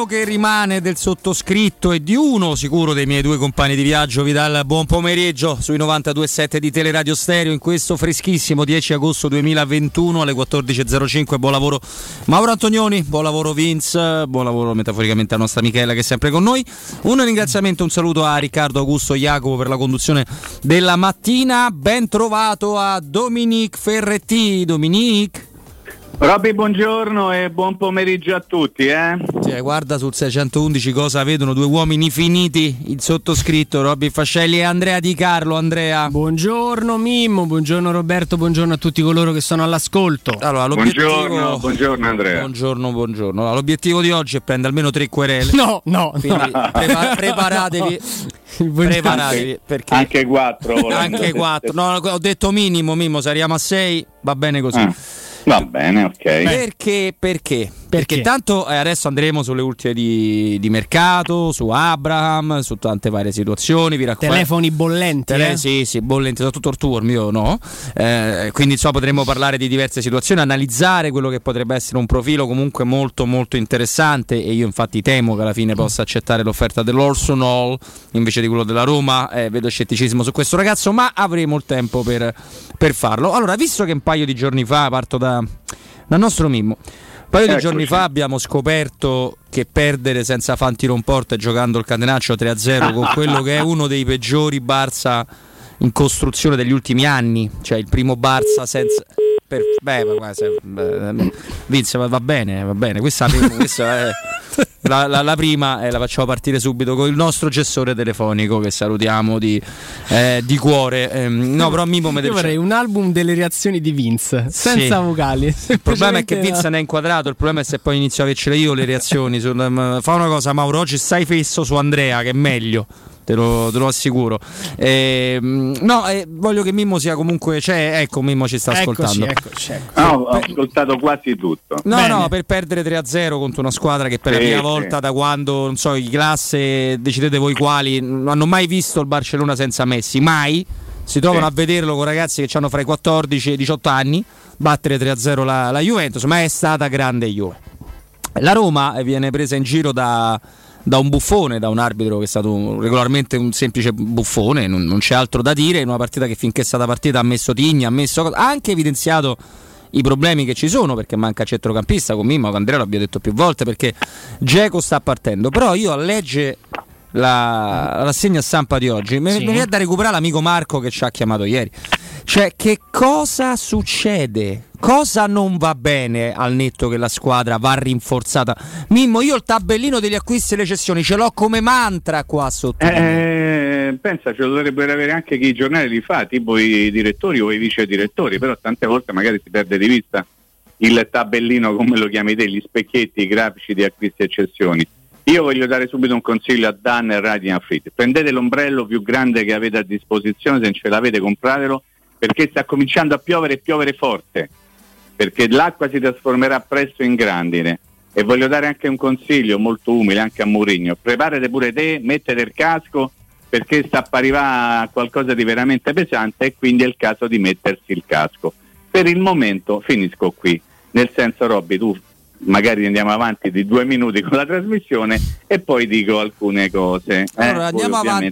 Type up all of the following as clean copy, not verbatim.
che rimane del sottoscritto e di uno sicuro dei miei due compagni di viaggio vi dà il buon pomeriggio sui 92.7 di Teleradio Stereo in questo freschissimo 10 agosto 2021 alle 14.05. Buon lavoro Mauro Antonioni, buon lavoro Vince, buon lavoro metaforicamente a nostra Michela che è sempre con noi. Un ringraziamento, un saluto a Riccardo, Augusto, Jacopo per la conduzione della mattina. Ben trovato a Dominique Ferretti. Dominique. Robby, buongiorno e buon pomeriggio a tutti. Guarda sul 611 cosa vedono due uomini finiti, il sottoscritto Robby Fascelli e Andrea Di Carlo. Andrea. Buongiorno Mimmo, buongiorno Roberto, buongiorno a tutti coloro che sono all'ascolto. Allora, buongiorno Andrea. Buongiorno. Allora, l'obiettivo di oggi è prendere almeno 3 querele. No. Quindi preparatevi. Perché anche 4. Anche 4. No, ho detto minimo, Mimmo, se arriviamo a 6 va bene così. Va bene, ok. Perché tanto adesso andremo sulle ultime di mercato, su Abraham, su tante varie situazioni. Telefoni bollenti. Sì, bollenti, soprattutto il tour mio no. Quindi potremo parlare di diverse situazioni, analizzare quello che potrebbe essere un profilo comunque molto molto interessante, e io infatti temo che alla fine possa accettare l'offerta dell'Orson Hall invece di quello della Roma. Vedo scetticismo su questo ragazzo, ma avremo il tempo per farlo. Allora, visto che un paio di giorni fa parto dal nostro Mimmo. Un paio di giorni fa abbiamo scoperto che perdere senza Fanti Romporte giocando il catenaccio 3-0 con quello che è uno dei peggiori Barça in costruzione degli ultimi anni, cioè il primo Barça senza Vince, va bene, questa è la prima, e la facciamo partire subito con il nostro gestore telefonico che salutiamo di cuore. No, però Mimo io vorrei un album delle reazioni di Vince senza vocali. Il problema è che Vince non è inquadrato, il problema è se poi inizio a avercele io le reazioni fa una cosa, Mauro, oggi stai fesso su Andrea che è meglio. Te lo assicuro. Voglio che Mimmo sia comunque. Ecco, Mimmo ci sta ascoltando. Eccoci. Ho ascoltato quasi tutto. No, per perdere 3-0 contro una squadra che per la prima volta da quando, non so, i classe, decidete voi quali, non hanno mai visto il Barcellona senza Messi, mai. Si trovano a vederlo con ragazzi che hanno fra i 14 e i 18 anni, battere 3-0 la Juventus, ma è stata grande Juve. La Roma viene presa in giro da un buffone, da un arbitro che è stato regolarmente un semplice buffone, non c'è altro da dire, in una partita che finché è stata partita ha messo tigna, ha anche evidenziato i problemi che ci sono, perché manca centrocampista con Mimmo, con Andrea l'abbiamo detto più volte, perché Dzeko sta partendo. Però io a leggere la rassegna stampa di oggi mi viene da recuperare l'amico Marco che ci ha chiamato ieri. Cioè, che cosa succede? Cosa non va bene al netto che la squadra va rinforzata? Mimmo, io il tabellino degli acquisti e le cessioni ce l'ho come mantra qua sotto. Pensa, ce lo dovrebbero avere anche chi i giornali li fa, tipo i direttori o i vice direttori, però tante volte magari si perde di vista il tabellino, come lo chiami te, gli specchietti, i grafici di acquisti e cessioni. Io voglio dare subito un consiglio a Dan e Radiant Fit: prendete l'ombrello più grande che avete a disposizione, se non ce l'avete compratelo, perché sta cominciando a piovere e piovere forte, perché l'acqua si trasformerà presto in grandine. E voglio dare anche un consiglio molto umile anche a Mourinho: preparate pure te, mettete il casco, perché sta per arrivare qualcosa di veramente pesante, e quindi è il caso di mettersi il casco. Per il momento finisco qui, nel senso, Robby, tu magari andiamo avanti di 2 minuti con la trasmissione e poi dico alcune cose. Allora andiamo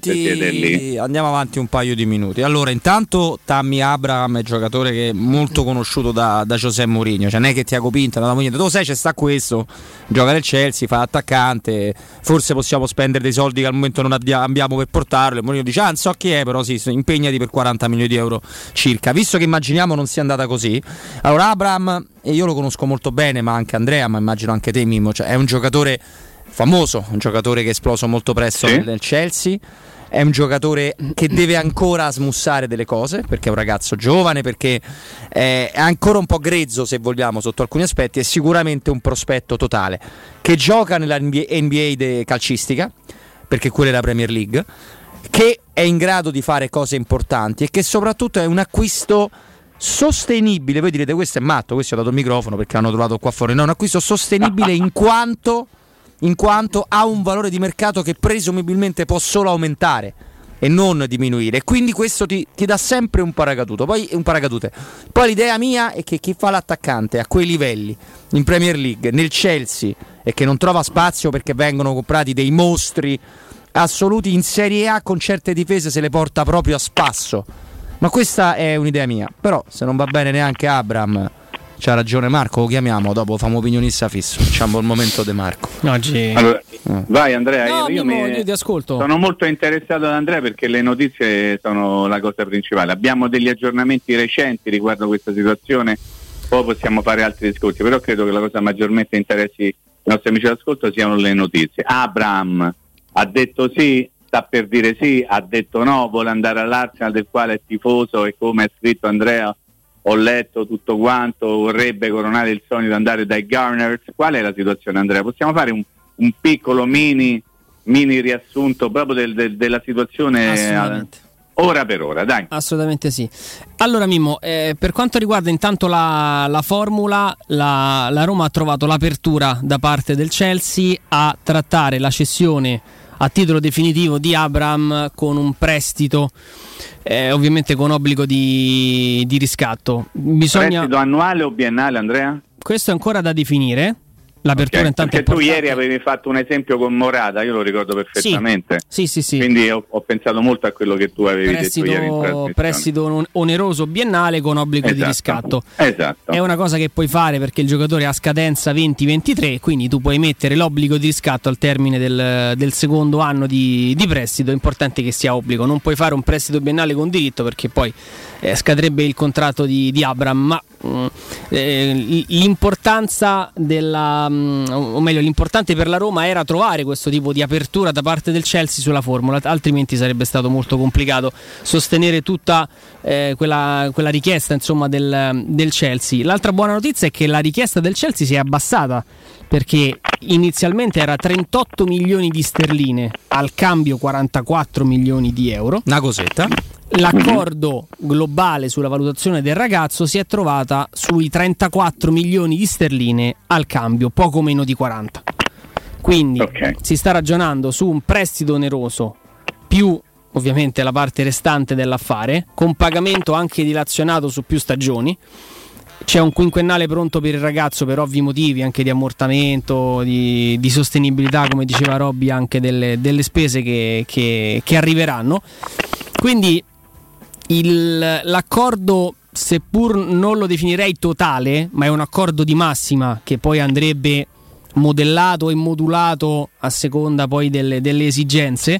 avanti un paio di minuti. Allora, intanto Tammy Abraham è giocatore che è molto conosciuto da José Mourinho, cioè non è che Tiago Pinto da Mourinho, tu sai c'è sta questo, gioca nel Chelsea, fa attaccante, forse possiamo spendere dei soldi che al momento non abbiamo per portarlo, e Mourinho dice non so chi è, però sì, impegnati per 40 milioni di euro circa. Visto che immaginiamo non sia andata così, allora Abraham, e io lo conosco molto bene, ma anche Andrea, ma immagino anche te Mimmo, cioè è un giocatore famoso, un giocatore che è esploso molto presto nel Chelsea, è un giocatore che deve ancora smussare delle cose, perché è un ragazzo giovane, perché è ancora un po' grezzo se vogliamo sotto alcuni aspetti, è sicuramente un prospetto totale, che gioca nella NBA calcistica, perché quella è la Premier League, che è in grado di fare cose importanti e che soprattutto è un acquisto sostenibile. Voi direte questo è matto, questo ho dato il microfono perché l'hanno trovato qua fuori. No, un acquisto sostenibile in quanto ha un valore di mercato che presumibilmente può solo aumentare e non diminuire, quindi questo ti dà sempre un paracadute. Poi l'idea mia è che chi fa l'attaccante a quei livelli in Premier League, nel Chelsea e che non trova spazio perché vengono comprati dei mostri assoluti in Serie A con certe difese, se le porta proprio a spasso. Ma questa è un'idea mia, però se non va bene neanche Abraham, c'ha ragione Marco, lo chiamiamo, dopo famo opinionista fisso, facciamo il momento De Marco. Oggi... Allora, vai Andrea, no, io ti ascolto. Sono molto interessato ad Andrea perché le notizie sono la cosa principale. Abbiamo degli aggiornamenti recenti riguardo questa situazione, poi possiamo fare altri discorsi, però credo che la cosa maggiormente interessi i nostri amici d'ascolto siano le notizie. Abraham ha detto sì, sta per dire sì, ha detto no, vuole andare all'Arsenal del quale è tifoso e come ha scritto Andrea ho letto tutto quanto, vorrebbe coronare il sogno di andare dai Gunners. Qual è la situazione Andrea? Possiamo fare un piccolo mini riassunto proprio della situazione ora per ora, dai. Assolutamente sì. Allora Mimmo, per quanto riguarda intanto la formula, la Roma ha trovato l'apertura da parte del Chelsea a trattare la cessione a titolo definitivo di Abraham con un prestito, ovviamente con obbligo di riscatto. Prestito annuale o biennale, Andrea? Questo è ancora da definire. L'apertura intanto perché tu ieri avevi fatto un esempio con Morata, io lo ricordo perfettamente. Sì. Quindi ho pensato molto a quello che tu avevi detto ieri in trasmissione. Prestito oneroso biennale con obbligo di riscatto. Esatto. È una cosa che puoi fare perché il giocatore ha scadenza 2023, quindi tu puoi mettere l'obbligo di riscatto al termine del secondo anno di prestito. È importante che sia obbligo, non puoi fare un prestito biennale con diritto perché poi scadrebbe il contratto di Abraham, ma l'importanza l'importante per la Roma era trovare questo tipo di apertura da parte del Chelsea sulla formula, altrimenti sarebbe stato molto complicato sostenere tutta quella richiesta, insomma, del Chelsea. L'altra buona notizia è che la richiesta del Chelsea si è abbassata perché inizialmente era 38 milioni di sterline al cambio 44 milioni di euro. Una cosetta. L'accordo globale sulla valutazione del ragazzo si è trovata sui 34 milioni di sterline al cambio, poco meno di 40. Quindi si sta ragionando su un prestito oneroso più ovviamente la parte restante dell'affare, con pagamento anche dilazionato su più stagioni. C'è un quinquennale pronto per il ragazzo per ovvi motivi, anche di ammortamento, di sostenibilità, come diceva Robby, anche delle spese che arriveranno. Quindi l'accordo, seppur non lo definirei totale, ma è un accordo di massima che poi andrebbe modellato e modulato a seconda poi delle esigenze,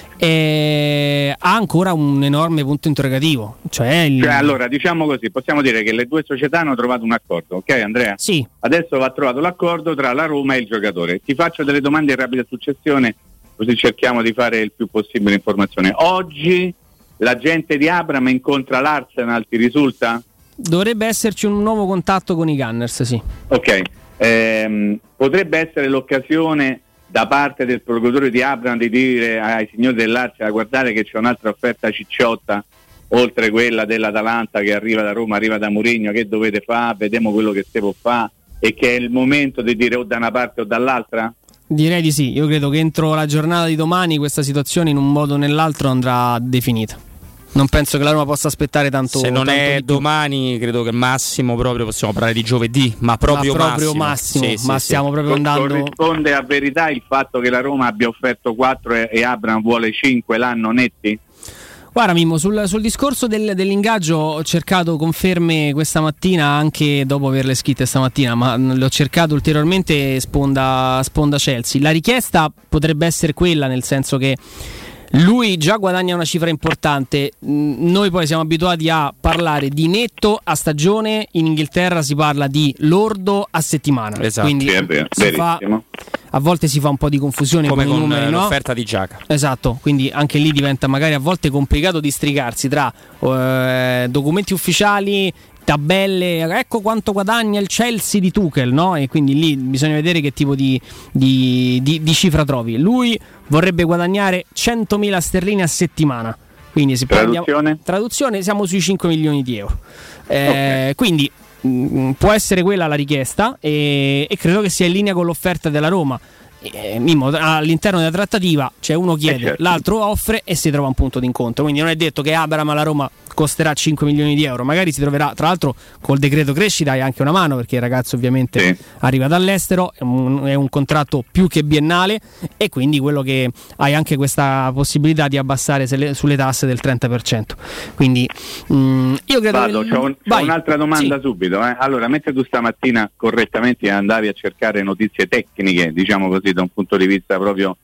ha ancora un enorme punto interrogativo. Allora, diciamo così, possiamo dire che le due società hanno trovato un accordo, ok Andrea? Sì. Adesso va trovato l'accordo tra la Roma e il giocatore. Ti faccio delle domande in rapida successione, così cerchiamo di fare il più possibile informazione. Oggi l'agente di Abraham incontra l'Arsenal, ti risulta? Dovrebbe esserci un nuovo contatto con i Gunners, sì. Ok, potrebbe essere l'occasione da parte del procuratore di Abraham di dire ai signori dell'Arsenal: guardare che c'è un'altra offerta cicciotta oltre quella dell'Atalanta che arriva da Roma, arriva da Mourinho, che dovete fare, vediamo quello che si può fare, e che è il momento di dire o da una parte o dall'altra? Direi di sì, io credo che entro la giornata di domani questa situazione in un modo o nell'altro andrà definita. Non penso che la Roma possa aspettare tanto. Se non è domani, credo che massimo proprio possiamo parlare di giovedì, ma proprio massimo. Sì, stiamo proprio andando. Corrisponde a verità il fatto che la Roma abbia offerto 4 e Abraham vuole 5 l'anno netti? Guarda Mimmo, sul discorso dell'ingaggio ho cercato conferme questa mattina, anche dopo averle scritte stamattina, ma l'ho cercato ulteriormente sponda Chelsea. La richiesta potrebbe essere quella, nel senso che lui già guadagna una cifra importante. Noi poi siamo abituati a parlare di netto a stagione, in Inghilterra si parla di lordo a settimana. Esatto. Quindi a volte si fa un po' di confusione come con i numeri, l'offerta di Giaca. Esatto, quindi anche lì diventa magari a volte complicato districarsi tra documenti ufficiali, tabelle, ecco quanto guadagna il Chelsea di Tuchel, no? E quindi lì bisogna vedere che tipo di cifra trovi. Lui vorrebbe guadagnare 100.000 sterline a settimana, quindi si traduzione siamo sui 5 milioni di euro. Quindi può essere quella la richiesta, e credo che sia in linea con l'offerta della Roma. All'interno della trattativa c'è uno chiede, l'altro offre e si trova un punto d'incontro. Quindi non è detto che Abraham alla Roma costerà 5 milioni di euro, magari si troverà, tra l'altro col decreto crescita hai anche una mano, perché il ragazzo ovviamente arriva dall'estero, è un contratto più che biennale, e quindi quello che hai anche questa possibilità di abbassare sulle tasse del 30%. Quindi io credo c'ho un'altra domanda subito. Allora, mentre tu stamattina correttamente andavi a cercare notizie tecniche, diciamo così, da un punto di vista proprio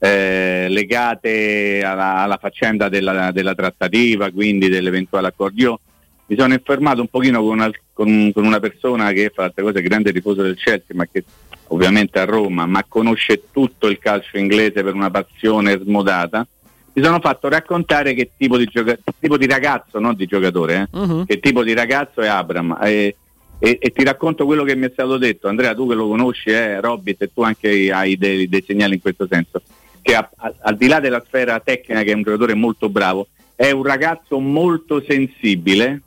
legate alla faccenda della trattativa, quindi dell'eventuale accordo, io mi sono informato un pochino con una persona che fa altre cose, grande tifoso del Chelsea, ma che ovviamente a Roma, ma conosce tutto il calcio inglese per una passione smodata. Mi sono fatto raccontare che tipo di ragazzo, non di giocatore, che tipo di ragazzo è Abraham, e ti racconto quello che mi è stato detto. Andrea, tu che lo conosci, Robby, se tu anche hai dei segnali in questo senso, che al di là della sfera tecnica, che è un giocatore molto bravo, è un ragazzo molto sensibile,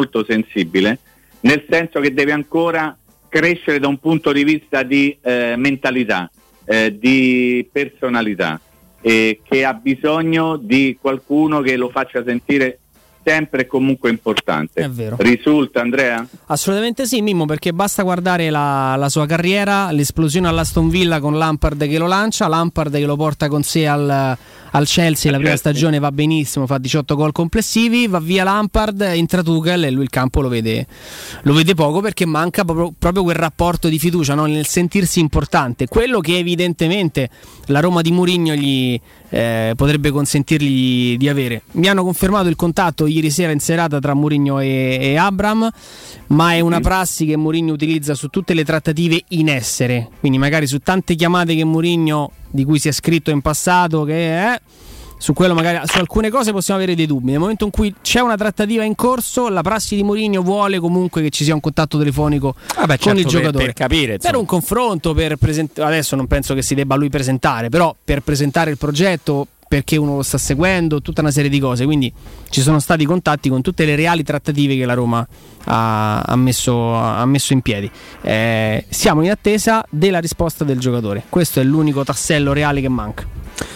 nel senso che deve ancora crescere da un punto di vista di mentalità, di personalità, che ha bisogno di qualcuno che lo faccia sentire sempre e comunque importante. È vero. Risulta, Andrea? Assolutamente sì, Mimmo, perché basta guardare la sua carriera, l'esplosione all'Aston Villa con Lampard che lo lancia, Lampard che lo porta con sé al Chelsea, la prima stagione va benissimo, fa 18 gol complessivi, va via Lampard, entra Tuchel e lui il campo lo vede poco, perché manca proprio quel rapporto di fiducia, no? Nel sentirsi importante, quello che evidentemente la Roma di Mourinho gli potrebbe consentirgli di avere. Mi hanno confermato il contatto ieri sera in serata tra Mourinho e Abraham, ma è una prassi che Mourinho utilizza su tutte le trattative in essere, quindi magari su tante chiamate che Mourinho, di cui si è scritto in passato, su quello magari su alcune cose possiamo avere dei dubbi. Nel momento in cui c'è una trattativa in corso, la prassi di Mourinho vuole comunque che ci sia un contatto telefonico con il giocatore, per capire, per un confronto, per adesso non penso che si debba lui presentare, però per presentare il progetto, perché uno lo sta seguendo, tutta una serie di cose. Quindi ci sono stati contatti con tutte le reali trattative che la Roma ha messo in piedi. Siamo in attesa della risposta del giocatore, questo è l'unico tassello reale che manca.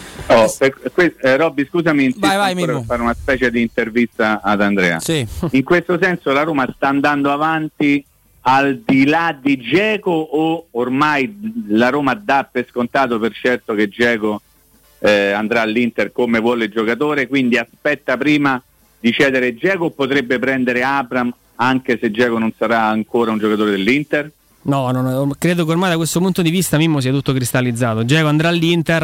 Robby, scusami, vai, per fare una specie di intervista ad Andrea. Sì. In questo senso la Roma sta andando avanti al di là di Dzeko, o ormai la Roma dà per scontato per certo che Dzeko andrà all'Inter come vuole il giocatore, quindi aspetta prima di cedere Dzeko, o potrebbe prendere Abraham anche se Dzeko non sarà ancora un giocatore dell'Inter? No, credo che ormai da questo punto di vista, Mimmo, sia tutto cristallizzato. Dzeko andrà all'Inter.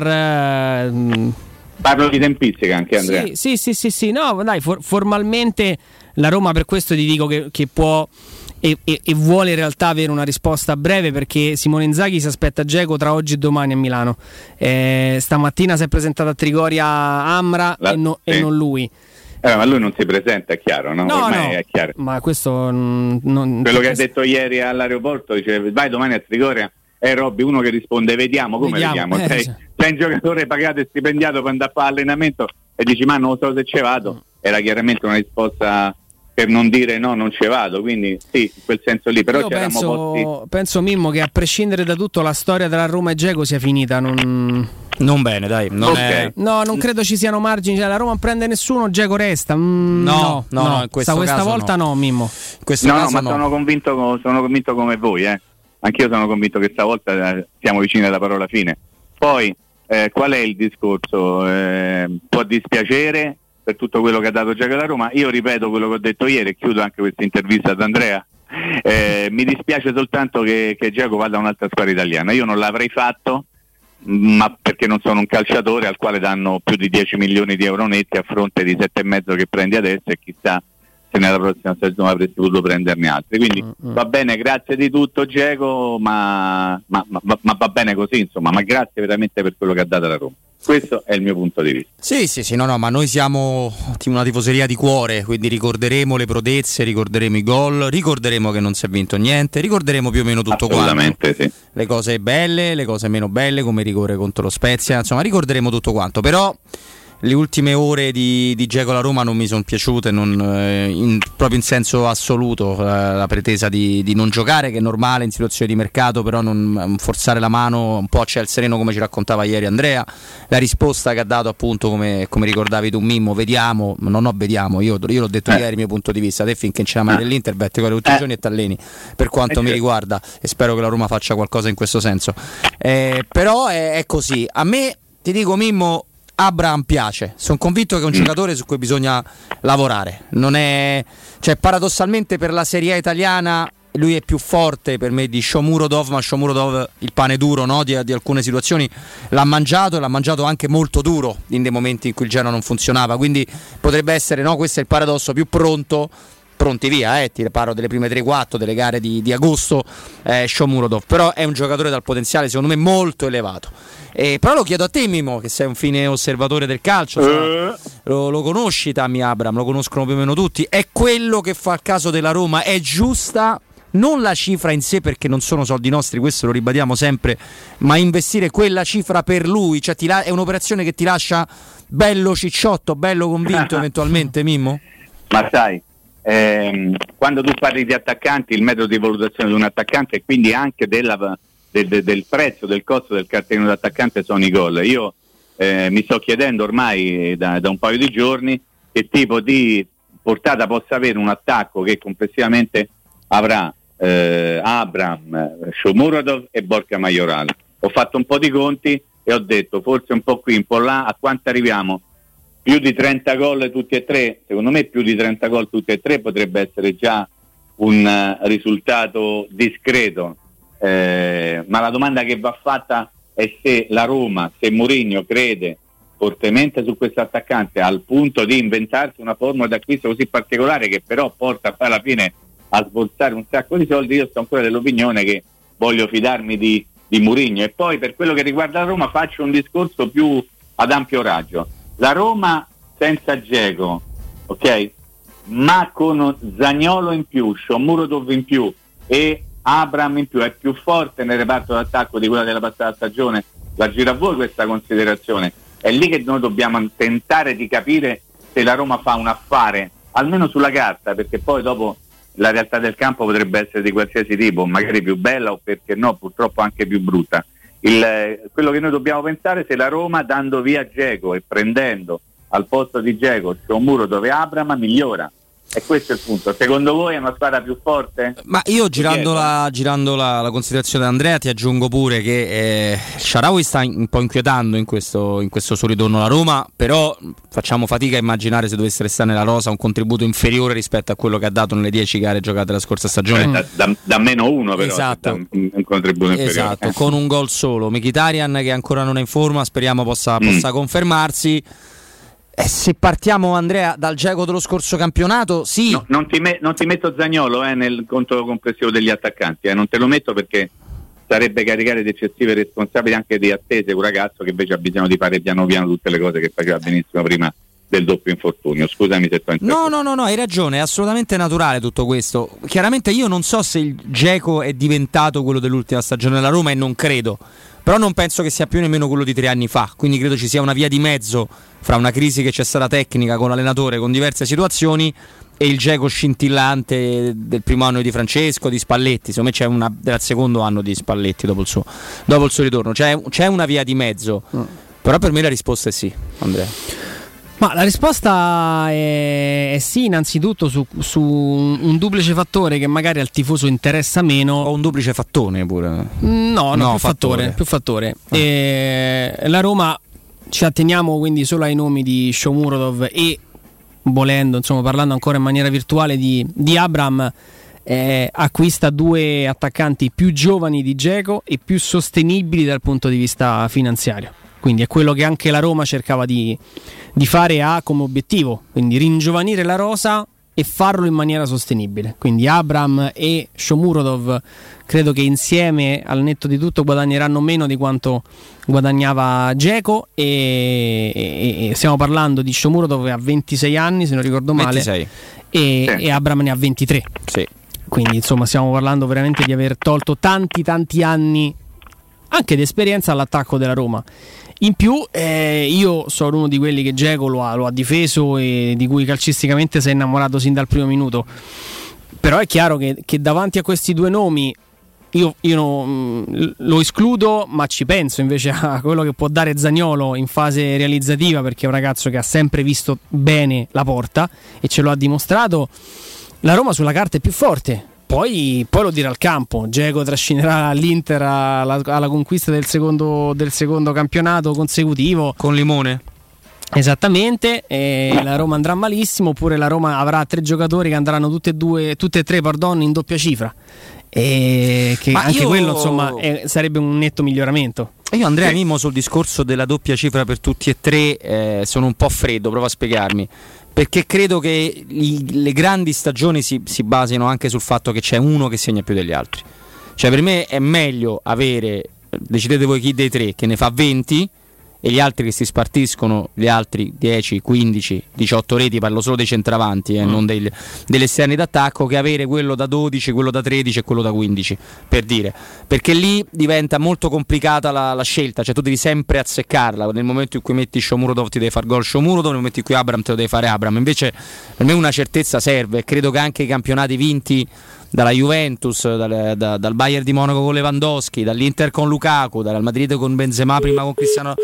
Parlo di tempistica anche, Andrea. Sì. No, dai, formalmente la Roma, per questo ti dico che può e vuole in realtà avere una risposta a breve, perché Simone Inzaghi si aspetta Dzeko tra oggi e domani a Milano. Stamattina si è presentato a Trigoria Amra e non lui. Ma lui non si presenta, è chiaro, no? Ormai è chiaro. Ma questo quello che ha detto ieri all'aeroporto, dice vai domani a Trigoria, Robby, uno che risponde vediamo. Sei un giocatore pagato e stipendiato per andare a fare allenamento e dici ma non so se ci vado. Era chiaramente una risposta per non dire no, non ci vado, quindi sì, in quel senso lì. Però io penso, Mimmo, che a prescindere da tutto la storia tra Roma e Dzeko sia finita, non bene, dai. Non credo ci siano margini. La Roma non prende nessuno, Dzeko resta. No, questa volta no, Mimmo. Ma sono convinto come voi, Anch'io sono convinto che stavolta siamo vicini alla parola fine. Poi qual è il discorso? Può dispiacere per tutto quello che ha dato Dzeko alla Roma. Io ripeto quello che ho detto ieri e chiudo anche questa intervista ad Andrea. Mi dispiace soltanto che Dzeko vada a un'altra squadra italiana. Io non l'avrei fatto, ma perché non sono un calciatore al quale danno più di 10 milioni di euro netti a fronte di 7,5 che prendi adesso, e chissà se nella prossima stagione avresti potuto prenderne altri. Quindi va bene, grazie di tutto Dzeko, ma va bene così, insomma, ma grazie veramente per quello che ha dato la Roma. Questo è il mio punto di vista. Sì, no, ma noi siamo una tifoseria di cuore, quindi ricorderemo le prodezze, ricorderemo i gol, ricorderemo che non si è vinto niente, ricorderemo più o meno tutto quanto. Sì. Le cose belle, le cose meno belle, come il rigore contro lo Spezia, insomma ricorderemo tutto quanto, però le ultime ore di Dzeko alla Roma non mi sono piaciute, proprio in senso assoluto, la pretesa di non giocare, che è normale in situazioni di mercato, però non forzare la mano, un po' c'è il sereno come ci raccontava ieri Andrea, la risposta che ha dato appunto come ricordavi tu Mimmo, vediamo, io l'ho detto ieri il mio punto di vista, te finché c'è la mano dell'Inter betti tutti i giorni e t'alleni, per quanto mi riguarda, e spero che la Roma faccia qualcosa in questo senso, però è così. A me, ti dico Mimmo, Abraham piace, sono convinto che è un giocatore su cui bisogna lavorare, non è, cioè paradossalmente per la Serie A italiana lui è più forte per me di Shomurodov, ma Shomurodov il pane duro, no? di alcune situazioni l'ha mangiato, e l'ha mangiato anche molto duro in dei momenti in cui il Genoa non funzionava, quindi potrebbe essere, no? Questo è il paradosso, più pronti via, ti parlo delle prime 3-4 delle gare di agosto, Shomurodov, però è un giocatore dal potenziale secondo me molto elevato. Però lo chiedo a te Mimo, che sei un fine osservatore del calcio, lo conosci Tammy Abraham, lo conoscono più o meno tutti, è quello che fa il caso della Roma, è giusta non la cifra in sé, perché non sono soldi nostri, questo lo ribadiamo sempre, ma investire quella cifra per lui, cioè è un'operazione che ti lascia bello cicciotto, bello convinto eventualmente Mimmo? Ma sai, quando tu parli di attaccanti, il metodo di valutazione di un attaccante e quindi anche del prezzo, del costo del cartellino d'attaccante sono i gol. Io mi sto chiedendo ormai da un paio di giorni che tipo di portata possa avere un attacco che complessivamente avrà Abraham, Shomurodov e Borja Majoral. Ho fatto un po' di conti e ho detto forse un po' qui, un po' là, a quanto arriviamo? Più di 30 gol tutti e tre? Secondo me più di 30 gol tutti e tre potrebbe essere già un risultato discreto. Ma la domanda che va fatta è se la Roma, se Mourinho crede fortemente su questo attaccante al punto di inventarsi una formula d'acquisto così particolare che però porta poi alla fine a sborsare un sacco di soldi. Io sto ancora dell'opinione che voglio fidarmi di Mourinho. E poi per quello che riguarda la Roma faccio un discorso più ad ampio raggio. La Roma senza Dzeko, ok? Ma con Zaniolo in più, Shomurodov in più e Abraham in più, è più forte nel reparto d'attacco di quella della passata stagione. La giro a voi questa considerazione. È lì che noi dobbiamo tentare di capire se la Roma fa un affare, almeno sulla carta, perché poi dopo la realtà del campo potrebbe essere di qualsiasi tipo, magari più bella o perché no, purtroppo anche più brutta. Quello che noi dobbiamo pensare è se la Roma, dando via Dzeko e prendendo al posto di Dzeko Shomurodov e Abraham, migliora. E questo è il punto. Secondo voi è una squadra più forte? Ma io girando la considerazione di Andrea ti aggiungo pure che Shaarawy sta un po' inquietando in questo suo ritorno alla Roma, però facciamo fatica a immaginare, se dovesse restare nella rosa, un contributo inferiore rispetto a quello che ha dato nelle 10 gare giocate la scorsa stagione. Da meno uno però, esatto. Un contributo inferiore. Esatto, con un gol solo. Mkhitaryan che ancora non è in forma, speriamo possa confermarsi. Se partiamo Andrea dal Dzeko dello scorso campionato, sì. No, non ti metto Zaniolo nel conto complessivo degli attaccanti, non te lo metto perché sarebbe caricare di eccessive responsabili anche di attese un ragazzo che invece ha bisogno di fare piano piano tutte le cose che faceva benissimo prima del doppio infortunio. Scusami se No, hai ragione, è assolutamente naturale tutto questo. Chiaramente io non so se il Dzeko è diventato quello dell'ultima stagione della Roma, e non credo, però non penso che sia più nemmeno quello di 3 anni fa, quindi credo ci sia una via di mezzo fra una crisi che c'è stata tecnica con l'allenatore, con diverse situazioni, e il Dzeko scintillante del primo anno di Francesco, di Spalletti. Secondo me c'è una del secondo anno di Spalletti dopo il suo ritorno, c'è una via di mezzo, però per me la risposta è sì, Andrea. Ma la risposta è sì, innanzitutto su un duplice fattore che magari al tifoso interessa meno. O un duplice fattone pure? No, più fattore. La Roma, ci atteniamo quindi solo ai nomi di Shomurodov e, volendo, insomma, parlando ancora in maniera virtuale di Abraham, acquista 2 attaccanti più giovani di Dzeko e più sostenibili dal punto di vista finanziario. Quindi è quello che anche la Roma cercava di fare, ha come obiettivo, quindi ringiovanire la rosa e farlo in maniera sostenibile. Quindi Abraham e Shomurodov credo che insieme, al netto di tutto, guadagneranno meno di quanto guadagnava Dzeko, e stiamo parlando di Shomurodov che ha 26 anni, se non ricordo male, 26. E Abraham ne ha 23. Sì. Quindi insomma stiamo parlando veramente di aver tolto tanti anni anche di esperienza all'attacco della Roma. In più io sono uno di quelli che Dzeko lo ha difeso e di cui calcisticamente si è innamorato sin dal primo minuto, però è chiaro che davanti a questi due nomi io lo escludo, ma ci penso invece a quello che può dare Zaniolo in fase realizzativa, perché è un ragazzo che ha sempre visto bene la porta e ce lo ha dimostrato. La Roma sulla carta è più forte, poi lo dirà al campo. Dzeko trascinerà l'Inter alla conquista del secondo campionato consecutivo con Limone. Esattamente, la Roma andrà malissimo, oppure la Roma avrà 3 giocatori che andranno tutte e tre in doppia cifra, e che anche quello insomma sarebbe un netto miglioramento. Io Andrea Mimmo sul discorso della doppia cifra per tutti e tre sono un po' freddo, provo a spiegarmi, perché credo che le grandi stagioni si basino anche sul fatto che c'è uno che segna più degli altri. Cioè per me è meglio avere, decidete voi chi dei tre, che ne fa 20 e gli altri che si spartiscono, gli altri 10, 15, 18 reti, parlo solo dei centravanti non degli esterni d'attacco, che avere quello da 12, quello da 13 e quello da 15, per dire, perché lì diventa molto complicata la scelta, cioè tu devi sempre azzeccarla. Nel momento in cui metti Shomurodov ti devi far gol Shomurodov, nel momento in cui Abraham te lo devi fare Abraham. Invece per me una certezza serve, e credo che anche i campionati vinti dalla Juventus, dal Bayern di Monaco con Lewandowski, dall'Inter con Lukaku, dal Madrid con Benzema, prima con Cristiano.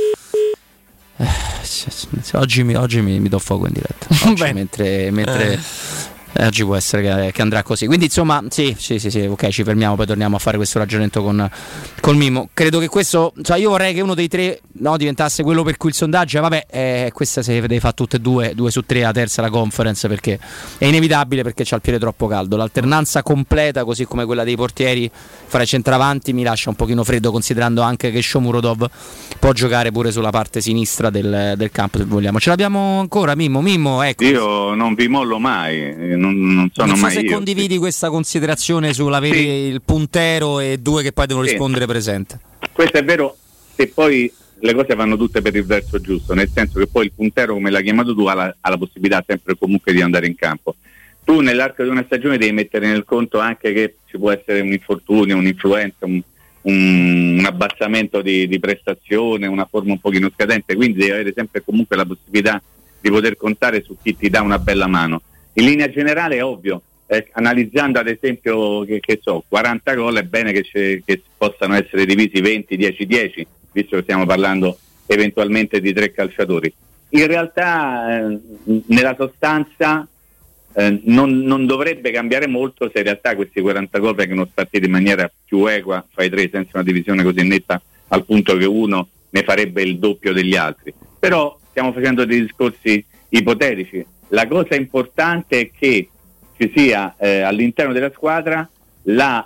Oggi mi do fuoco in diretta mentre oggi può essere che andrà così, quindi insomma sì, ok, ci fermiamo, poi torniamo a fare questo ragionamento con Mimmo. Credo che questo, cioè io vorrei che uno dei tre diventasse quello per cui il sondaggio questa se deve fare tutte e due su tre, la terza la conference, perché è inevitabile, perché c'ha il piede troppo caldo. L'alternanza completa, così come quella dei portieri fra i centravanti, mi lascia un pochino freddo, considerando anche che Shomurodov può giocare pure sulla parte sinistra del campo, se vogliamo. Ce l'abbiamo ancora Mimmo, ecco. Io non vi mollo mai, non sono mai se condividi questa considerazione sull'avere il puntero e due che poi devono rispondere presente. Questo è vero, se poi le cose vanno tutte per il verso giusto, nel senso che poi il puntero, come l'hai chiamato tu, ha la possibilità sempre comunque di andare in campo. Tu nell'arco di una stagione devi mettere nel conto anche che ci può essere un infortunio, un'influenza, un abbassamento di prestazione, una forma un pochino scadente, quindi devi avere sempre comunque la possibilità di poter contare su chi ti dà una bella mano. In linea generale è ovvio, analizzando ad esempio che 40 gol, è bene che possano essere divisi 20, 10-10, visto che stiamo parlando eventualmente di 3 calciatori. In realtà nella sostanza non dovrebbe cambiare molto se in realtà questi 40 gol vengono spartiti in maniera più equa fra i tre, senza una divisione così netta al punto che uno ne farebbe il doppio degli altri. Però stiamo facendo dei discorsi ipotetici. La cosa importante è che ci sia all'interno della squadra la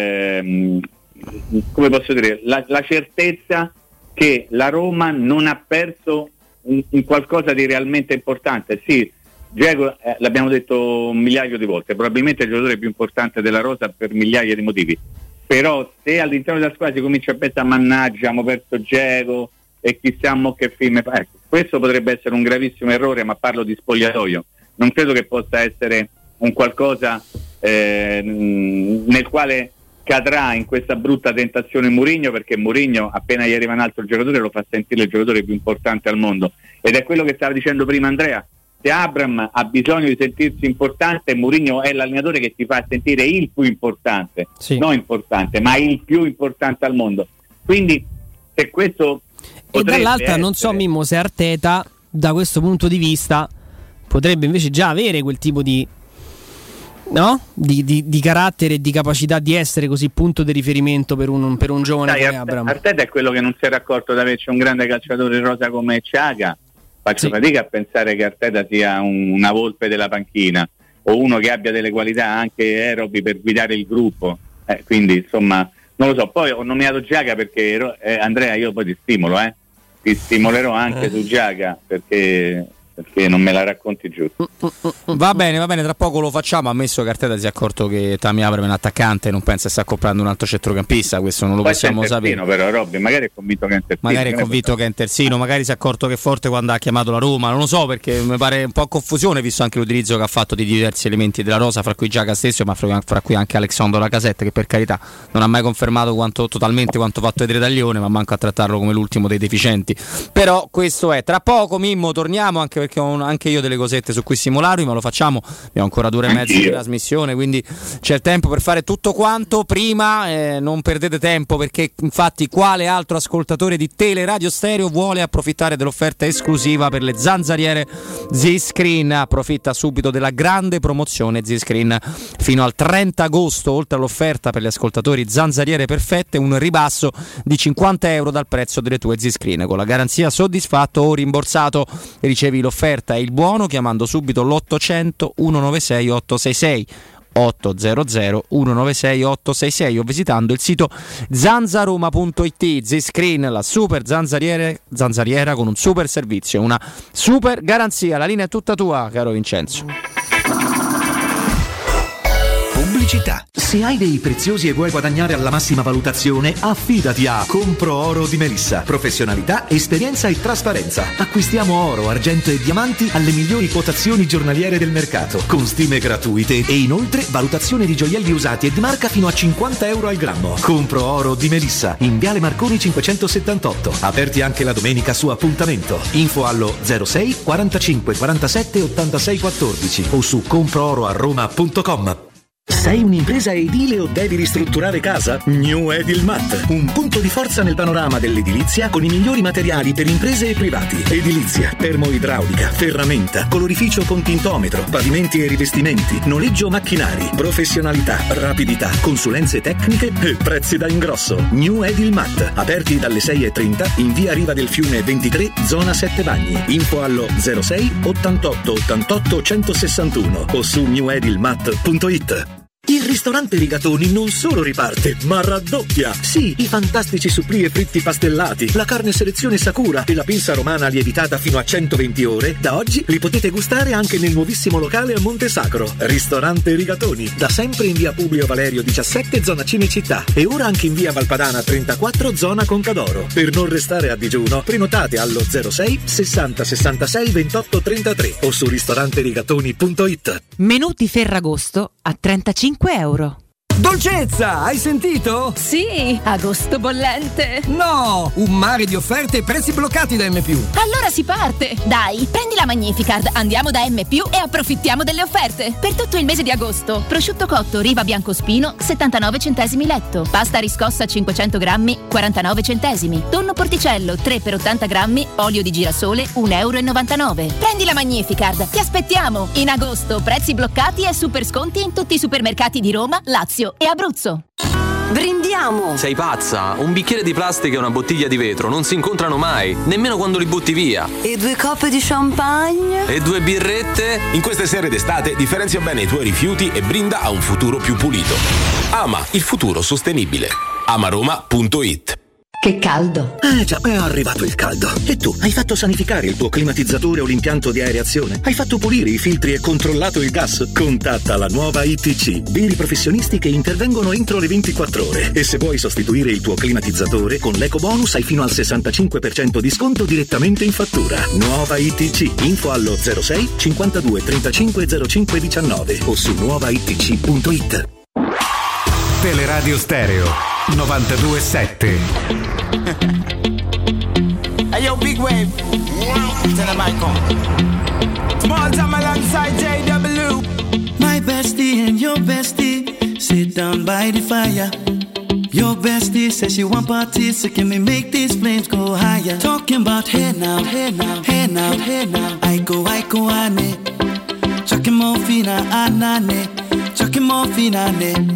certezza che la Roma non ha perso un qualcosa di realmente importante. Sì, Dzeko, l'abbiamo detto un migliaio di volte, probabilmente è il giocatore più importante della rosa per migliaia di motivi, però se all'interno della squadra si comincia a pensare mannaggia, abbiamo perso Dzeko e chissà mo che film fa, ecco, questo potrebbe essere un gravissimo errore, ma parlo di spogliatoio. Non credo che possa essere un qualcosa nel quale cadrà in questa brutta tentazione Mourinho, perché Mourinho appena gli arriva un altro giocatore lo fa sentire il giocatore più importante al mondo, ed è quello che stava dicendo prima Andrea. Se Abraham ha bisogno di sentirsi importante, Mourinho è l'allenatore che ti fa sentire il più importante, non importante, ma il più importante al mondo. Quindi se questo e dall'altra non so Mimmo se Arteta da questo punto di vista potrebbe invece già avere quel tipo di carattere e di capacità di essere così punto di riferimento per un giovane come Abraham. Arteta è quello che non si era accorto di averci un grande calciatore rosa come Xhaka. Faccio fatica a pensare che Arteta sia una volpe della panchina o uno che abbia delle qualità anche aerobi per guidare il gruppo, quindi insomma non lo so. Poi ho nominato Xhaka perché Andrea, io poi ti stimolo, ti stimolerò anche su Xhaka, perché perché non me la racconti giusto. Va bene, tra poco lo facciamo, ammesso che Arteta si è accorto che Tammy Abraham è un attaccante e non pensa che sta comprando un altro centrocampista, questo non lo possiamo sapere. Però Robby, magari è convinto che è un terzino. Magari si è accorto che è forte quando ha chiamato la Roma, non lo so, perché mi pare un po' confusione visto anche l'utilizzo che ha fatto di diversi elementi della rosa, fra cui Giaga stesso, ma fra cui anche Alexandro Lacazette, che per carità non ha mai confermato totalmente quanto fatto vedere da Lione, ma manco a trattarlo come l'ultimo dei deficienti. Però questo è. Tra poco, Mimmo, torniamo, anche perché ho anche io delle cosette su cui simularvi, ma lo facciamo, abbiamo ancora 2 ore e mezza di trasmissione, quindi c'è il tempo per fare tutto quanto. Prima non perdete tempo, perché infatti quale altro ascoltatore di Teleradio Stereo vuole approfittare dell'offerta esclusiva per le zanzariere Z-Screen? Approfitta subito della grande promozione Z-Screen fino al 30 agosto. Oltre all'offerta per gli ascoltatori zanzariere perfette, un ribasso di €50 dal prezzo delle tue Z-Screen con la garanzia soddisfatto o rimborsato. Ricevi l'offerta e il buono chiamando subito l'800 196 866 800 196 866 o visitando il sito zanzaroma.it. Z-Screen, la super zanzariera con un super servizio, una super garanzia. La linea è tutta tua, caro Vincenzo. Pubblicità. Se hai dei preziosi e vuoi guadagnare alla massima valutazione, affidati a Compro Oro di Melissa. Professionalità, esperienza e trasparenza. Acquistiamo oro, argento e diamanti alle migliori quotazioni giornaliere del mercato, con stime gratuite e inoltre valutazione di gioielli usati e di marca fino a €50 al grammo. Compro Oro di Melissa, in Viale Marconi 578. Aperti anche la domenica su appuntamento. Info allo 06 45 47 86 14 o su comprooroaroma.com. Sei un'impresa edile o devi ristrutturare casa? New Edilmat, un punto di forza nel panorama dell'edilizia con i migliori materiali per imprese e privati. Edilizia, termoidraulica, ferramenta, colorificio con tintometro, pavimenti e rivestimenti, noleggio macchinari, professionalità, rapidità, consulenze tecniche e prezzi da ingrosso. New Edilmat, aperti dalle 6:30 in via Riva del Fiume 23, zona 7 Bagni. Info allo 06 88 88 161 o su newedilmat.it. Il ristorante Rigatoni non solo riparte, ma raddoppia! Sì, i fantastici supplì e fritti pastellati, la carne selezione Sakura e la pinza romana lievitata fino a 120 ore, da oggi li potete gustare anche nel nuovissimo locale a Monte Sacro. Ristorante Rigatoni, da sempre in via Publio Valerio 17, zona Cinecittà, e ora anche in via Valpadana 34, zona Concadoro. Per non restare a digiuno, prenotate allo 06 60 66 28 33 o su ristoranterigatoni.it. Menù di Ferragosto a €35. Dolcezza, hai sentito? Sì, agosto bollente. No, un mare di offerte e prezzi bloccati da M+. Allora si parte. Dai, prendi la Magnificard, andiamo da M+ e approfittiamo delle offerte. Per tutto il mese di agosto, prosciutto cotto Riva Biancospino 79 centesimi letto, pasta riscossa 500 grammi 49 centesimi, tonno porticello 3 per 80 grammi, olio di girasole €1,99. Prendi la Magnificard, ti aspettiamo. In agosto prezzi bloccati e super sconti in tutti i supermercati di Roma, Lazio e Abruzzo. Brindiamo! Sei pazza? Un bicchiere di plastica e una bottiglia di vetro non si incontrano mai, nemmeno quando li butti via. E 2 coppe di champagne? E 2 birrette? In queste sere d'estate differenzia bene i tuoi rifiuti e brinda a un futuro più pulito. Ama il futuro sostenibile. Amaroma.it. Che caldo! Già, è arrivato il caldo. E tu, hai fatto sanificare il tuo climatizzatore o l'impianto di areazione? Hai fatto pulire i filtri e controllato il gas? Contatta la nuova ITC, veri professionisti che intervengono entro le 24 ore. E se vuoi sostituire il tuo climatizzatore, con l'ecobonus hai fino al 65% di sconto direttamente in fattura. Nuova ITC, info allo 06 52 35 05 19 o su nuovaitc.it. Teleradio Stereo 92.7. Hey yo, big wave. Tell the mic on. Small time alongside JW. My bestie and your bestie sit down by the fire. Your bestie says she want parties, so can we make these flames go higher? Talking about hey now, hey now, hey now, hey now. I go, ane. Chucking more fina, anane. Chucking more fina, ane.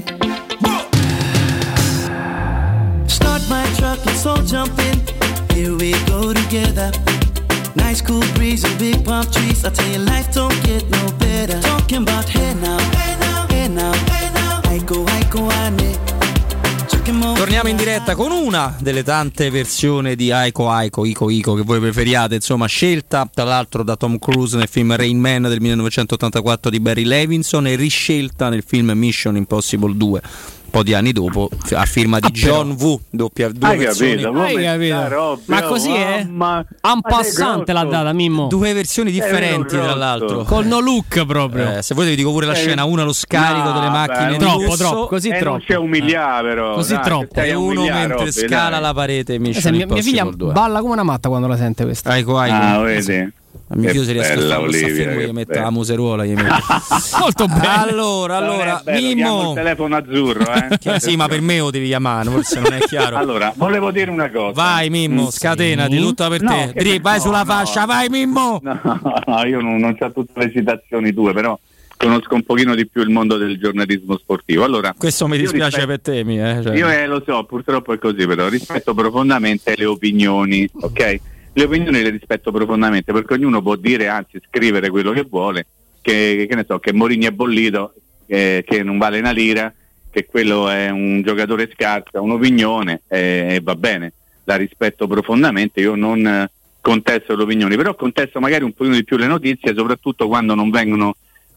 Start my truck, let's all jump in. Here we go together. Nice cool breeze and big palm trees. I tell you, life don't get no better. Talking about hey now, hey now, hey now, hey now. I go, ane. Torniamo in diretta con una delle tante versioni di Ico che voi preferiate, insomma, scelta tra l'altro da Tom Cruise nel film Rain Man del 1984 di Barry Levinson e riscelta nel film Mission Impossible 2 un po' di anni dopo a firma di John Woo. Hai capito? Ma così è? Un passante l'ha data, Mimmo. Due versioni differenti tra l'altro, col no look proprio. Se voi vi dico pure la scena, una lo scarico delle macchine troppo così troppo. Non c'è umiliare però così dai, troppo. E uno mentre scala la parete mia figlia balla come una matta quando la sente questa. Vedi. A mio figlio si riesce a fare lo staffermo, gli mette la museruola, molto bene. Allora Mimmo, il telefono azzurro, sì, ma per me lo devi chiamare, forse non è chiaro. Allora, volevo dire una cosa. Vai Mimmo, scatenati, tutto per te. Vai sulla fascia, vai Mimmo. No, io non c'ho tutte le citazioni tue, però conosco un pochino di più il mondo del giornalismo sportivo. Allora, questo mi dispiace per te, Io lo so, purtroppo è così, però rispetto profondamente le opinioni, ok? Le opinioni le rispetto profondamente, perché ognuno può dire, anzi scrivere quello che vuole, che ne so, che Mourinho è bollito, che non vale una lira, che quello è un giocatore scarso, un'opinione, e va bene, la rispetto profondamente, io non contesto le opinioni, però contesto magari un pochino di più le notizie, soprattutto quando non vengono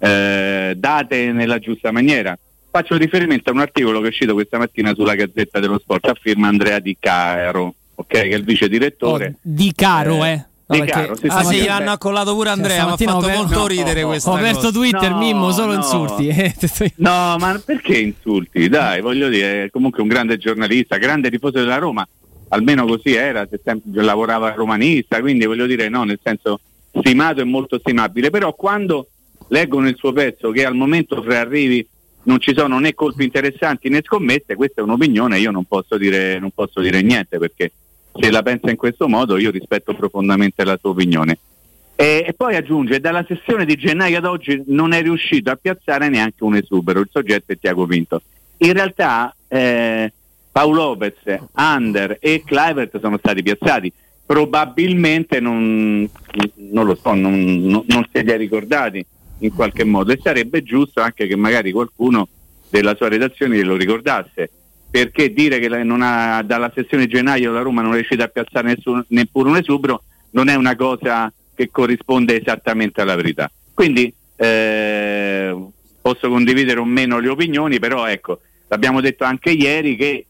date nella giusta maniera. Faccio riferimento a un articolo che è uscito questa mattina sulla Gazzetta dello Sport a firma Andrea Di Caro, che è il vice direttore. Di Caro, Di Caro, sì, l'hanno accollato pure Andrea, mi ha fatto molto ridere questa cosa. Ho aperto Twitter, Mimmo, solo insulti. No, ma perché insulti? Dai, voglio dire, è comunque un grande giornalista, grande tifoso della Roma, almeno così era, lavorava romanista, quindi voglio dire, no, nel senso stimato e molto stimabile, però quando leggo nel suo pezzo che al momento fra arrivi non ci sono né colpi interessanti né scommesse, questa è un'opinione, io non posso dire niente, perché se la pensa in questo modo io rispetto profondamente la sua opinione. E poi aggiunge, dalla sessione di gennaio ad oggi non è riuscito a piazzare neanche un esubero, il soggetto è Tiago Pinto. In realtà Paolo Lopez, Under e Kluivert sono stati piazzati, probabilmente non lo so, non se li ha ricordati in qualche modo, e sarebbe giusto anche che magari qualcuno della sua redazione glielo ricordasse, perché dire che dalla sessione di gennaio la Roma non è riuscita a piazzare neppure un esubero non è una cosa che corrisponde esattamente alla verità. Quindi posso condividere o meno le opinioni, però ecco, l'abbiamo detto anche ieri che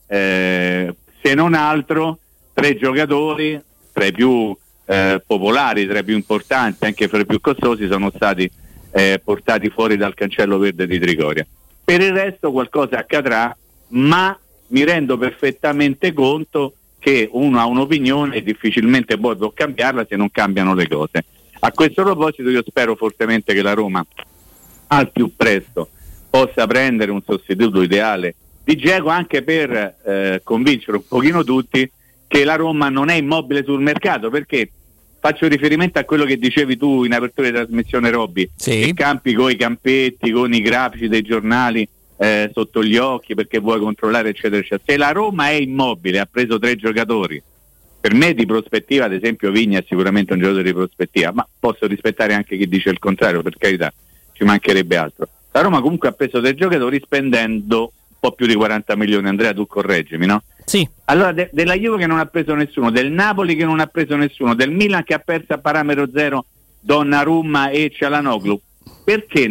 se non altro 3 giocatori tra i più popolari, tra i più importanti, anche fra i più costosi, sono stati portati fuori dal cancello verde di Trigoria. Per il resto qualcosa accadrà, ma mi rendo perfettamente conto che uno ha un'opinione e difficilmente poi può cambiarla se non cambiano le cose. A questo proposito io spero fortemente che la Roma al più presto possa prendere un sostituto ideale di Dzeko, anche per convincere un pochino tutti che la Roma non è immobile sul mercato, perché faccio riferimento a quello che dicevi tu in apertura di trasmissione, Robby, che campi con i campetti, con i grafici dei giornali sotto gli occhi perché vuoi controllare eccetera eccetera. Se la Roma è immobile, ha preso 3 giocatori, per me di prospettiva, ad esempio Vigna è sicuramente un giocatore di prospettiva, ma posso rispettare anche chi dice il contrario, per carità, ci mancherebbe altro. La Roma comunque ha preso 3 giocatori spendendo un po' più di 40 milioni, Andrea tu correggimi, no? Sì. Allora della Juve che non ha preso nessuno, del Napoli che non ha preso nessuno, del Milan che ha perso a parametro zero Donnarumma e Çalhanoğlu, perché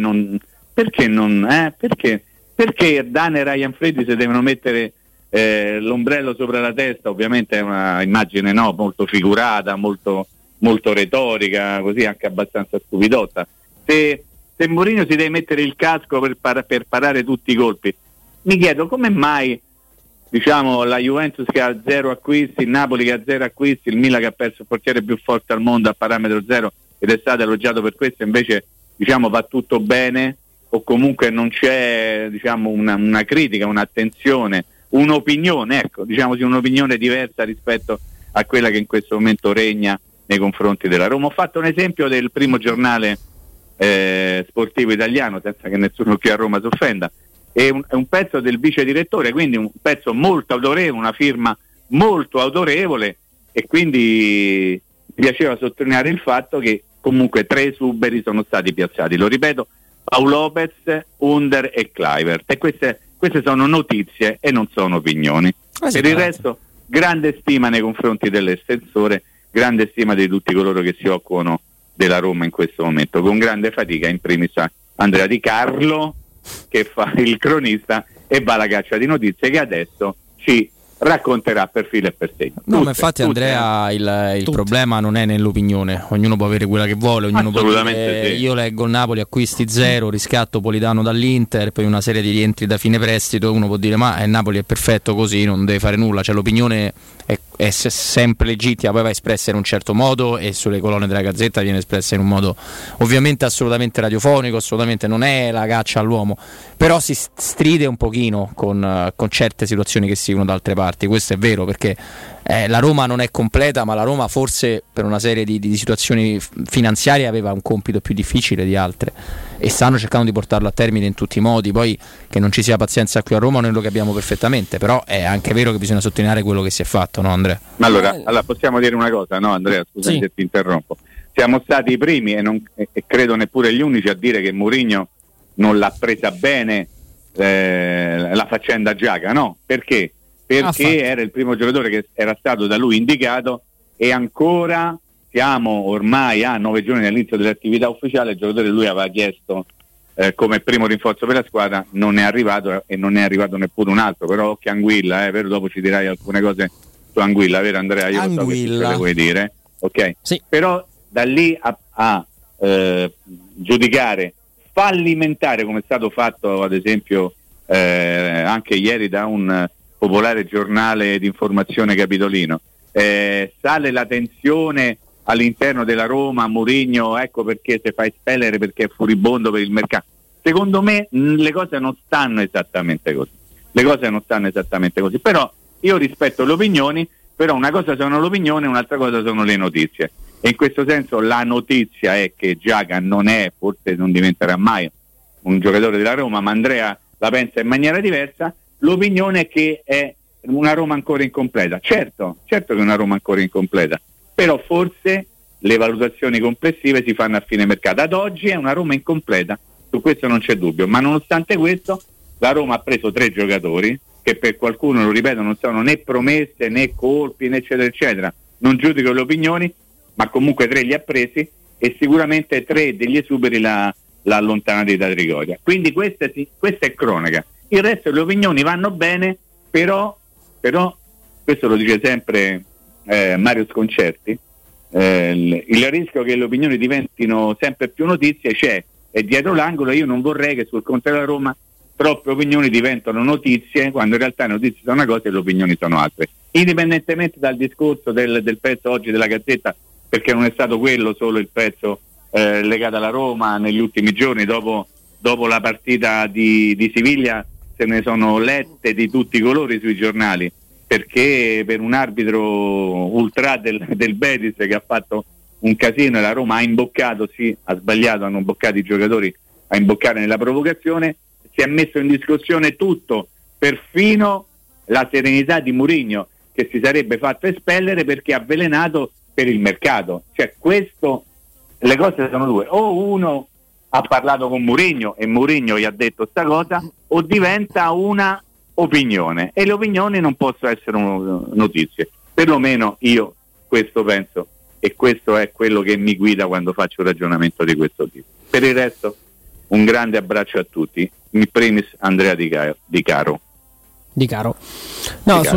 Dan e Ryan Freddy si devono mettere l'ombrello sopra la testa? Ovviamente è una immagine molto figurata, molto, molto retorica, così anche abbastanza stupidotta. Se Mourinho si deve mettere il casco per parare tutti i colpi, mi chiedo come mai, diciamo, la Juventus che ha 0 acquisti, il Napoli che ha 0 acquisti, il Milan che ha perso il portiere più forte al mondo a parametro zero ed è stato elogiato per questo, invece diciamo va tutto bene, o comunque non c'è, diciamo, una critica, un'attenzione, un'opinione, ecco, diciamo sì, un'opinione diversa rispetto a quella che in questo momento regna nei confronti della Roma. Ho fatto un esempio del primo giornale sportivo italiano, senza che nessuno qui a Roma si offenda. È un pezzo del vice direttore, quindi un pezzo molto autorevole, una firma molto autorevole, e quindi mi piaceva sottolineare il fatto che comunque 3 esuberi sono stati piazzati, lo ripeto, Paolo Lopez, Under e Kluivert, e queste sono notizie e non sono opinioni. Per il resto, grande stima nei confronti dell'estensore, grande stima di tutti coloro che si occupano della Roma in questo momento, con grande fatica, in primis Andrea Di Carlo, che fa il cronista e va alla caccia di notizie, che adesso ci racconterà per filo e per segno. No, ma infatti Andrea il problema non è nell'opinione, ognuno può avere quella che vuole, ognuno può dire, io leggo il Napoli acquisti 0, riscatto Politano dall'Inter, poi una serie di rientri da fine prestito, uno può dire ma il Napoli è perfetto così, non deve fare nulla, cioè l'opinione è sempre legittima, poi va espressa in un certo modo e sulle colonne della Gazzetta viene espressa in un modo ovviamente assolutamente radiofonico, assolutamente non è la caccia all'uomo, però si stride un pochino con certe situazioni che si vivono da altre parti, questo è vero, perché la Roma non è completa, ma la Roma forse per una serie di situazioni finanziarie aveva un compito più difficile di altre e stanno cercando di portarlo a termine in tutti i modi. Poi che non ci sia pazienza qui a Roma noi lo capiamo perfettamente, però è anche vero che bisogna sottolineare quello che si è fatto, no Andrea? Ma allora possiamo dire una cosa, no Andrea, scusami se ti interrompo, siamo stati i primi e credo neppure gli unici a dire che Mourinho non l'ha presa bene la faccenda Giaga, no? Perché era il primo giocatore che era stato da lui indicato e ancora siamo ormai a 9 giorni dall'inizio dell'attività ufficiale, il giocatore lui aveva chiesto come primo rinforzo per la squadra, non è arrivato e non è arrivato neppure un altro, però occhio Anguilla, vero? Dopo ci dirai alcune cose su Anguilla, vero Andrea? Io so che ce le vuoi dire, ok? Sì. Però da lì a giudicare fallimentare come è stato fatto ad esempio anche ieri da un popolare giornale di informazione capitolino, sale la tensione all'interno della Roma, Mourinho ecco perché si fa espellere perché è furibondo per il mercato. Secondo me le cose non stanno esattamente così, però io rispetto le opinioni, però una cosa sono le opinioni, un'altra cosa sono le notizie, e in questo senso la notizia è che Giaga non è, forse non diventerà mai un giocatore della Roma, ma Andrea la pensa in maniera diversa. L'opinione è che è una Roma ancora incompleta. Certo che è una Roma ancora incompleta, però forse le valutazioni complessive si fanno a fine mercato. Ad oggi è una Roma incompleta, su questo non c'è dubbio, ma nonostante questo la Roma ha preso 3 giocatori che per qualcuno, lo ripeto, non sono né promesse né colpi né eccetera eccetera, non giudico le opinioni, ma comunque 3 li ha presi e sicuramente 3 degli esuberi l'ha allontanati da Trigoria. Quindi questa è cronaca. Il resto delle opinioni vanno bene, però questo lo dice sempre Mario Sconcerti, il rischio che le opinioni diventino sempre più notizie c'è, e dietro l'angolo io non vorrei che sul conto della Roma troppe opinioni diventano notizie, quando in realtà le notizie sono una cosa e le opinioni sono altre. Indipendentemente dal discorso del pezzo oggi della Gazzetta, perché non è stato quello solo il pezzo legato alla Roma negli ultimi giorni, dopo la partita di Siviglia se ne sono lette di tutti i colori sui giornali, perché per un arbitro ultra del Betis che ha fatto un casino e la Roma ha imboccato, sì, ha sbagliato, hanno imboccato i giocatori a imboccare nella provocazione, si è messo in discussione tutto, perfino la serenità di Mourinho che si sarebbe fatto espellere perché avvelenato per il mercato. Cioè questo, le cose sono due: o uno ha parlato con Mourinho e Mourinho gli ha detto sta cosa, o diventa una opinione, e le opinioni non possono essere notizie, perlomeno io questo penso, e questo è quello che mi guida quando faccio un ragionamento di questo tipo. Per il resto un grande abbraccio a tutti, in primis Andrea Di Caro. No,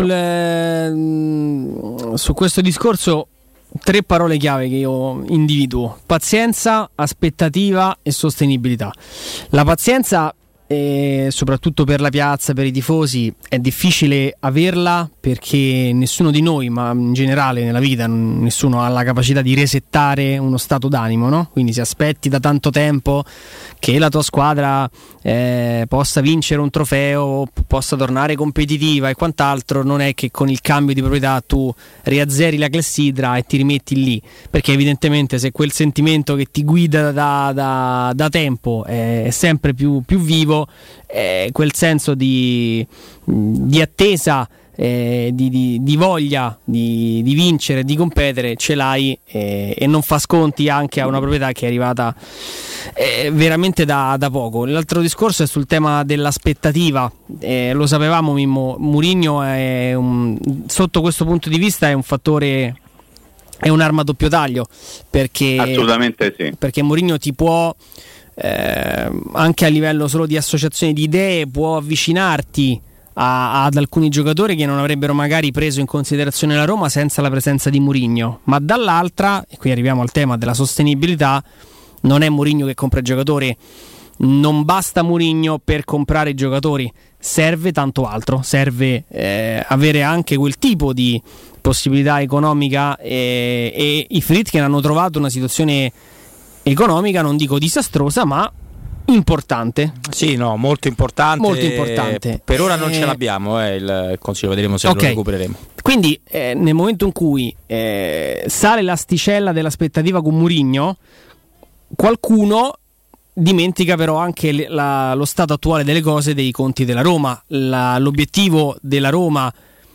su questo discorso 3 parole chiave che io individuo: pazienza, aspettativa e sostenibilità. La pazienza, soprattutto per la piazza, per i tifosi, è difficile averla perché nessuno di noi, ma in generale nella vita nessuno ha la capacità di resettare uno stato d'animo, no? Quindi se aspetti da tanto tempo che la tua squadra possa vincere un trofeo, possa tornare competitiva e quant'altro, non è che con il cambio di proprietà tu riazzeri la clessidra e ti rimetti lì, perché evidentemente se quel sentimento che ti guida da tempo è sempre più vivo, quel senso di attesa di voglia di vincere, di competere, ce l'hai, e non fa sconti anche a una proprietà che è arrivata veramente da poco. L'altro discorso è sul tema dell'aspettativa. Lo sapevamo, Mimmo, Mourinho sotto questo punto di vista è un fattore, è un'arma a doppio taglio, perché assolutamente sì, perché Mourinho ti può anche a livello solo di associazione di idee, può avvicinarti ad alcuni giocatori che non avrebbero magari preso in considerazione la Roma senza la presenza di Mourinho, ma dall'altra, e qui arriviamo al tema della sostenibilità, non è Mourinho che compra i giocatori, non basta Mourinho per comprare i giocatori, serve tanto altro, serve avere anche quel tipo di possibilità economica, e i Friedkin hanno trovato una situazione economica, non dico disastrosa, ma importante. Sì, no, molto importante. Molto importante. Per ora non ce l'abbiamo, il consiglio, vedremo se lo recupereremo. Quindi nel momento in cui sale l'asticella dell'aspettativa con Mourinho, qualcuno dimentica però anche lo stato attuale delle cose, dei conti della Roma. L'obiettivo della Roma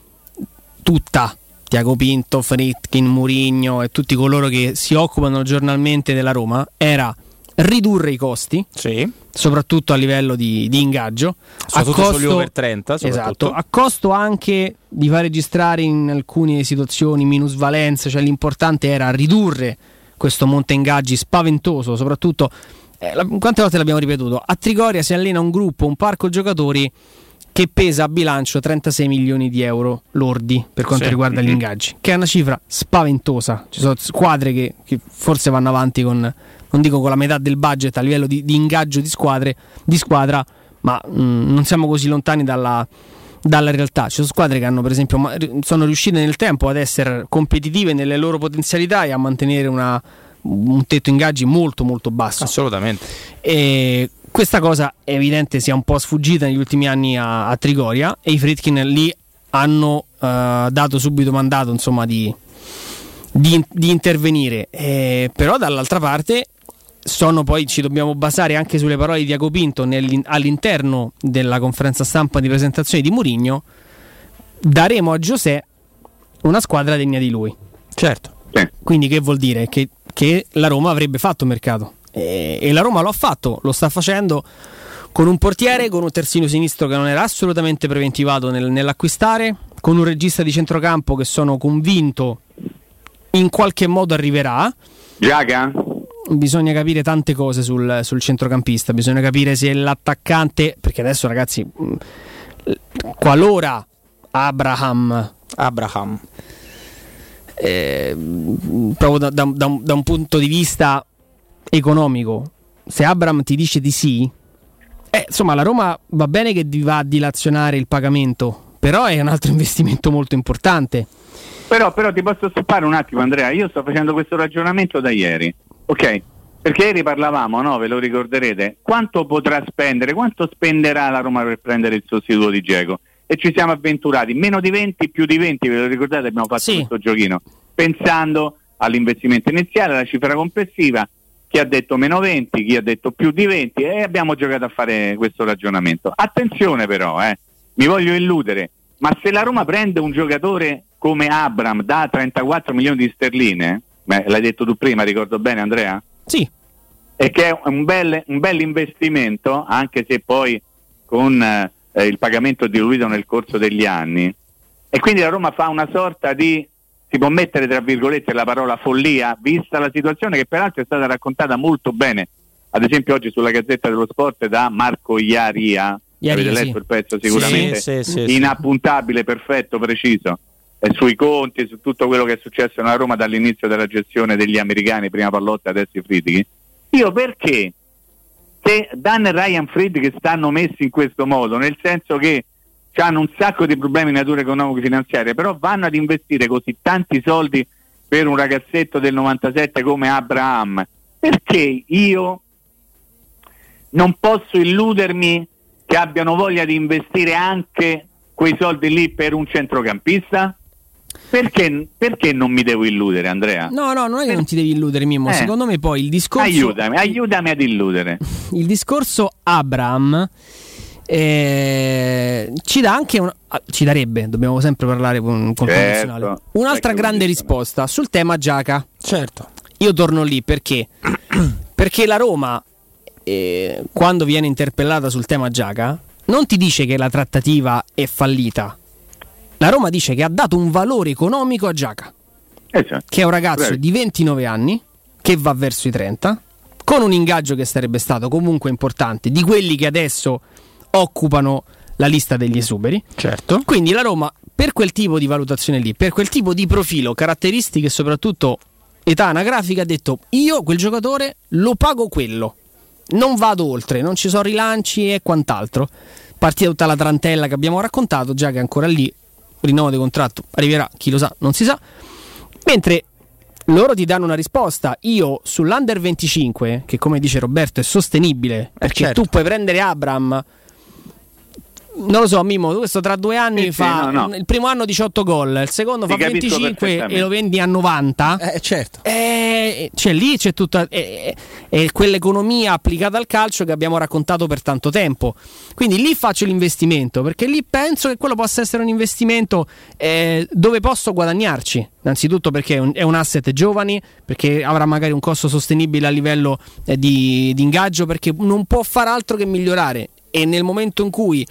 tutta, Tiago Pinto, Friedkin, Mourinho e tutti coloro che si occupano giornalmente della Roma, era ridurre i costi, sì, soprattutto a livello di ingaggio, soprattutto sugli over 30, esatto, a costo anche di far registrare in alcune situazioni minusvalenze, cioè l'importante era ridurre questo monte ingaggi spaventoso, soprattutto quante volte l'abbiamo ripetuto, a Trigoria si allena un gruppo, un parco giocatori che pesa a bilancio 36 milioni di euro lordi per quanto riguarda gli ingaggi, che è una cifra spaventosa. Ci sono squadre che forse vanno avanti con, non dico con la metà del budget a livello di ingaggio di squadra, ma non siamo così lontani dalla realtà. Ci sono squadre che hanno, per esempio, sono riuscite nel tempo ad essere competitive nelle loro potenzialità e a mantenere un tetto ingaggi molto molto basso. Assolutamente. E questa cosa è evidente sia un po' sfuggita negli ultimi anni a Trigoria, e i Friedkin lì hanno dato subito mandato, insomma, di intervenire, però dall'altra parte poi ci dobbiamo basare anche sulle parole di Tiago Pinto all'interno della conferenza stampa di presentazione di Mourinho. Daremo a José una squadra degna di lui, certo. Quindi che vuol dire? Che la Roma avrebbe fatto mercato, e la Roma lo ha fatto, lo sta facendo con un portiere, con un terzino sinistro che non era assolutamente preventivato nell'acquistare, con un regista di centrocampo che sono convinto in qualche modo arriverà. Giaga? Bisogna capire tante cose sul centrocampista, bisogna capire se l'attaccante, perché adesso, ragazzi, qualora Abraham proprio da un punto di vista economico, se Abraham ti dice di sì, insomma la Roma va bene che va a dilazionare il pagamento, però è un altro investimento molto importante. Però ti posso stoppare un attimo, Andrea, io sto facendo questo ragionamento da ieri, ok? Perché ieri parlavamo, no? Ve lo ricorderete, quanto potrà spendere, quanto spenderà la Roma per prendere il sostituto di Dzeko, e ci siamo avventurati, meno di 20, più di 20, ve lo ricordate, abbiamo fatto questo giochino, pensando all'investimento iniziale, alla cifra complessiva, chi ha detto meno 20, chi ha detto più di 20, e abbiamo giocato a fare questo ragionamento. Attenzione però, mi voglio illudere, ma se la Roma prende un giocatore come Abraham da 34 milioni di sterline, l'hai detto tu prima, ricordo bene, Andrea? Sì. E che è un bel investimento, anche se poi con il pagamento diluito nel corso degli anni, e quindi la Roma fa una sorta di, si può mettere tra virgolette la parola follia, vista la situazione che peraltro è stata raccontata molto bene, ad esempio oggi sulla Gazzetta dello Sport, da Marco Iaria. Avete letto il pezzo sicuramente? Sì. Inappuntabile, perfetto, preciso, e sui conti, su tutto quello che è successo nella Roma dall'inizio della gestione degli americani, prima Pallotta, adesso i Friedkin. Io perché se Dan e Ryan Friedkin stanno messi in questo modo, nel senso che hanno un sacco di problemi di natura economico-finanziaria, però vanno ad investire così tanti soldi per un ragazzetto del 97 come Abraham, perché io non posso illudermi che abbiano voglia di investire anche quei soldi lì per un centrocampista? Perché non mi devo illudere, Andrea? No, non è che non ti devi illudere, Mimmo. Secondo me poi il discorso... Aiutami ad illudere. Il discorso Abraham ci dà anche ci darebbe, dobbiamo sempre parlare con professionale, un'altra grande risposta sul tema Giaca. Certo. Io torno lì perché la Roma quando viene interpellata sul tema Giaca non ti dice che la trattativa è fallita. La Roma dice che ha dato un valore economico a Giaca, che è un ragazzo di 29 anni che va verso i 30, con un ingaggio che sarebbe stato comunque importante, di quelli che adesso occupano la lista degli esuberi. Certo. Quindi la Roma, per quel tipo di valutazione lì, per quel tipo di profilo, caratteristiche e soprattutto età anagrafica, ha detto: io quel giocatore lo pago quello, non vado oltre, non ci sono rilanci e quant'altro. Partita tutta la tarantella che abbiamo raccontato, già che è ancora lì, rinnovo di contratto, arriverà, chi lo sa, non si sa. Mentre loro ti danno una risposta. Io sull'Under 25, che come dice Roberto è sostenibile, perché certo, tu puoi prendere Abraham, non lo so, Mimmo, questo tra 2 anni fa il primo anno 18 gol, il secondo fa 25 e lo vendi a 90. Certo. Cioè lì c'è tutta quell'economia applicata al calcio che abbiamo raccontato per tanto tempo. Quindi lì faccio l'investimento, perché lì penso che quello possa essere un investimento dove posso guadagnarci. Innanzitutto perché è un asset giovani, perché avrà magari un costo sostenibile a livello di ingaggio, perché non può far altro che migliorare. E nel momento in cui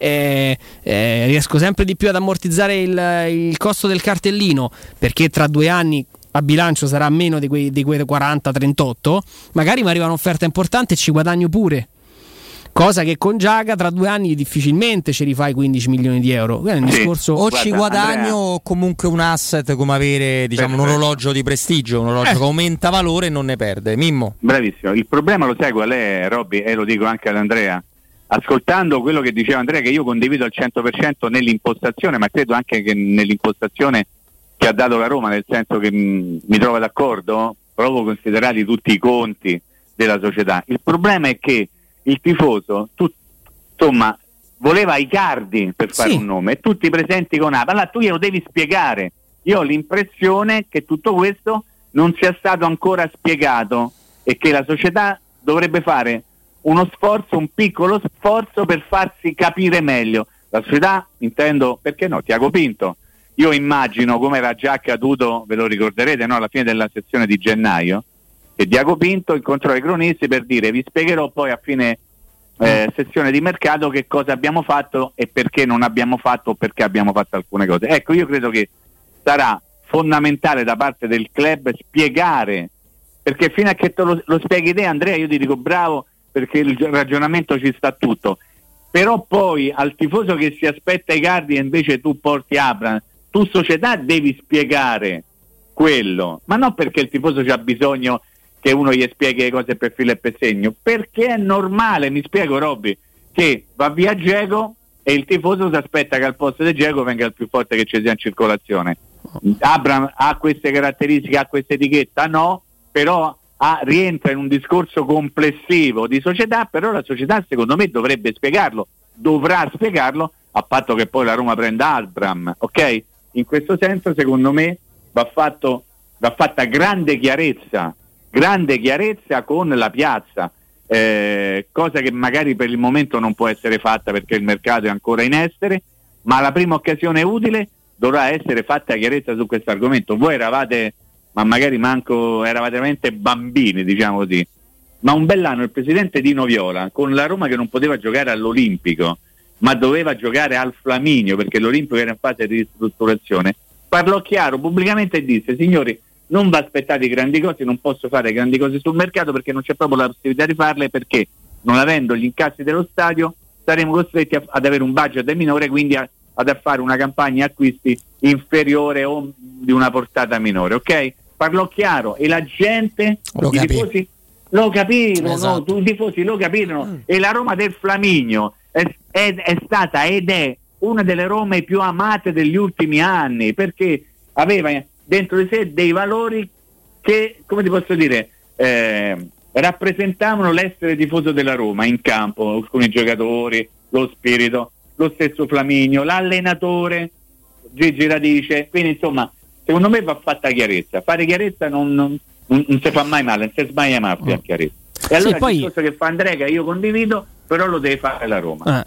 riesco sempre di più ad ammortizzare il costo del cartellino, perché tra 2 anni a bilancio sarà meno di quei 40-38, magari mi arriva un'offerta importante e ci guadagno pure, cosa che con Giaga tra 2 anni difficilmente ci rifai 15 milioni di euro. È un discorso, o ci guadagno o comunque un asset, come avere, diciamo, un orologio di prestigio, un orologio che aumenta valore e non ne perde. Mimmo, bravissimo. Il problema lo sai qual è, Robby, e lo dico anche ad Andrea, ascoltando quello che diceva Andrea, che io condivido al 100% nell'impostazione, ma credo anche che nell'impostazione che ha dato la Roma, nel senso che mi trovo d'accordo, proprio considerati tutti i conti della società. Il problema è che il tifoso, insomma, voleva Icardi per fare un nome, e tutti presenti con Apa. Allora tu glielo devi spiegare. Io ho l'impressione che tutto questo non sia stato ancora spiegato e che la società dovrebbe fare uno sforzo, un piccolo sforzo per farsi capire meglio. La società, intendo, perché no, Tiago Pinto. Io immagino, come era già accaduto, ve lo ricorderete, no, alla fine della sessione di gennaio, che Tiago Pinto incontrò i cronisti per dire: vi spiegherò poi a fine sessione di mercato che cosa abbiamo fatto e perché non abbiamo fatto, o perché abbiamo fatto alcune cose. Ecco, io credo che sarà fondamentale da parte del club spiegare, perché fino a che te lo spieghi te, Andrea, io ti dico bravo, perché il ragionamento ci sta tutto, però poi al tifoso che si aspetta Icardi e invece tu porti Abraham, tu società devi spiegare quello, ma non perché il tifoso c'ha bisogno che uno gli spieghi le cose per filo e per segno, perché è normale, mi spiego Robby, che va via Dzeko e il tifoso si aspetta che al posto di Dzeko venga il più forte che ci sia in circolazione. Abraham ha queste caratteristiche, ha questa etichetta? No, però rientra in un discorso complessivo di società, però la società secondo me dovrebbe spiegarlo, dovrà spiegarlo, a patto che poi la Roma prenda Abraham, ok? In questo senso secondo me va fatta grande chiarezza con la piazza, cosa che magari per il momento non può essere fatta perché il mercato è ancora in essere, ma la prima occasione utile dovrà essere fatta chiarezza su questo argomento. Voi eravate, ma magari eravate veramente bambini, diciamo così, ma un bell'anno il presidente Dino Viola, con la Roma che non poteva giocare all'Olimpico ma doveva giocare al Flaminio perché l'Olimpico era in fase di ristrutturazione, parlò chiaro pubblicamente e disse: signori, non vi aspettate grandi cose, non posso fare grandi cose sul mercato perché non c'è proprio la possibilità di farle, perché non avendo gli incassi dello stadio saremo costretti ad avere un budget minore, quindi ad fare una campagna acquisti inferiore o di una portata minore, ok? Parlò chiaro e la gente, i tifosi lo capirono, esatto. I tifosi lo capirono e la Roma del Flaminio è stata ed è una delle Rome più amate degli ultimi anni, perché aveva dentro di sé dei valori che, come ti posso dire, rappresentavano l'essere tifoso della Roma in campo, con i giocatori, lo spirito, lo stesso Flaminio, l'allenatore Gigi Radice. Quindi insomma secondo me va fatta chiarezza. Fare chiarezza non si fa mai male, non si sbaglia mai a fare chiarezza. E allora il discorso che fa Andrea, che io condivido, però lo deve fare la Roma.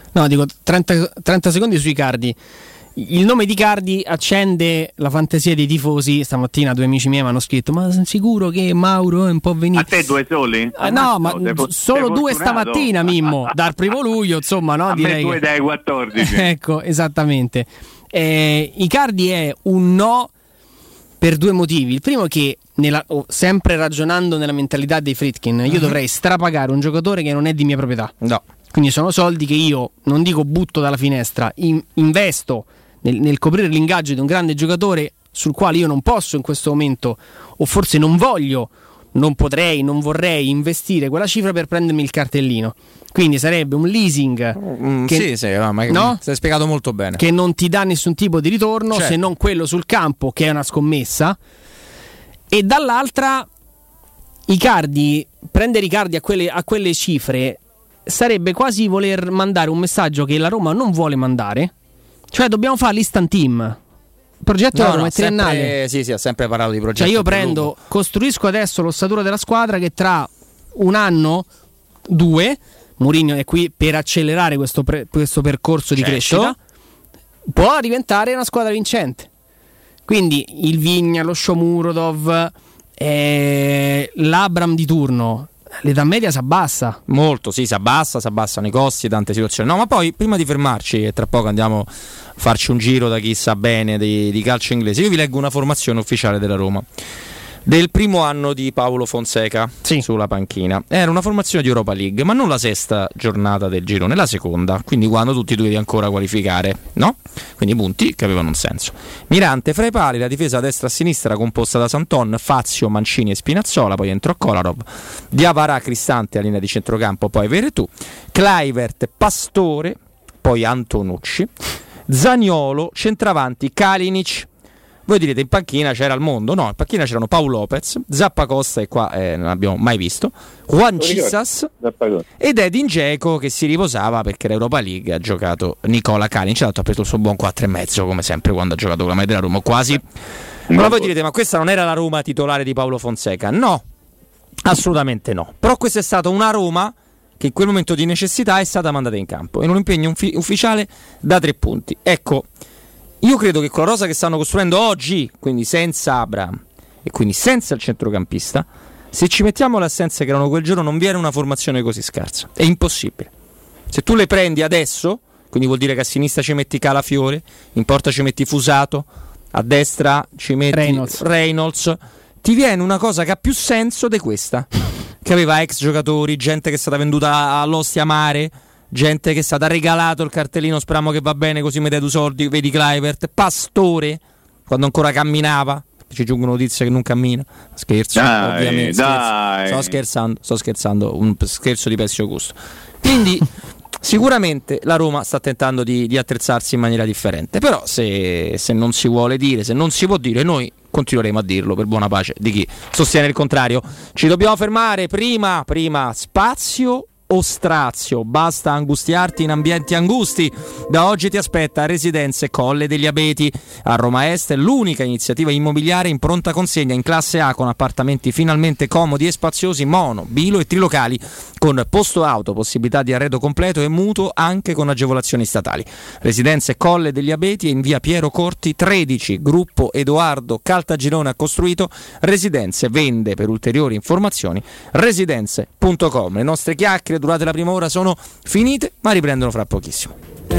No, dico 30 secondi su Icardi. Il nome di Icardi accende la fantasia dei tifosi. Stamattina 2 amici miei mi hanno scritto: ma sei sicuro che Mauro è un po' venito? A te 2 soli? No, ma solo 2 stamattina, Mimmo, dal 1 luglio, insomma, no? A direi me 2 dai 14. Ecco, esattamente. Icardi è un no per 2 motivi. Il primo è che sempre ragionando nella mentalità dei Friedkin, io dovrei strapagare un giocatore che non è di mia proprietà. No. Quindi sono soldi che io, non dico butto dalla finestra, investo nel coprire l'ingaggio di un grande giocatore sul quale io non posso in questo momento, o forse non voglio, non potrei, non vorrei investire quella cifra per prendermi il cartellino. Quindi sarebbe un leasing che, sì, ma no? Sei spiegato molto bene, che non ti dà nessun tipo di ritorno, certo, se non quello sul campo, che è una scommessa. E dall'altra prendere Icardi a quelle cifre sarebbe quasi voler mandare un messaggio che la Roma non vuole mandare, cioè dobbiamo fare l'instant team. Il progetto della Roma è triennale. Sì, ha sempre parlato di progetto. Cioè io costruisco adesso l'ossatura della squadra che tra 1 anno, 2, Mourinho è qui per accelerare questo percorso di crescita, può diventare una squadra vincente. Quindi il Vigna, lo Shomurodov, l'Abram di turno, l'età media si abbassa. Molto, sì, si abbassano i costi, tante situazioni. No, ma poi prima di fermarci, e tra poco andiamo a farci un giro da chi sa bene di calcio inglese, io vi leggo una formazione ufficiale della Roma del primo anno di Paolo Fonseca, sì, sulla panchina. Era una formazione di Europa League, ma non la 6ª giornata del girone, la 2ª, quindi quando tutti dovevi ancora qualificare, no? Quindi punti che avevano un senso. Mirante fra i pali, la difesa a destra e a sinistra composta da Santon, Fazio, Mancini e Spinazzola, poi entrò Kolarov, Diawara, Cristante a linea di centrocampo, poi Veretù, Kluivert, Pastore, poi Antonucci, Zaniolo, centravanti Kalinic. Voi direte in panchina c'era il mondo, no, in panchina c'erano Paolo Lopez, Zappacosta, e qua non l'abbiamo mai visto, Juan Cisas ed Edin Dzeko, che si riposava perché l'Europa League ha giocato Nicola Kalinic, ha preso il suo buon 4,5 come sempre quando ha giocato con la maglia della Roma, quasi. Ma voi direte, ma questa non era la Roma titolare di Paolo Fonseca? No, assolutamente no, però questa è stata una Roma che in quel momento di necessità è stata mandata in campo in un impegno ufficiale da 3 punti. Ecco, io credo che con la rosa che stanno costruendo oggi, quindi senza Abraham e quindi senza il centrocampista, se ci mettiamo le assenze che erano quel giorno, non viene una formazione così scarsa. È impossibile. Se tu le prendi adesso, quindi vuol dire che a sinistra ci metti Calafiore, in porta ci metti Fusato, a destra ci metti Reynolds, ti viene una cosa che ha più senso di questa, che aveva ex giocatori, gente che è stata venduta all'Ostia Mare, gente che è stata regalato il cartellino, speriamo che va bene così mi dai 2 soldi, vedi Kluivert, Pastore quando ancora camminava, ci giungono notizie che non cammina, scherzo, ovviamente sto scherzando, un scherzo di pessimo gusto. Quindi sicuramente la Roma sta tentando di attrezzarsi in maniera differente, però se non si vuole dire, se non si può dire, noi continueremo a dirlo per buona pace di chi sostiene il contrario. Ci dobbiamo fermare, prima spazio o strazio, basta angustiarti in ambienti angusti. Da oggi ti aspetta Residenze Colle degli Abeti a Roma Est, l'unica iniziativa immobiliare in pronta consegna in classe A, con appartamenti finalmente comodi e spaziosi, mono, bilo e trilocali, con posto auto, possibilità di arredo completo e mutuo anche con agevolazioni statali. Residenze Colle degli Abeti è in via Piero Corti 13, gruppo Edoardo Caltagirone ha costruito. Residenze vende. Per ulteriori informazioni residenze.com. Le nostre chiacchiere durate la prima ora sono finite, ma riprendono fra pochissimo.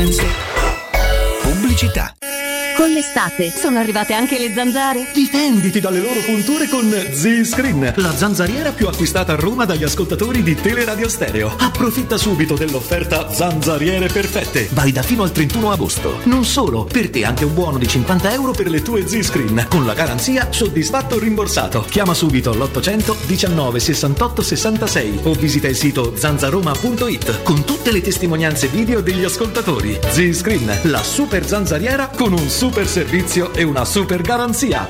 Pubblicità. Con l'estate sono arrivate anche le zanzare? Difenditi dalle loro punture con Z-Screen, la zanzariera più acquistata a Roma dagli ascoltatori di Teleradio Stereo. Approfitta subito dell'offerta Zanzariere Perfette, valida fino al 31 agosto. Non solo, per te anche un buono di 50 euro per le tue Z-Screen, con la garanzia soddisfatto o rimborsato. Chiama subito l'800 19 68 66 o visita il sito zanzaroma.it con tutte le testimonianze video degli ascoltatori. Z-Screen, la super zanzariera con un super servizio e una super garanzia.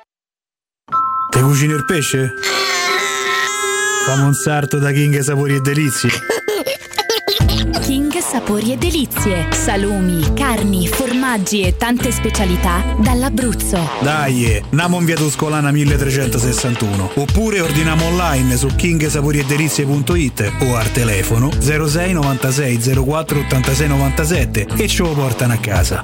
Te cucini il pesce? Fammi un sarto da King Sapori e Delizie. King sapori e delizie, salumi, carni, formaggi e tante specialità dall'Abruzzo. Dai, namo in via Tuscolana 1361 oppure ordiniamo online su kingsaporiedelizie.it o al telefono 06 96 04 86 97 e ce lo portano a casa.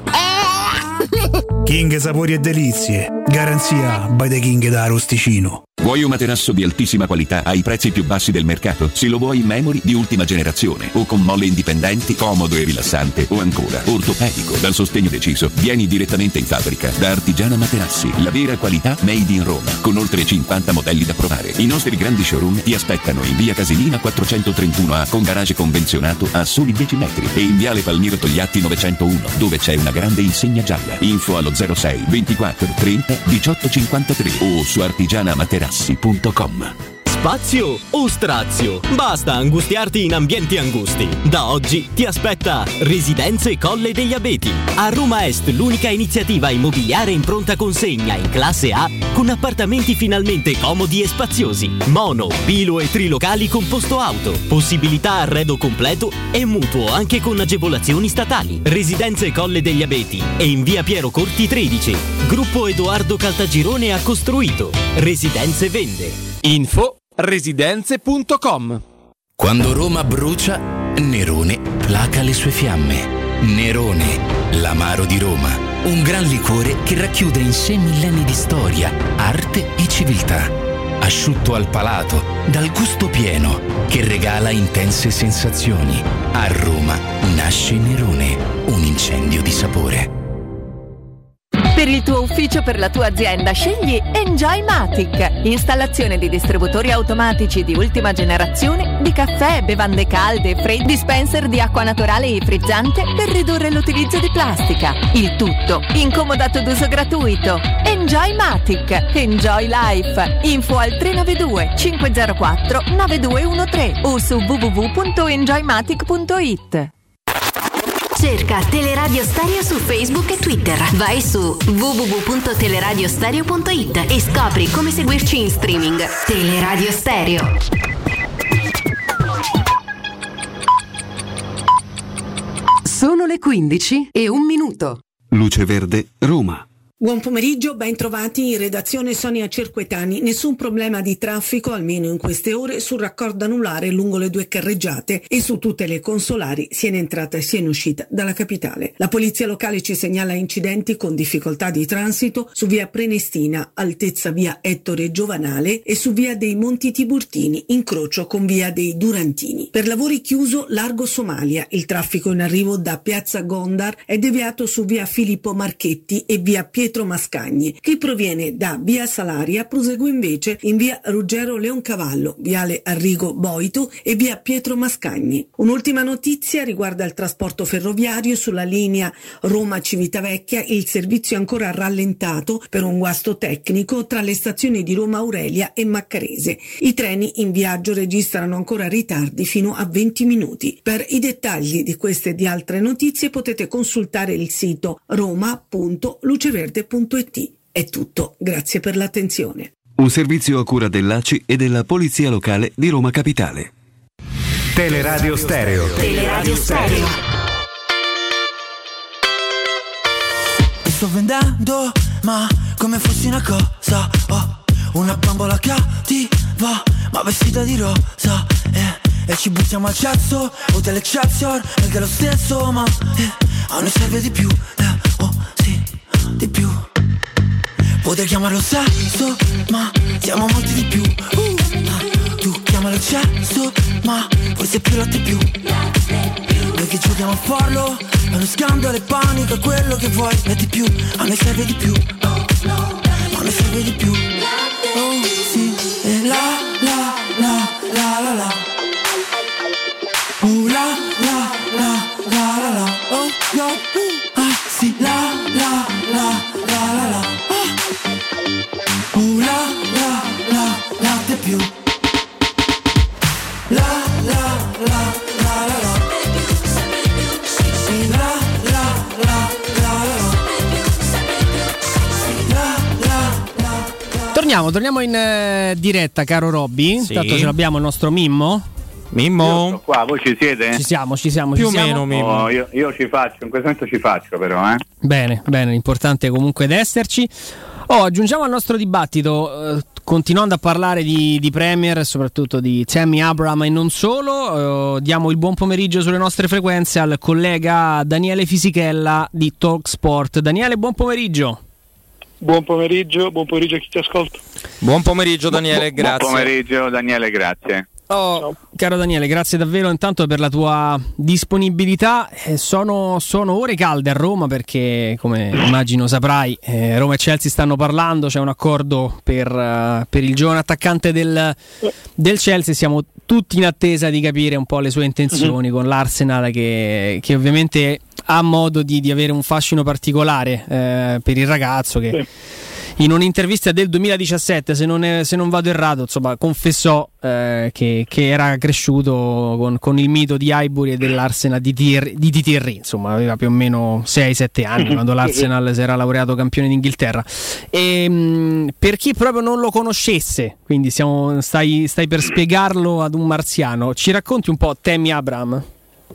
King Sapori e Delizie, garanzia by the King da Arosticino. Vuoi un materasso di altissima qualità ai prezzi più bassi del mercato? Se lo vuoi in memory di ultima generazione o con molle indipendenti, comodo e rilassante, o ancora ortopedico dal sostegno deciso, vieni direttamente in fabbrica da Artigiana Materassi, la vera qualità made in Roma, con oltre 50 modelli da provare. I nostri grandi showroom ti aspettano in via Casilina 431A con garage convenzionato a soli 10 metri e in viale Palmiro Togliatti 901 dove c'è una grande insegna gialla. Info allo 06 24 30 18 53 o su artigianamaterassi.com. Spazio o strazio? Basta angustiarti in ambienti angusti. Da oggi ti aspetta Residenze Colle degli Abeti. A Roma Est l'unica iniziativa immobiliare in pronta consegna in classe A con appartamenti finalmente comodi e spaziosi. Mono, bilo e trilocali con posto auto. Possibilità arredo completo e mutuo anche con agevolazioni statali. Residenze Colle degli Abeti e in via Piero Corti 13. Gruppo Edoardo Caltagirone ha costruito. Residenze vende. Info residenze.com. Quando Roma brucia, Nerone placa le sue fiamme. Nerone, l'amaro di Roma, un gran liquore che racchiude in sé millenni di storia, arte e civiltà. Asciutto al palato, dal gusto pieno, che regala intense sensazioni. A Roma nasce Nerone, un incendio di sapore. Per il tuo ufficio, per la tua azienda, scegli Enjoymatic. Installazione di distributori automatici di ultima generazione di caffè, bevande calde, fredde, dispenser di acqua naturale e frizzante per ridurre l'utilizzo di plastica. Il tutto incomodato d'uso gratuito. Enjoymatic. Enjoy Life. Info al 392 504 9213 o su www.enjoymatic.it. Cerca Teleradio Stereo su Facebook e Twitter. Vai su www.teleradiostereo.it e scopri come seguirci in streaming. Teleradio Stereo. Sono le 15:01. Luce Verde, Roma. Buon pomeriggio, ben trovati in redazione Sonia Cerquetani. Nessun problema di traffico, almeno in queste ore, sul raccordo anulare lungo le due carreggiate e su tutte le consolari, sia in entrata sia in uscita dalla capitale. La polizia locale ci segnala incidenti con difficoltà di transito su via Prenestina, altezza via Ettore Giovanale, e su via dei Monti Tiburtini, incrocio con via dei Durantini. Per lavori chiuso largo Somalia. Il traffico in arrivo da piazza Gondar è deviato su via Filippo Marchetti e via Pietro Mascagni. Chi proviene da via Salaria prosegue invece in via Ruggero Leoncavallo, viale Arrigo Boito e via Pietro Mascagni. Un'ultima notizia riguarda il trasporto ferroviario sulla linea Roma-Civitavecchia. Il servizio è ancora rallentato per un guasto tecnico tra le stazioni di Roma Aurelia e Maccarese. I treni in viaggio registrano ancora ritardi fino a 20 minuti. Per i dettagli di queste e di altre notizie potete consultare il sito roma.luceverde.it. È tutto, grazie per l'attenzione. Un servizio a cura dell'ACI e della Polizia Locale di Roma Capitale. Teleradio Stereo. Teleradio Stereo. Mi sto vendendo, ma come fossi una cosa, oh, una bambola cattiva, ma vestita di rosa, e ci buttiamo al cazzo, hotel Excelsior, anche lo stesso, ma a noi serve di più, oh sì, di più. Potrei chiamarlo sesso, ma siamo molti di più. Tu chiamalo eccesso, ma forse più latte più. Noi che giochiamo a farlo, è uno scandalo e panico, è quello che vuoi, e di più. A me serve di più, a me serve di più. Oh sì, e la la la la la la. Oh la la la la la la. Oh no, ah sì, la la la la la la. Oh la la la la di più. La la la la la la. Sì, la la la la la la. Torniamo in diretta, caro Robby. Sì. Intanto ce l'abbiamo il nostro Mimmo. Mimmo? Io sto qua, voi ci siete? Ci siamo. Più o meno, Mimmo. Io ci faccio, in questo momento ci faccio però, Bene, l'importante è comunque ed esserci. Aggiungiamo al nostro dibattito, continuando a parlare di Premier e soprattutto di Tammy Abraham e non solo, diamo il buon pomeriggio sulle nostre frequenze al collega Daniele Fisichella di Talk Sport. Daniele, buon pomeriggio. Buon pomeriggio a chi ti ascolta. Buon pomeriggio Daniele, grazie. Buon pomeriggio Daniele, grazie. Caro Daniele, grazie davvero intanto per la tua disponibilità. Sono ore calde a Roma perché, come immagino saprai, Roma e Chelsea stanno parlando, c'è un accordo per il giovane attaccante del Chelsea. Siamo tutti in attesa di capire un po' le sue intenzioni con l'Arsenal che ovviamente ha modo di avere un fascino particolare per il ragazzo che in un'intervista del 2017, se non vado errato, insomma, confessò che era cresciuto con il mito di Highbury e dell'Arsenal di Thierry, insomma, aveva più o meno 6-7 anni quando l'Arsenal si era laureato campione d'Inghilterra. E per chi proprio non lo conoscesse, quindi stai per spiegarlo ad un marziano, ci racconti un po' Tammy Abraham?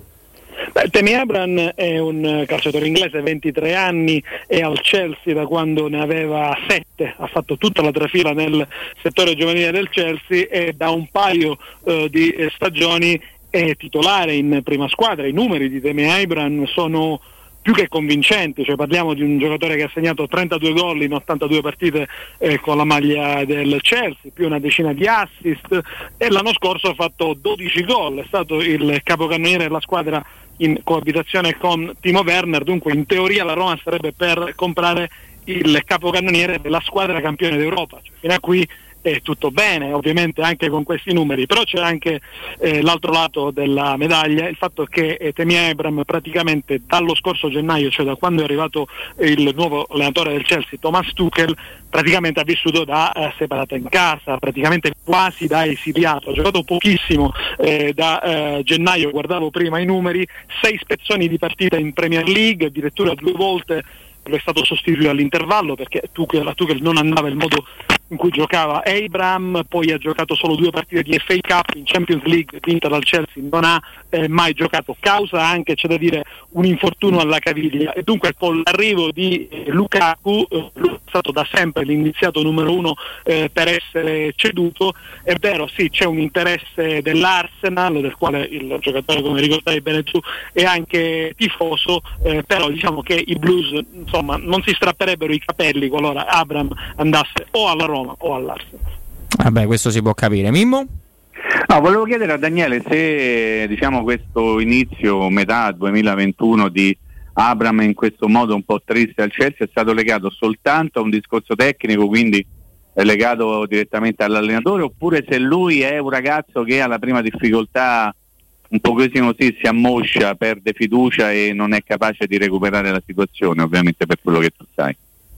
Tammy Abraham è un calciatore inglese, 23 anni, è al Chelsea da quando ne aveva 7, ha fatto tutta la trafila nel settore giovanile del Chelsea e da un paio di stagioni è titolare in prima squadra. I numeri di Tammy Abraham sono più che convincenti, cioè parliamo di un giocatore che ha segnato 32 gol in 82 partite con la maglia del Chelsea, più una decina di assist, e l'anno scorso ha fatto 12 gol, è stato il capocannoniere della squadra in coabitazione con Timo Werner. Dunque in teoria la Roma sarebbe per comprare il capocannoniere della squadra campione d'Europa, cioè, fino a qui è tutto bene, ovviamente anche con questi numeri, però c'è anche l'altro lato della medaglia, il fatto che Tammy Abraham praticamente dallo scorso gennaio, cioè da quando è arrivato il nuovo allenatore del Chelsea, Thomas Tuchel, praticamente ha vissuto da separata in casa, praticamente quasi da esiliato, ha giocato pochissimo da gennaio, guardavo prima i numeri, 6 spezzoni di partita in Premier League, addirittura 2 volte è stato sostituito all'intervallo perché Tuchel non andava il modo in cui giocava Abraham, poi ha giocato solo 2 partite di FA Cup in Champions League vinta dal Chelsea, non ha mai giocato, causa anche, c'è da dire, un infortunio alla caviglia, e dunque con l'arrivo di Lukaku, è stato da sempre l'iniziato numero 1 per essere ceduto. È vero, sì, c'è un interesse dell'Arsenal, del quale il giocatore, come ricordavi bene tu, è anche tifoso, però diciamo che i Blues, insomma, non si strapperebbero i capelli qualora Abraham andasse o alla Roma o all'Arsenal. Vabbè, questo si può capire. Mimmo? No, volevo chiedere a Daniele se, diciamo, questo inizio metà 2021 di Abraham in questo modo un po' triste al Chelsea è stato legato soltanto a un discorso tecnico, quindi è legato direttamente all'allenatore, oppure se lui è un ragazzo che alla prima difficoltà un pochettino si ammoscia, perde fiducia e non è capace di recuperare la situazione, ovviamente per quello che tu sai.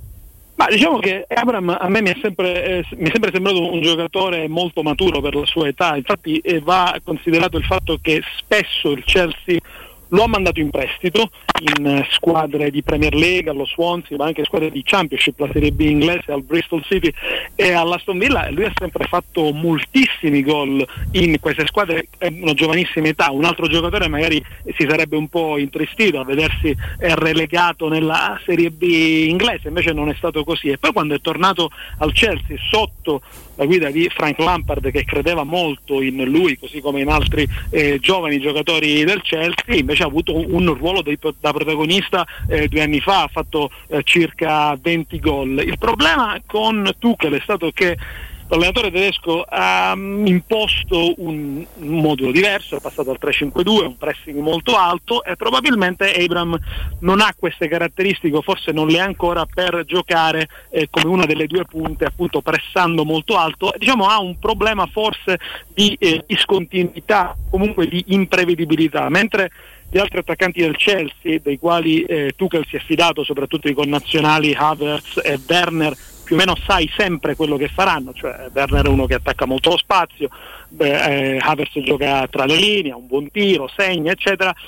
Ma diciamo che Abraham a me mi è sempre sembrato un giocatore molto maturo per la sua età, infatti va considerato il fatto che spesso il Chelsea lo ha mandato in prestito in squadre di Premier League, allo Swansea, ma anche squadre di Championship, la Serie B inglese, al Bristol City e all'Aston Villa, e lui ha sempre fatto moltissimi gol in queste squadre a una giovanissima età. Un altro giocatore magari si sarebbe un po' intristito a vedersi relegato nella Serie B inglese, invece non è stato così, e poi quando è tornato al Chelsea sotto la guida di Frank Lampard, che credeva molto in lui, così come in altri giovani giocatori del Chelsea, invece ha avuto un ruolo da protagonista 2 anni fa, ha fatto circa 20 gol. Il problema con Tuchel è stato che l'allenatore tedesco ha imposto un modulo diverso, è passato al 3-5-2, un pressing molto alto, e probabilmente Abraham non ha queste caratteristiche, forse non le ha ancora per giocare come una delle 2 punte, appunto pressando molto alto. Diciamo ha un problema forse di discontinuità, comunque di imprevedibilità, mentre gli altri attaccanti del Chelsea, dei quali Tuchel si è fidato, soprattutto i connazionali Havertz e Werner, più o meno sai sempre quello che faranno, cioè Werner è uno che attacca molto lo spazio, Havertz gioca tra le linee, ha un buon tiro, segna, eccetera,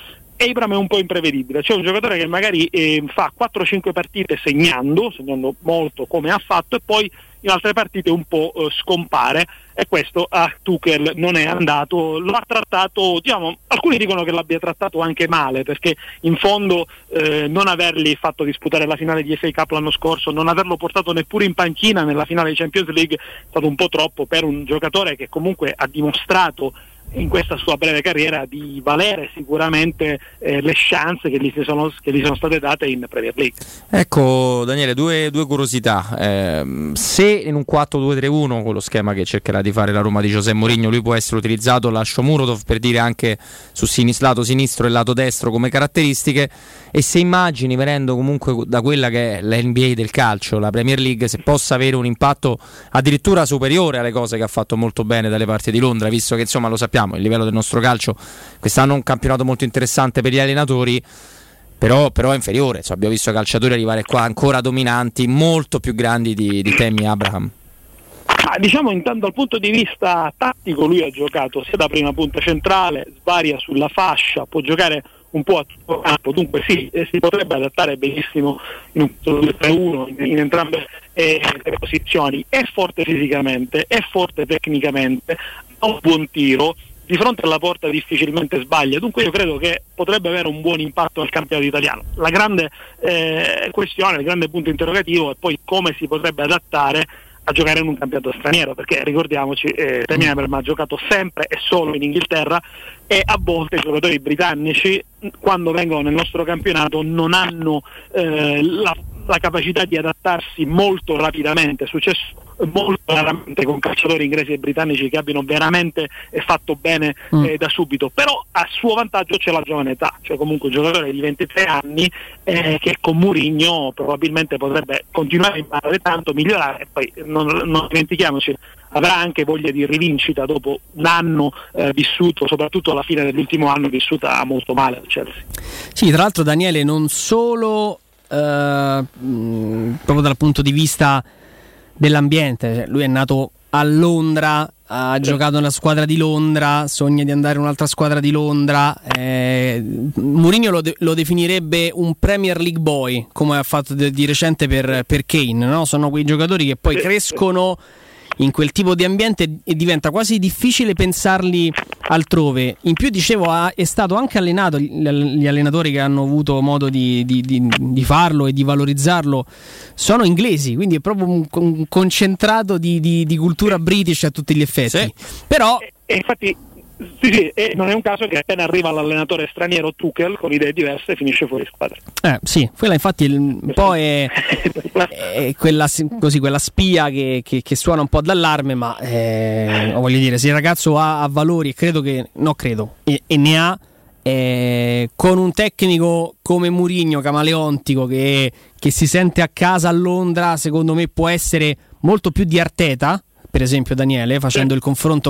Abraham è un po' imprevedibile, c'è un giocatore che magari fa 4-5 partite segnando molto come ha fatto, e poi in altre partite un po' scompare, e questo a Tuchel non è andato. Lo ha trattato, alcuni dicono che l'abbia trattato anche male, perché in fondo non avergli fatto disputare la finale di FA Cup l'anno scorso, non averlo portato neppure in panchina nella finale di Champions League, è stato un po' troppo per un giocatore che comunque ha dimostrato in questa sua breve carriera di valere sicuramente le chance che gli sono state date in Premier League. Ecco Daniele, due curiosità. Se in un 4-2-3-1, con lo schema che cercherà di fare la Roma di José Mourinho, lui può essere utilizzato, lascio Murodov per dire anche su lato sinistro e lato destro come caratteristiche, e se immagini, venendo comunque da quella che è l'NBA del calcio, la Premier League, se possa avere un impatto addirittura superiore alle cose che ha fatto molto bene dalle parti di Londra, visto che insomma lo sappiamo, il livello del nostro calcio quest'anno è un campionato molto interessante per gli allenatori, però è inferiore. Abbiamo visto calciatori arrivare qua ancora dominanti, molto più grandi di Tammy Abraham. Intanto dal punto di vista tattico lui ha giocato sia da prima punta centrale, svaria sulla fascia, può giocare un po' a tutto campo, dunque sì, si potrebbe adattare benissimo in un 2-3-1 in entrambe le posizioni. È forte fisicamente, è forte tecnicamente, ha un buon tiro, di fronte alla porta difficilmente sbaglia, dunque io credo che potrebbe avere un buon impatto al campionato italiano. La grande questione, il grande punto interrogativo è poi come si potrebbe adattare a giocare in un campionato straniero, perché ricordiamoci, Tammy Abraham ha giocato sempre e solo in Inghilterra, e a volte i giocatori britannici quando vengono nel nostro campionato non hanno la capacità di adattarsi molto rapidamente. È successo molto raramente con calciatori inglesi e britannici che abbiano veramente fatto bene da subito, però a suo vantaggio c'è la giovane età, cioè comunque un giocatore di 23 anni che con Mourinho probabilmente potrebbe continuare a imparare tanto, migliorare, e poi non dimentichiamoci, avrà anche voglia di rivincita dopo un anno vissuto, soprattutto alla fine dell'ultimo anno vissuta molto male al Chelsea. Sì, tra l'altro Daniele, non solo proprio dal punto di vista dell'ambiente, cioè, lui è nato a Londra, ha giocato nella squadra di Londra, sogna di andare in un'altra squadra di Londra. Mourinho lo definirebbe un Premier League boy, come ha fatto di recente per Kane, no? Sono quei giocatori che poi crescono in quel tipo di ambiente e diventa quasi difficile pensarli altrove. In più, dicevo, è stato anche allenato, gli allenatori che hanno avuto modo di farlo e di valorizzarlo sono inglesi, quindi è proprio un concentrato di cultura british a tutti gli effetti. Sì. Però infatti sì, non è un caso che appena arriva l'allenatore straniero Tuchel con idee diverse finisce fuori squadra. Sì, quella infatti un po' è quella spia che suona un po' d'allarme, ma voglio dire, se il ragazzo ha valori, e ne ha, con un tecnico come Mourinho, camaleontico, che si sente a casa a Londra, secondo me può essere molto più di Arteta, per esempio, Daniele, facendo il confronto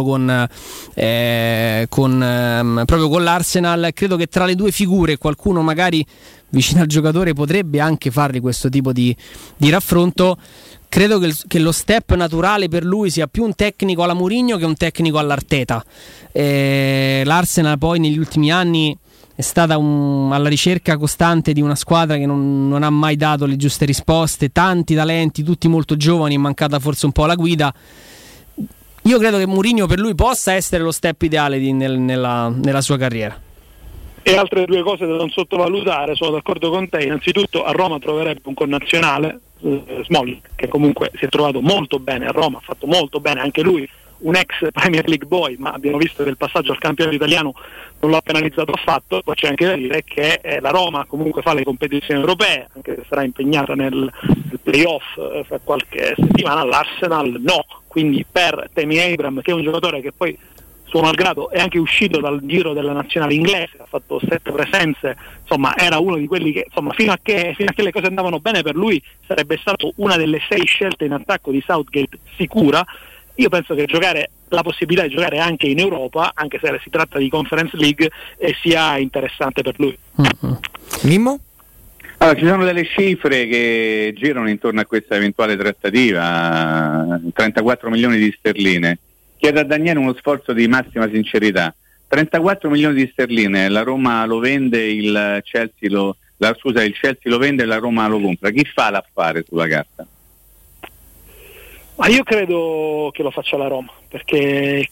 proprio con l'Arsenal. Credo che tra le due figure qualcuno magari vicino al giocatore potrebbe anche fargli questo tipo di raffronto. Credo che lo step naturale per lui sia più un tecnico alla Mourinho che un tecnico all'Arteta. L'Arsenal poi negli ultimi anni è stata alla ricerca costante di una squadra che non ha mai dato le giuste risposte, tanti talenti, tutti molto giovani, è mancata forse un po' la guida. Io credo che Mourinho per lui possa essere lo step ideale nella sua carriera. E altre due cose da non sottovalutare, sono d'accordo con te. Innanzitutto a Roma troverebbe un connazionale, Smalling, che comunque si è trovato molto bene a Roma, ha fatto molto bene anche lui, un ex Premier League boy, ma abbiamo visto che il passaggio al campionato italiano non l'ha penalizzato affatto. Poi c'è anche da dire che la Roma comunque fa le competizioni europee, anche se sarà impegnata nel playoff fra qualche settimana, l'Arsenal no, quindi per Tammy Abraham, che è un giocatore che poi suo malgrado è anche uscito dal giro della nazionale inglese, ha fatto 7 presenze, insomma era uno di quelli che fino a che le cose andavano bene per lui sarebbe stato una delle 6 scelte in attacco di Southgate sicura. Io penso che la possibilità di giocare anche in Europa, anche se si tratta di Conference League, sia interessante per lui. Mimmo? Allora, ci sono delle cifre che girano intorno a questa eventuale trattativa, 34 milioni di sterline. Chiedo a Daniele uno sforzo di massima sincerità. 34 milioni di sterline, la Roma lo vende, il Chelsea lo vende e la Roma lo compra. Chi fa l'affare sulla carta? Ma io credo che lo faccia la Roma, perché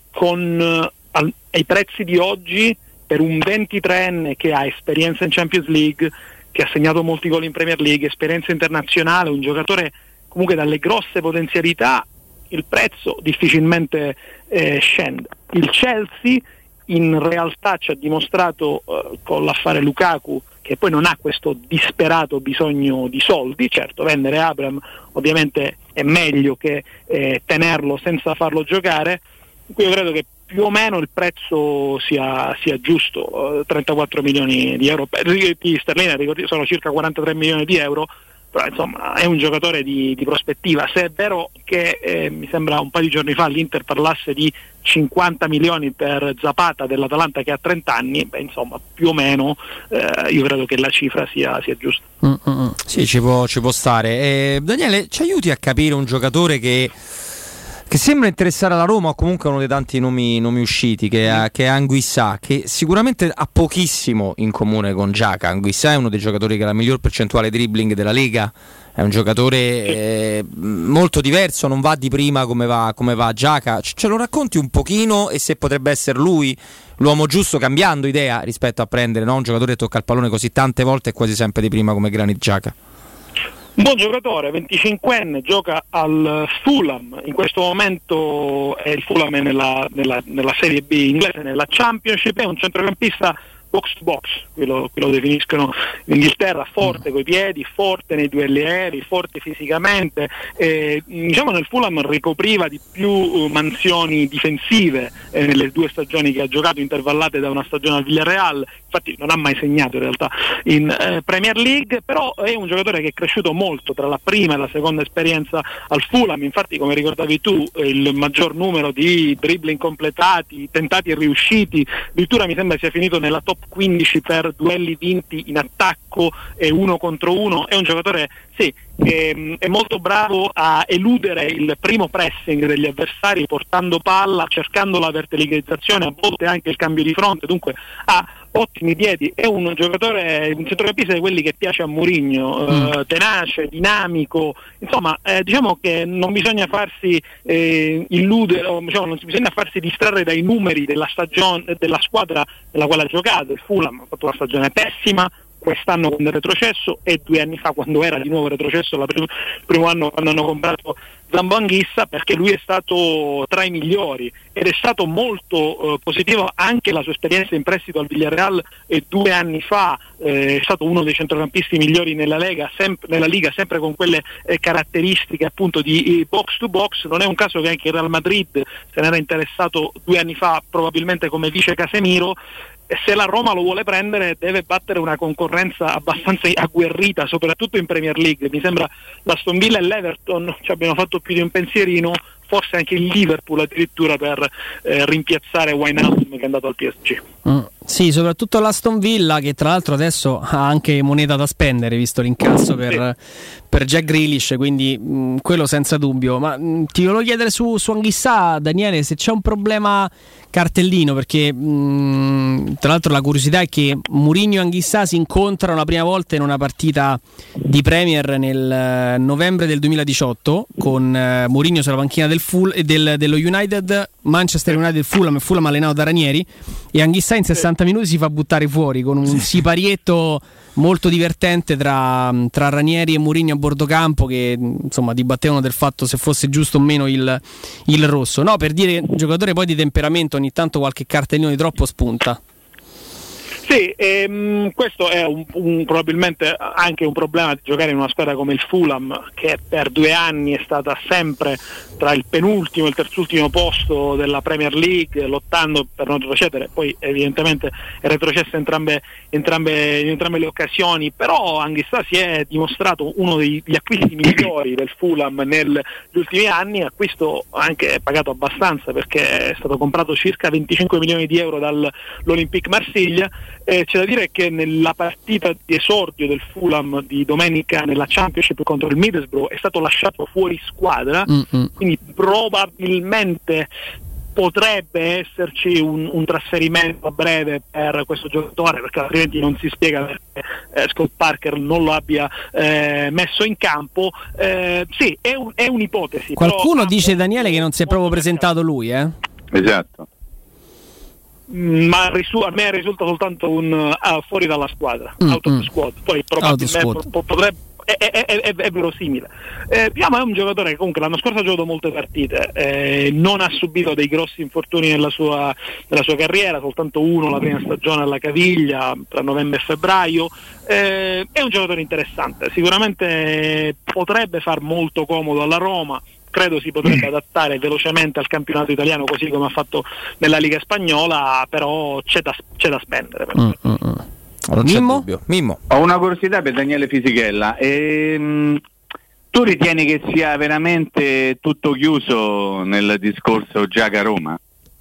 ai prezzi di oggi, per un 23enne che ha esperienza in Champions League, che ha segnato molti gol in Premier League, esperienza internazionale, un giocatore comunque dalle grosse potenzialità, il prezzo difficilmente scende. Il Chelsea in realtà ci ha dimostrato con l'affare Lukaku che poi non ha questo disperato bisogno di soldi. Certo, vendere Abraham ovviamente è meglio che tenerlo senza farlo giocare. Qui io credo che più o meno il prezzo sia giusto, 34 milioni di euro di sterline, sono circa 43 milioni di euro, però insomma è un giocatore di prospettiva. Se è vero che mi sembra un paio di giorni fa l'Inter parlasse di 50 milioni per Zapata dell'Atalanta che ha 30 anni, insomma più o meno io credo che la cifra sia giusta. Sì, ci può stare. Daniele, ci aiuti a capire un giocatore che sembra interessare la Roma, o comunque uno dei tanti nomi usciti, che è Anguissa, che sicuramente ha pochissimo in comune con Xhaka. Anguissa è uno dei giocatori che ha la miglior percentuale dribbling della Lega, è un giocatore molto diverso, non va di prima come va Xhaka. Ce lo racconti un pochino, e se potrebbe essere lui l'uomo giusto, cambiando idea rispetto a prendere un giocatore che tocca il pallone così tante volte e quasi sempre di prima come Granit Xhaka? Un buon giocatore, 25enne, gioca al Fulham, in questo momento il Fulham è nella Serie B inglese, nella Championship, è un centrocampista box to box, quello definiscono in Inghilterra, forte coi piedi, forte nei duelli aerei, forte fisicamente, diciamo nel Fulham ricopriva di più mansioni difensive nelle 2 stagioni che ha giocato, intervallate da una stagione al Villarreal. Infatti non ha mai segnato in realtà in Premier League, però è un giocatore che è cresciuto molto tra la prima e la seconda esperienza al Fulham. Infatti, come ricordavi tu, il maggior numero di dribbling completati, tentati e riusciti, addirittura mi sembra sia finito nella top 15 per duelli vinti in attacco e 1 contro 1. È un giocatore che è molto bravo a eludere il primo pressing degli avversari portando palla, cercando la verticalizzazione, a volte anche il cambio di fronte, dunque ha ottimi piedi. È un giocatore, un centrocampista di quelli che piace a Mourinho, tenace, dinamico, insomma diciamo che non bisogna farsi illudere, diciamo, non bisogna farsi distrarre dai numeri della stagione della squadra nella quale ha giocato. Il Fulham ha fatto una stagione pessima quest'anno quando è retrocesso, e 2 anni fa quando era di nuovo retrocesso, il primo anno quando hanno comprato Zambo Anguissa, perché lui è stato tra i migliori ed è stato molto positivo anche la sua esperienza in prestito al Villarreal 2 anni fa. È stato uno dei centrocampisti migliori nella Liga, sempre con quelle caratteristiche appunto di box to box. Non è un caso che anche il Real Madrid se n'era interessato 2 anni fa, probabilmente come vice Casemiro. E se la Roma lo vuole prendere deve battere una concorrenza abbastanza agguerrita, soprattutto in Premier League. Mi sembra l'Aston Villa e l'Everton ci abbiano fatto più di un pensierino, forse anche il Liverpool addirittura, per rimpiazzare Wijnaldum che è andato al PSG. Sì, soprattutto l'Aston Villa, che tra l'altro adesso ha anche moneta da spendere visto l'incasso per Jack Grealish, quindi quello senza dubbio. Ma ti volevo chiedere su Anguissa, Daniele, se c'è un problema cartellino, perché tra l'altro la curiosità è che Mourinho e Anguissa si incontrano la prima volta in una partita di Premier nel novembre del 2018 con Mourinho sulla panchina dello United, Manchester United, Fulham allenato da Ranieri, e Anguissa in 60 minuti si fa buttare fuori con un siparietto molto divertente tra Ranieri e Mourinho a bordo campo, che insomma dibattevano del fatto se fosse giusto o meno il rosso. No, per dire, giocatore poi di temperamento, ogni tanto qualche cartellino di troppo spunta. Sì, questo è probabilmente anche un problema di giocare in una squadra come il Fulham, che per 2 anni è stata sempre tra il penultimo e il terzultimo posto della Premier League, lottando per non retrocedere. Poi evidentemente è retrocesso in entrambe le occasioni, però Anguissa si è dimostrato uno degli acquisti migliori del Fulham negli ultimi anni, acquisto anche pagato abbastanza, perché è stato comprato circa 25 milioni di euro dall'Olympique Marsiglia. C'è da dire che nella partita di esordio del Fulham di domenica nella Championship contro il Middlesbrough è stato lasciato fuori squadra, quindi probabilmente potrebbe esserci un trasferimento a breve per questo giocatore, perché altrimenti non si spiega perché Scott Parker non lo abbia messo in campo. Sì, è un'ipotesi. Qualcuno dice, Daniele, che non si è proprio presentato lui, Esatto. Ma a me risulta soltanto un fuori dalla squadra, out of the squad. Poi probabilmente potrebbe, è verosimile. Piama è un giocatore che comunque l'anno scorso ha giocato molte partite, non ha subito dei grossi infortuni nella sua carriera, soltanto uno la prima stagione alla caviglia tra novembre e febbraio. È un giocatore interessante, sicuramente potrebbe far molto comodo alla Roma. Credo si potrebbe adattare velocemente al campionato italiano, così come ha fatto nella Liga Spagnola, però c'è da spendere. Non c'è dubbio. Mimmo. Ho una curiosità per Daniele Fisichella. Tu ritieni che sia veramente tutto chiuso nel discorso Giaga-Roma?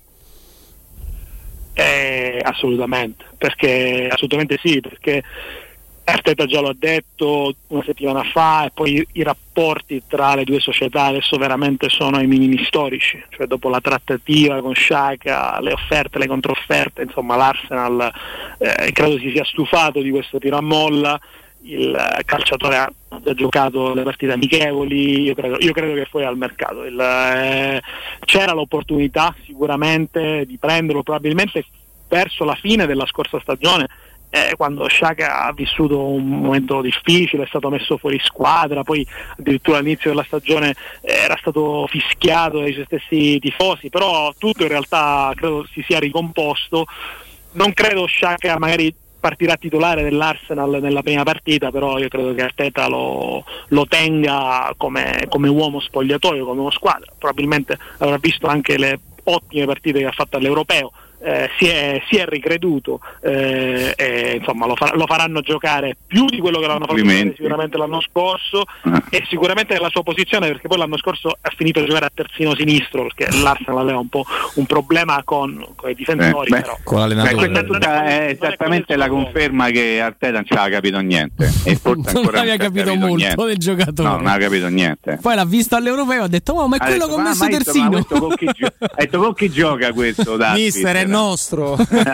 Assolutamente sì, perché Arteta già lo ha detto una settimana fa, e poi i rapporti tra le due società adesso veramente sono ai minimi storici, cioè dopo la trattativa con Xhaka, le offerte, le controfferte, insomma l'Arsenal credo si sia stufato di questo tiro a molla. Il calciatore ha già giocato le partite amichevoli, io credo che poi al mercato c'era l'opportunità sicuramente di prenderlo, probabilmente verso la fine della scorsa stagione, quando Xhaka ha vissuto un momento difficile, è stato messo fuori squadra, poi addirittura all'inizio della stagione era stato fischiato dai suoi stessi tifosi, però tutto in realtà credo si sia ricomposto. Non credo Xhaka magari partirà titolare dell'Arsenal nella prima partita, però io credo che Arteta lo tenga come uomo spogliatoio, come uomo squadra. Probabilmente avrà visto anche le ottime partite che ha fatto all'Europeo, si è ricreduto, e insomma lo faranno giocare più di quello che l'hanno fatto sicuramente l'anno scorso, e sicuramente nella sua posizione, perché poi l'anno scorso ha finito a giocare a terzino sinistro, perché l'Arsenal aveva un po' un problema con i difensori, però con l'allenatore. Questa è esattamente la conferma che Arteta non ci aveva capito niente, e forse non aveva capito molto niente del giocatore. No, non aveva capito niente. Poi l'ha visto all'Europeo, ha detto: ma è quello che ho messo terzino. Ha detto con chi gioca questo? Mister è nostro.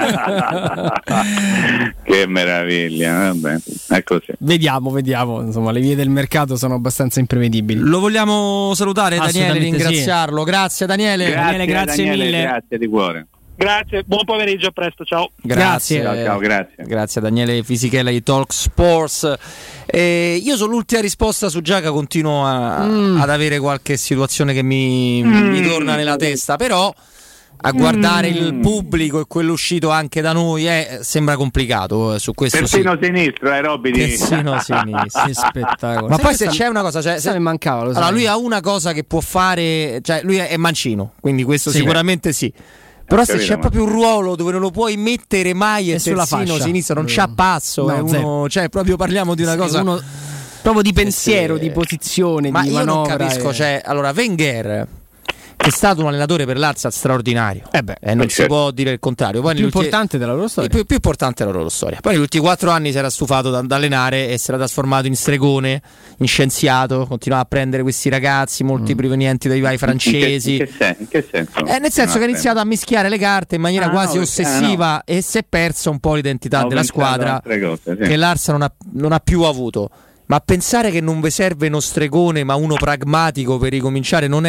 Che meraviglia, vabbè, è così. Vediamo, insomma, le vie del mercato sono abbastanza imprevedibili. Lo vogliamo salutare, Daniele, ringraziarlo. Sì. Grazie Daniele. Grazie mille. Grazie di cuore. Grazie, buon pomeriggio, a presto, ciao. Grazie. Ciao, grazie. Grazie a Daniele Fisichella di Talk Sports. Io sull'ultima risposta su Giaga continuo ad avere qualche situazione che mi torna nella testa, però a guardare il pubblico e quello uscito anche da noi sembra complicato su questo. Persino sinistro, Robby. Persino sinistro, che spettacolo. Ma poi se c'è una cosa, cioè, mi mancava, lo sai. Allora lui ha una cosa che può fare, cioè lui è mancino, quindi questo sicuramente sì. Però se c'è proprio un ruolo dove non lo puoi mettere mai e terzino sinistro, non c'ha passo, è uno, cioè proprio parliamo di una cosa proprio di pensiero, di posizione, ma di io manovra. Non capisco, cioè, allora Wenger che è stato un allenatore per l'Arsenal straordinario, non si può dire il contrario. Poi più importante della loro storia. Più importante della loro storia. Poi negli ultimi 4 anni si era stufato da allenare e si era trasformato in stregone, in scienziato, continuava a prendere questi ragazzi, molti provenienti dai vari francesi. In che senso? Nel senso che ha iniziato a mischiare le carte in maniera quasi ossessiva e si è perso un po' l'identità della squadra che l'Arsenal non ha più avuto. Ma pensare che non vi serve uno stregone ma uno pragmatico per ricominciare non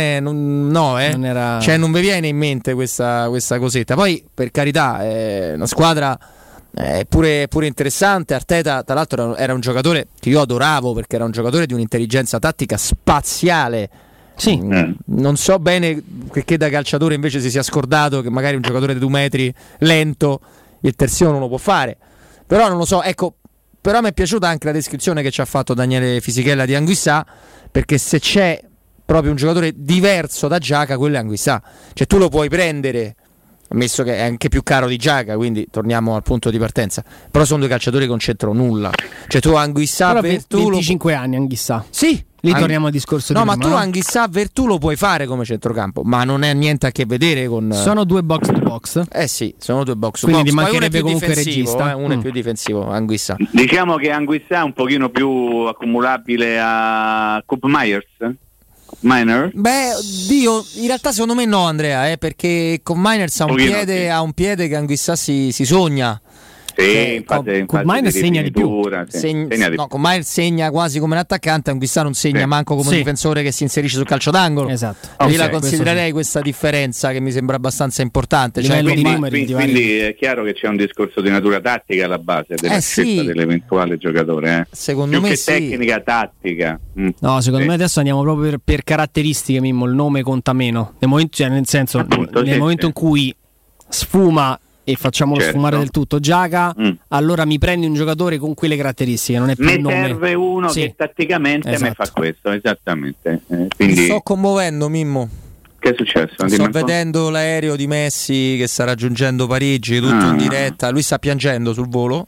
cioè non vi viene in mente questa cosetta. Poi per carità una squadra pure interessante. Arteta tra l'altro era un giocatore che io adoravo, perché era un giocatore di un'intelligenza tattica spaziale. Sì. Non so bene che da calciatore invece si sia scordato che magari un giocatore di 2 metri lento il terzino non lo può fare, però non lo so, ecco. Però mi è piaciuta anche la descrizione che ci ha fatto Daniele Fisichella di Anguissà, perché se c'è proprio un giocatore diverso da Giaga, quello è Anguissà. Cioè tu lo puoi prendere, ammesso che è anche più caro di Giaga, quindi torniamo al punto di partenza, però sono 2 calciatori che non c'entrano nulla. Cioè tu Anguissà per 25 anni Anguissà. Sì. Lì torniamo al discorso di prima. Ma tu Anguissà Vertù lo puoi fare come centrocampo, ma non è niente a che vedere con. Sono 2 box to box. Sì, sono 2 box to box. Quindi mancherebbe comunque regista. Uno è più difensivo, Anguissà. Diciamo che Anguissà è un pochino più accumulabile a Koop Meyers. Miner? Beh, Dio, in realtà secondo me no, Andrea, perché con Miners ha un piede che Anguissa si sogna. Sì, infatti con Miner segna di più. Con Miner segna quasi come un attaccante, Anguissa non segna manco come un difensore che si inserisce sul calcio d'angolo. Esatto. Io la considererei questa differenza che mi sembra abbastanza importante. Quindi è chiaro che c'è un discorso di natura tattica alla base della scelta dell'eventuale giocatore. Secondo più me che tecnica, tattica. No, secondo me adesso andiamo proprio per caratteristiche, Mimmo, il nome conta meno. Nel momento, nel momento in cui sfuma e facciamolo sfumare del tutto Giaga, allora mi prendi un giocatore con quelle caratteristiche, non è più mi un nome. serve uno che tatticamente mi fa questo, esattamente. Quindi... Mi sto commuovendo, Mimmo. Che è successo? Sto vedendo l'aereo di Messi che sta raggiungendo Parigi, tutto in diretta. Lui sta piangendo sul volo.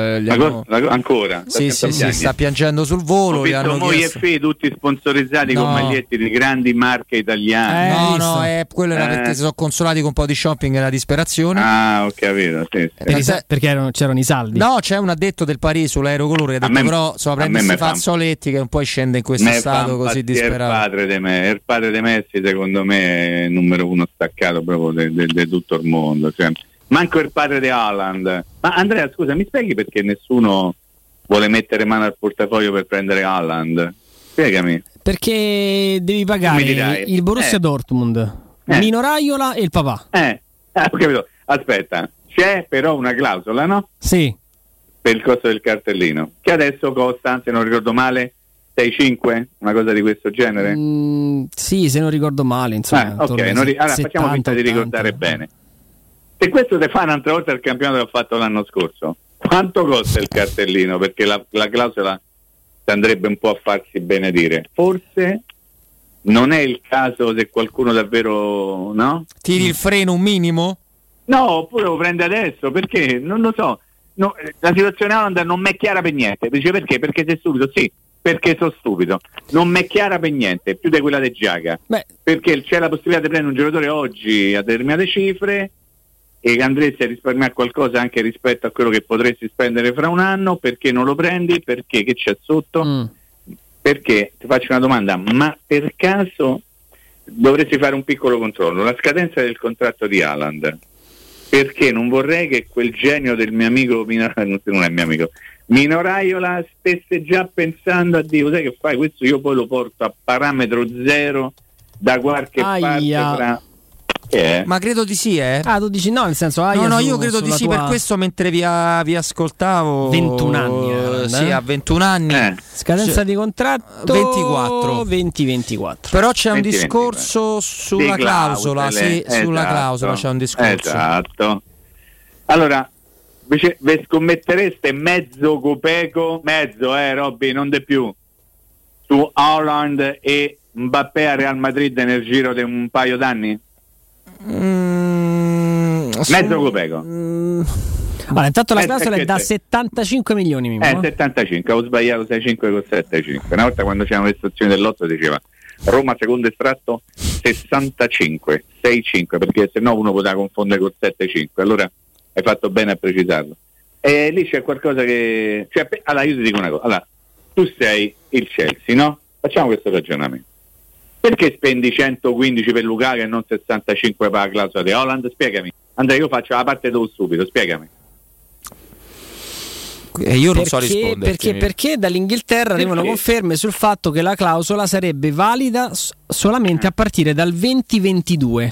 Ancora? Sì, sta piangendo sul volo. Ho visto moglie e figli tutti sponsorizzati con magliette di grandi marche italiane. Quello era perché si sono consolati con un po' di shopping e la disperazione. Ah, ho capito. Perché c'erano i saldi. No, c'è un addetto del Paris sull'aerocolore che ha detto però prende questi fazzoletti che un po' scende in questo stato così disperato. Il padre di Messi, secondo me, è il numero uno staccato proprio di tutto il mondo, cioè, manco il padre di Haaland. Ma Andrea, scusa, mi spieghi perché nessuno vuole mettere mano al portafoglio per prendere Haaland? Spiegami. Perché devi pagare il Borussia Dortmund, Mino Raiola e il papà. Ho capito. Aspetta, c'è però una clausola, no? Sì. Per il costo del cartellino, che adesso costa, se non ricordo male, 6-5, una cosa di questo genere? Sì, se non ricordo male, insomma. Allora facciamo finta di ricordare bene. Se questo te fa un'altra volta il campionato che ha fatto l'anno scorso, quanto costa il cartellino? Perché la clausola andrebbe un po' a farsi benedire. Forse non è il caso se qualcuno davvero, no? Tiri il freno un minimo? No, oppure lo prende adesso, perché? Non lo so. No, la situazione Haaland non mi è chiara per niente. Dice perché? Perché sei stupido? Sì. Perché sono stupido, non mi è chiara per niente, più di quella di Giaga, perché c'è la possibilità di prendere un giocatore oggi a determinate cifre e andresti a risparmiare qualcosa anche rispetto a quello che potresti spendere fra un anno. Perché non lo prendi? Perché che c'è sotto? Perché, ti faccio una domanda, ma per caso dovresti fare un piccolo controllo, la scadenza del contratto di Haaland, perché non vorrei che quel genio del mio amico, non è mio amico, Mino Raiola, stesse già pensando a dire, sai che fai, questo io poi lo porto a parametro zero da qualche parte Ma credo di sì, tu dici no, nel senso no, io credo di sì, per questo mentre vi ascoltavo 21 anni sì, a 21 anni scadenza di contratto 2024. Però c'è un discorso sulla clausola, sulla clausola c'è un discorso. Esatto. Allora, invece scommettereste mezzo copeco, Robby, non di più, su Haaland e Mbappé a Real Madrid nel giro di un paio d'anni? Mezzo copeco. Allora, intanto la clausola è da 75 milioni. Mimmo. 75, ho sbagliato 6,5 con 7,5. Una volta quando c'erano le stazioni dell'otto diceva Roma secondo estratto 65, 6,5, perché se no uno poteva confondere con 7,5. Allora hai fatto bene a precisarlo. E lì c'è qualcosa che... allora io ti dico una cosa. Allora, tu sei il Chelsea, no? Facciamo questo ragionamento. Perché spendi 115 per Lukaku e non 65 per la clausola di Haaland? Spiegami. Andrea, io faccio la parte dello stupido, spiegami. Io non so rispondere. Perché dall'Inghilterra arrivano conferme sul fatto che la clausola sarebbe valida solamente a partire dal 2022.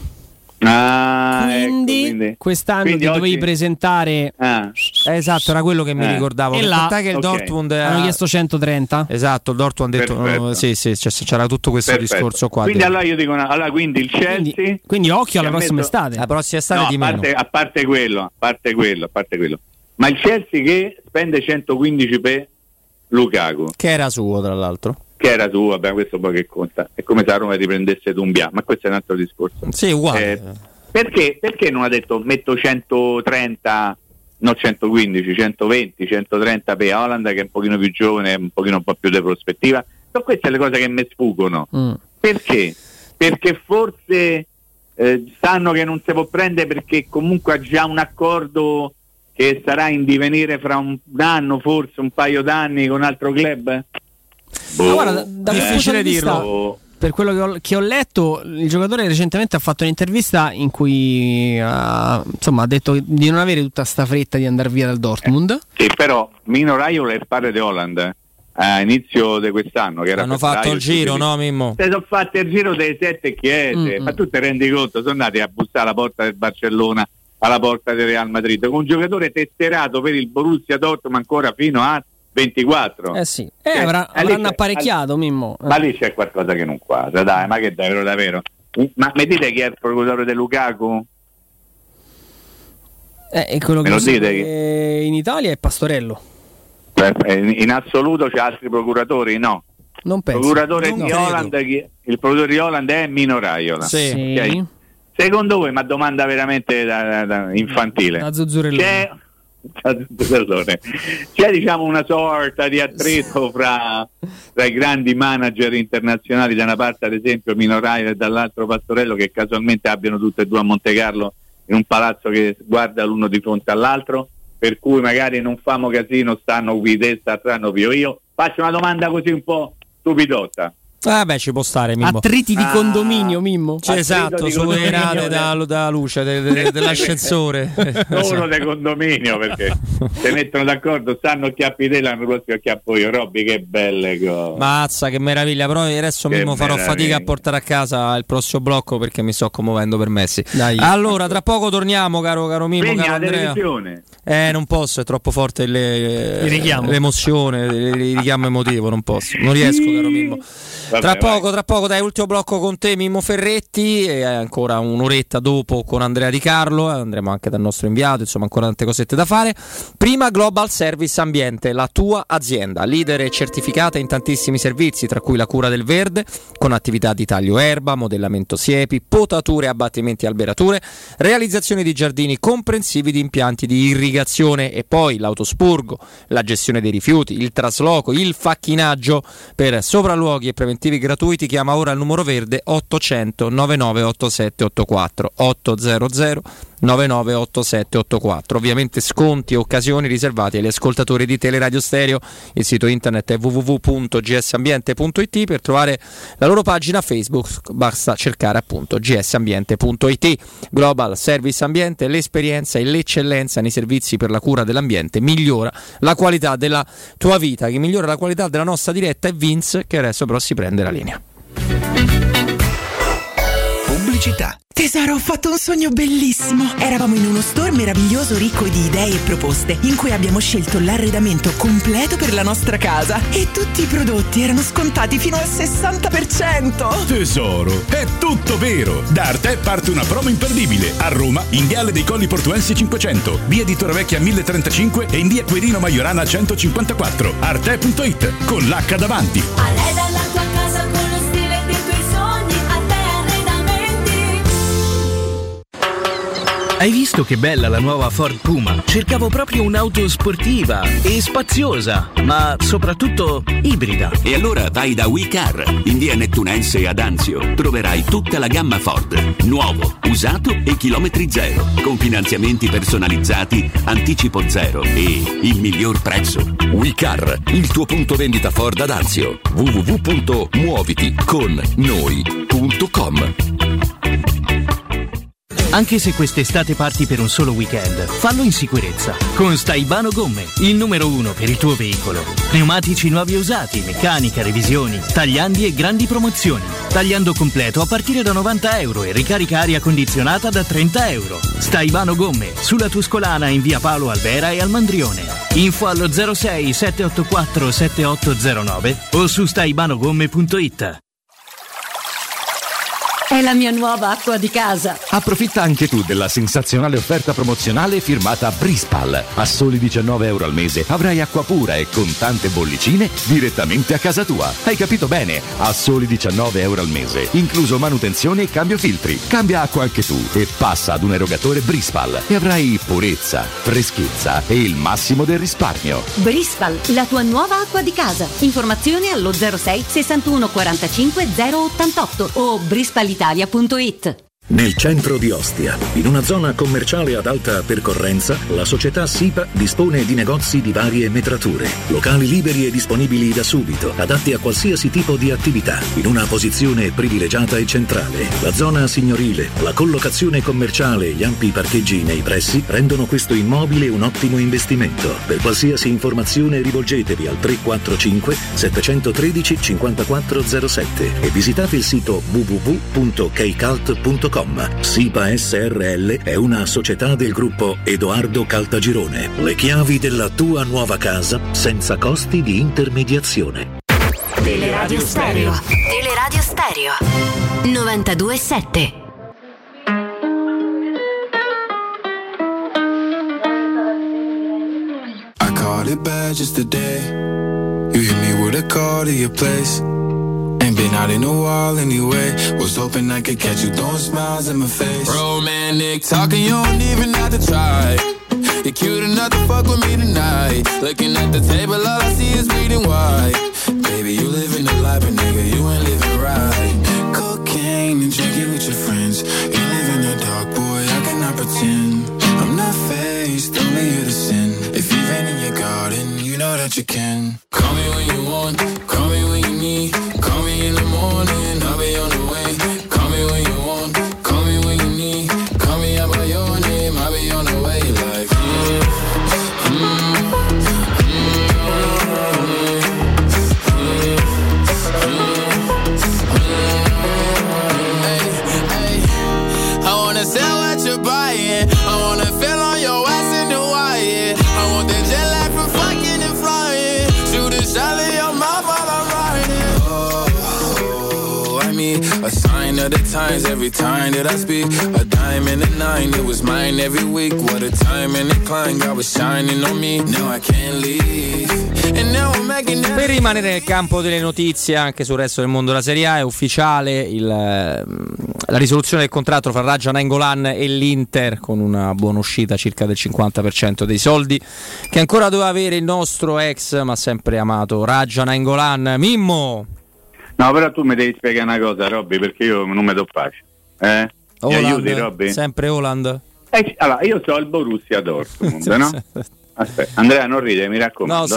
Quindi quest'anno ti dovevi presentare esatto, era quello che mi ricordavo. E là che il Dortmund hanno chiesto 130. Esatto, il Dortmund ha detto sì, c'era tutto questo discorso qua. Quindi allora io dico quindi il Chelsea quindi occhio alla prossima estate. La prossima estate di meno. A parte quello. Ma il Chelsea che spende 115 per Lukaku, che era suo tra l'altro. Vabbè, questo poi che conta. È come se la Roma ti prendesse Dumbia, ma questo è un altro discorso. Sì, uguale. Perché non ha detto metto 130, no 115, 120, 130 per Haaland che è un pochino più giovane, un po' più di prospettiva? Sono queste le cose che mi sfuggono. Perché? Perché forse sanno che non si può prendere perché comunque ha già un accordo che sarà in divenire fra un anno, forse un paio d'anni con un altro club? Guarda, da difficile dirlo. per quello che ho letto, il giocatore recentemente ha fatto un'intervista in cui ha detto di non avere tutta sta fretta di andare via dal Dortmund. Sì, però Mino Raiola è il padre di Haaland a inizio di quest'anno, che era hanno fatto il giro, no Mimmo? Se sono fatti il giro delle 7 chiese, ma tu ti rendi conto, sono andati a bussare alla porta del Barcellona, alla porta del Real Madrid, con un giocatore tesserato per il Borussia Dortmund ancora fino a 24. Sì. Avranno apparecchiato, Mimmo. Ma lì c'è qualcosa che non quadra, dai, ma che davvero. Ma mi dite chi è il procuratore di Lukaku? Quello che dite in Italia è Pastorello. In assoluto c'è altri procuratori? No. Non penso. Il procuratore di Haaland è Mino Raiola. Sì. Okay. Secondo voi, ma domanda veramente da infantile, c'è diciamo una sorta di attrito fra i grandi manager internazionali, da una parte ad esempio Mino Raiola e dall'altro Pastorello, che casualmente abbiano tutte e due a Monte Carlo in un palazzo che guarda l'uno di fronte all'altro, per cui magari non famo casino, stanno qui te, stanno più io. Faccio una domanda così un po' stupidotta. Ci può stare, Mimmo. Attriti di condominio, Mimmo. Esatto, sulle rate da luce dell'ascensore. Solo del condominio, perché si mettono d'accordo, stanno chiappi te, l'anno prossimo chiappo io. Robby, che belle cose. Mazza, che meraviglia. Però adesso Mimmo farò fatica a portare a casa il prossimo blocco, perché mi sto commuovendo per Messi. Dai. Allora, tra poco torniamo, caro Mimmo, caro Andrea. Non posso, è troppo forte l'emozione, il richiamo emotivo, non posso. Non riesco, caro Mimmo. Tra poco dai, ultimo blocco con te Mimmo Ferretti, e ancora un'oretta dopo con Andrea Di Carlo, andremo anche dal nostro inviato, insomma ancora tante cosette da fare. Prima Global Service Ambiente, la tua azienda, leader e certificata in tantissimi servizi, tra cui la cura del verde, con attività di taglio erba, modellamento siepi, potature, abbattimenti e alberature, realizzazione di giardini comprensivi di impianti di irrigazione, e poi l'autospurgo, la gestione dei rifiuti, il trasloco, il facchinaggio. Per sopralluoghi e preventivi gratuiti chiama ora il numero verde 800 998784 800 998784. Ovviamente sconti e occasioni riservati agli ascoltatori di Teleradio Stereo. Il sito internet è www.gsambiente.it. per trovare la loro pagina Facebook basta cercare appunto gsambiente.it. Global Service Ambiente, l'esperienza e l'eccellenza nei servizi per la cura dell'ambiente migliora la qualità della tua vita. Che migliora la qualità della nostra diretta è Vince, che adesso però si prende la linea. Pubblicità. Tesoro, ho fatto un sogno bellissimo. Eravamo in uno store meraviglioso ricco di idee e proposte, in cui abbiamo scelto l'arredamento completo per la nostra casa, e tutti i prodotti erano scontati fino al 60%. Tesoro, è tutto vero. Da Arte parte una promo imperdibile. A Roma, in Viale dei Colli Portuensi 500, via di Torrevecchia 1035 e in via Quirino Maiorana 154. Arte.it, con l'H davanti. Arreda la tua casa con lo stile dei tuoi sogni. Hai visto che bella la nuova Ford Puma? Cercavo proprio un'auto sportiva e spaziosa, ma soprattutto ibrida. E allora vai da WeCar. In via Nettunense ad Anzio troverai tutta la gamma Ford, nuovo, usato e chilometri zero, con finanziamenti personalizzati, anticipo zero e il miglior prezzo. WeCar, il tuo punto vendita Ford ad Anzio. www.muoviticonnoi.com. Anche se quest'estate parti per un solo weekend, fallo in sicurezza con Staibano Gomme, il numero 1 per il tuo veicolo. Pneumatici nuovi e usati, meccanica, revisioni, tagliandi e grandi promozioni. Tagliando completo a partire da €90 e ricarica aria condizionata da €30. Staibano Gomme, sulla Tuscolana in via Paolo Albera e al Mandrione. Info allo 06 784 7809 o su staibanogomme.it. È la mia nuova acqua di casa. Approfitta anche tu della sensazionale offerta promozionale firmata Brispal. A soli €19 al mese avrai acqua pura e con tante bollicine direttamente a casa tua. Hai capito bene? A soli €19 al mese, incluso manutenzione e cambio filtri. Cambia acqua anche tu e passa ad un erogatore Brispal e avrai purezza, freschezza e il massimo del risparmio. Brispal, la tua nuova acqua di casa. Informazioni allo 06 61 45 088 o brispalitalia.it. Nel centro di Ostia, in una zona commerciale ad alta percorrenza, la società SIPA dispone di negozi di varie metrature, locali liberi e disponibili da subito, adatti a qualsiasi tipo di attività, in una posizione privilegiata e centrale. La zona signorile, la collocazione commerciale e gli ampi parcheggi nei pressi rendono questo immobile un ottimo investimento. Per qualsiasi informazione rivolgetevi al 345 713 5407 e visitate il sito www.keicalt.com. SIPA SRL è una società del gruppo Edoardo Caltagirone. Le chiavi della tua nuova casa senza costi di intermediazione. Teleradio Stereo. Teleradio Stereo 92.7. I caught it bad just today. You hit me with a call to your place. Ain't been out in a while anyway. Was hoping I could catch you throwing smiles in my face. Romantic talking, you don't even have to try. You're cute enough to fuck with me tonight. Looking at the table, all I see is bleeding white. Baby, you living the life, but nigga, you ain't living right. Cocaine and drinking with your friends. You live in the dark, boy, I cannot pretend. I'm not faced, only here to sin. If you've been in your garden, you know that you can. Call me when you want, call me when you need. Call me in the morning, I'll be on the way. Call me when you want, call me when you need. Call me out by your name, I'll be on the way. Like, I wanna sell what you're buying. I wanna feel on your ass in Hawaii. I want that jet lag from fucking and flying. Shoot a shot in your mouth while I'm riding. Oh, I mean, a sign of the times every time that I speak. A dime and a nine, it was mine every week. What a time and a climb, God was shining on me. Now I can't leave. And now I'm making that. Per rimanere nel campo delle notizie anche sul resto del mondo della Serie A, è ufficiale la risoluzione del contratto fra Raja Nainggolan e l'Inter, con una buona uscita circa del 50% dei soldi che ancora doveva avere il nostro ex ma sempre amato Raja Nainggolan. Mimmo! No, però tu mi devi spiegare una cosa, Robby, perché io non mi do pace. Mi aiuti, Robby? Sempre Haaland? Allora, io so il Borussia Dortmund, no? Aspetta, Andrea, non ride, mi raccomando.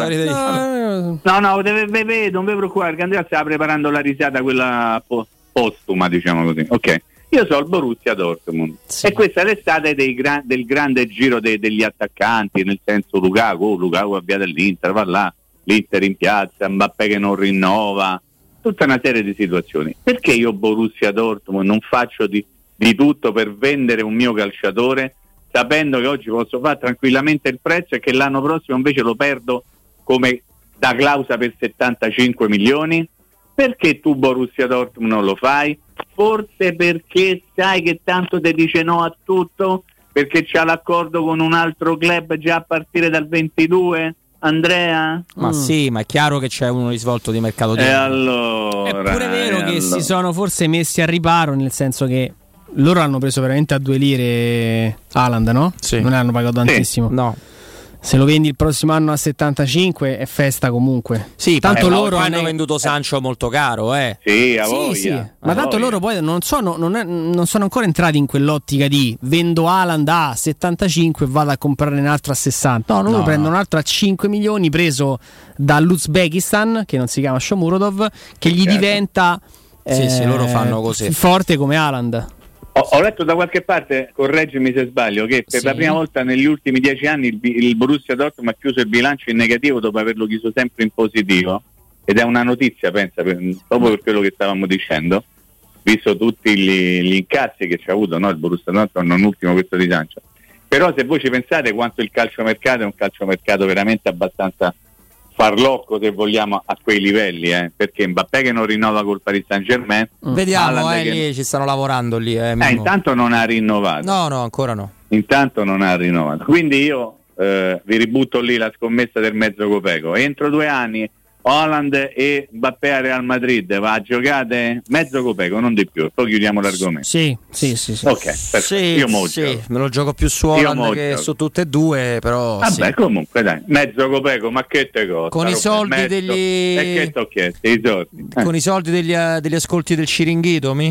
No, non vi preoccupare, che Andrea stava preparando la risata, quella postuma, diciamo così. Ok, io so il Borussia Dortmund, sì. E questa è l'estate del grande giro degli attaccanti, nel senso Lukaku va via dall'Inter, va là, l'Inter in piazza, Mbappé che non rinnova, tutta una serie di situazioni. Perché io Borussia Dortmund non faccio di tutto per vendere un mio calciatore, sapendo che oggi posso fare tranquillamente il prezzo e che l'anno prossimo invece lo perdo come da clausola per 75 milioni? Perché tu Borussia Dortmund non lo fai? Forse perché sai che tanto ti dice no a tutto? Perché c'ha l'accordo con un altro club già a partire dal 22? Andrea? Ma sì, ma è chiaro che c'è uno risvolto di mercato. Allora, è pure vero che si sono forse messi a riparo, nel senso che loro hanno preso veramente a 2 lire Haaland, no? Sì. Non hanno pagato tantissimo. No. Se lo vendi il prossimo anno a 75 è festa comunque. Sì, tanto loro hanno venduto Sancho molto caro, Sì, a voglia. Sì. Ma tanto loro poi non sono ancora entrati in quell'ottica di vendo Haaland a 75 e vado a comprare un altro a 60. No, loro prendono un altro a 5 milioni preso dall'Uzbekistan, che non si chiama Shomurodov, che gli diventa loro fanno così, forte come Haaland. Ho letto da qualche parte, correggimi se sbaglio, che per la prima volta negli ultimi 10 anni il Borussia Dortmund ha chiuso il bilancio in negativo dopo averlo chiuso sempre in positivo, ed è una notizia, pensa, proprio per quello che stavamo dicendo, visto tutti gli incassi che ci ha avuto, no, il Borussia Dortmund, non ultimo questo rilancio. Però se voi ci pensate quanto il calciomercato è un calciomercato veramente abbastanza farlocco, se vogliamo, a quei livelli, perché Mbappé che non rinnova col Paris Saint-Germain, vediamo, lì ci stanno lavorando lì, intanto non ha rinnovato. No, ancora no. Intanto non ha rinnovato. Quindi io vi ributto lì la scommessa del mezzo copeco. Entro 2 anni Haaland e Mbappé a Real Madrid, va a giocare mezzo copeco, non di più. Poi chiudiamo l'argomento. Sì. Ok, perfetto. Io me lo gioco più su Haaland che su tutte e due, però vabbè, comunque dai, mezzo copeco, ma che te costa? Con i soldi degli e che t'ho chiesto, i soldi. Con i soldi degli ascolti del Ciringhito,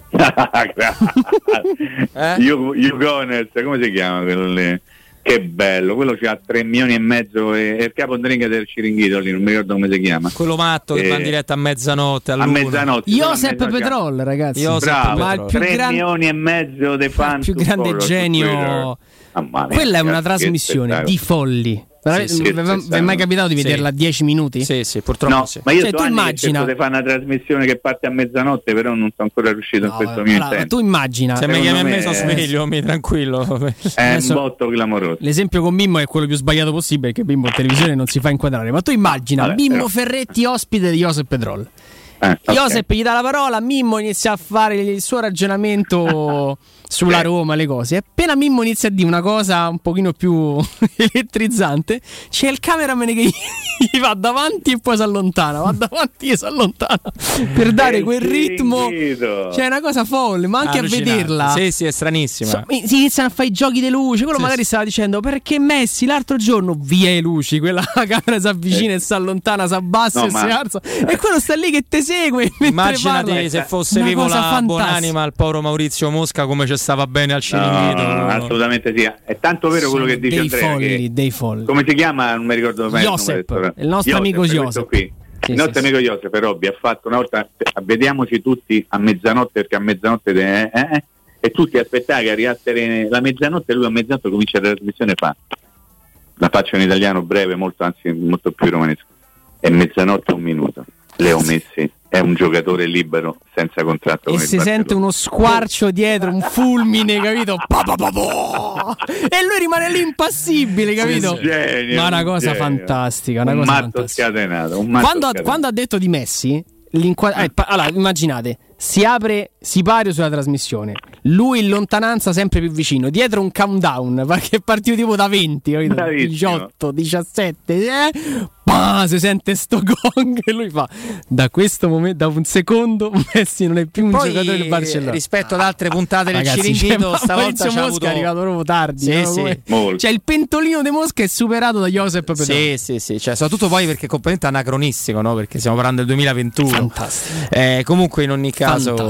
Ugoners, come si chiama quello lì? Che bello, quello c'ha 3 milioni e mezzo e il capodringa del Ciringhito lì, non mi ricordo come si chiama. Quello matto che va in diretta a mezzanotte. A mezzanotte. Josep Petrol, ragazzi. Bravo, ma il più 3 milioni e mezzo dei fan. Il più grande genio. Quella è una trasmissione di folli. Vi è mai capitato di vederla a 10 minuti? Sì, purtroppo no, sì. Ma io tu immagina di fare una trasmissione che parte a mezzanotte, però non sono ancora riuscito in questo mio intento. Tu immagina, se mi chiami a me sono sveglio, mi tranquillo. È un botto clamoroso. L'esempio con Mimmo è quello più sbagliato possibile, perché Mimmo in televisione non si fa inquadrare. Ma tu immagina Mimmo Ferretti ospite di Josep Petrol. Josep gli dà la parola, Mimmo inizia a fare il suo ragionamento sulla Roma, le cose. Appena Mimmo inizia a dire una cosa un pochino più elettrizzante, c'è il cameraman che gli va davanti e poi si allontana, va davanti e si allontana per dare quel ritmo. Cioè è una cosa folle, ma anche a vederla. Sì, è stranissima. Si iniziano a fare i giochi delle luci. Quello magari stava dicendo perché Messi l'altro giorno via le luci, quella camera si avvicina e si allontana, si abbassa e si alza, e quello sta lì che te segue. Immaginati se fosse vivo la buonanima al povero Maurizio Mosca, come ci stava bene al Ciringhito. No, assolutamente sì. È tanto vero quello che dice Andrea. Dei folli. Come si chiama? Non mi ricordo mai. Josep, il nostro amico Josep. Il nostro amico Josep Robbi ha fatto una volta, vediamoci tutti a mezzanotte, perché a mezzanotte e tutti aspettare che arrivasse la mezzanotte, e lui a mezzanotte comincia la trasmissione, la faccio in italiano breve, molto più romanesco. È mezzanotte 1 minuto. Leo Messi è un giocatore libero senza contratto. E si sente uno squarcio dietro, un fulmine, capito? E lui rimane lì impassibile, capito? Ma una cosa fantastica, una cosa fantastica. Scatenato, quando ha detto di Messi, allora immaginate, si pare sulla trasmissione, lui in lontananza sempre più vicino, dietro un countdown perché è partito tipo da 20, capito? 18, 17, si sente sto gong e lui fa da questo momento, da un secondo Messi non è più un giocatore del Barcellona. Rispetto ad altre puntate del Ciringhito, stavolta c'è Mosca è arrivato proprio tardi, Cioè il pentolino di Mosca è superato da Josep Petrol. Sì, cioè, soprattutto poi perché è completamente anacronistico, no? Perché stiamo parlando del 2021. Fantastico. Comunque in ogni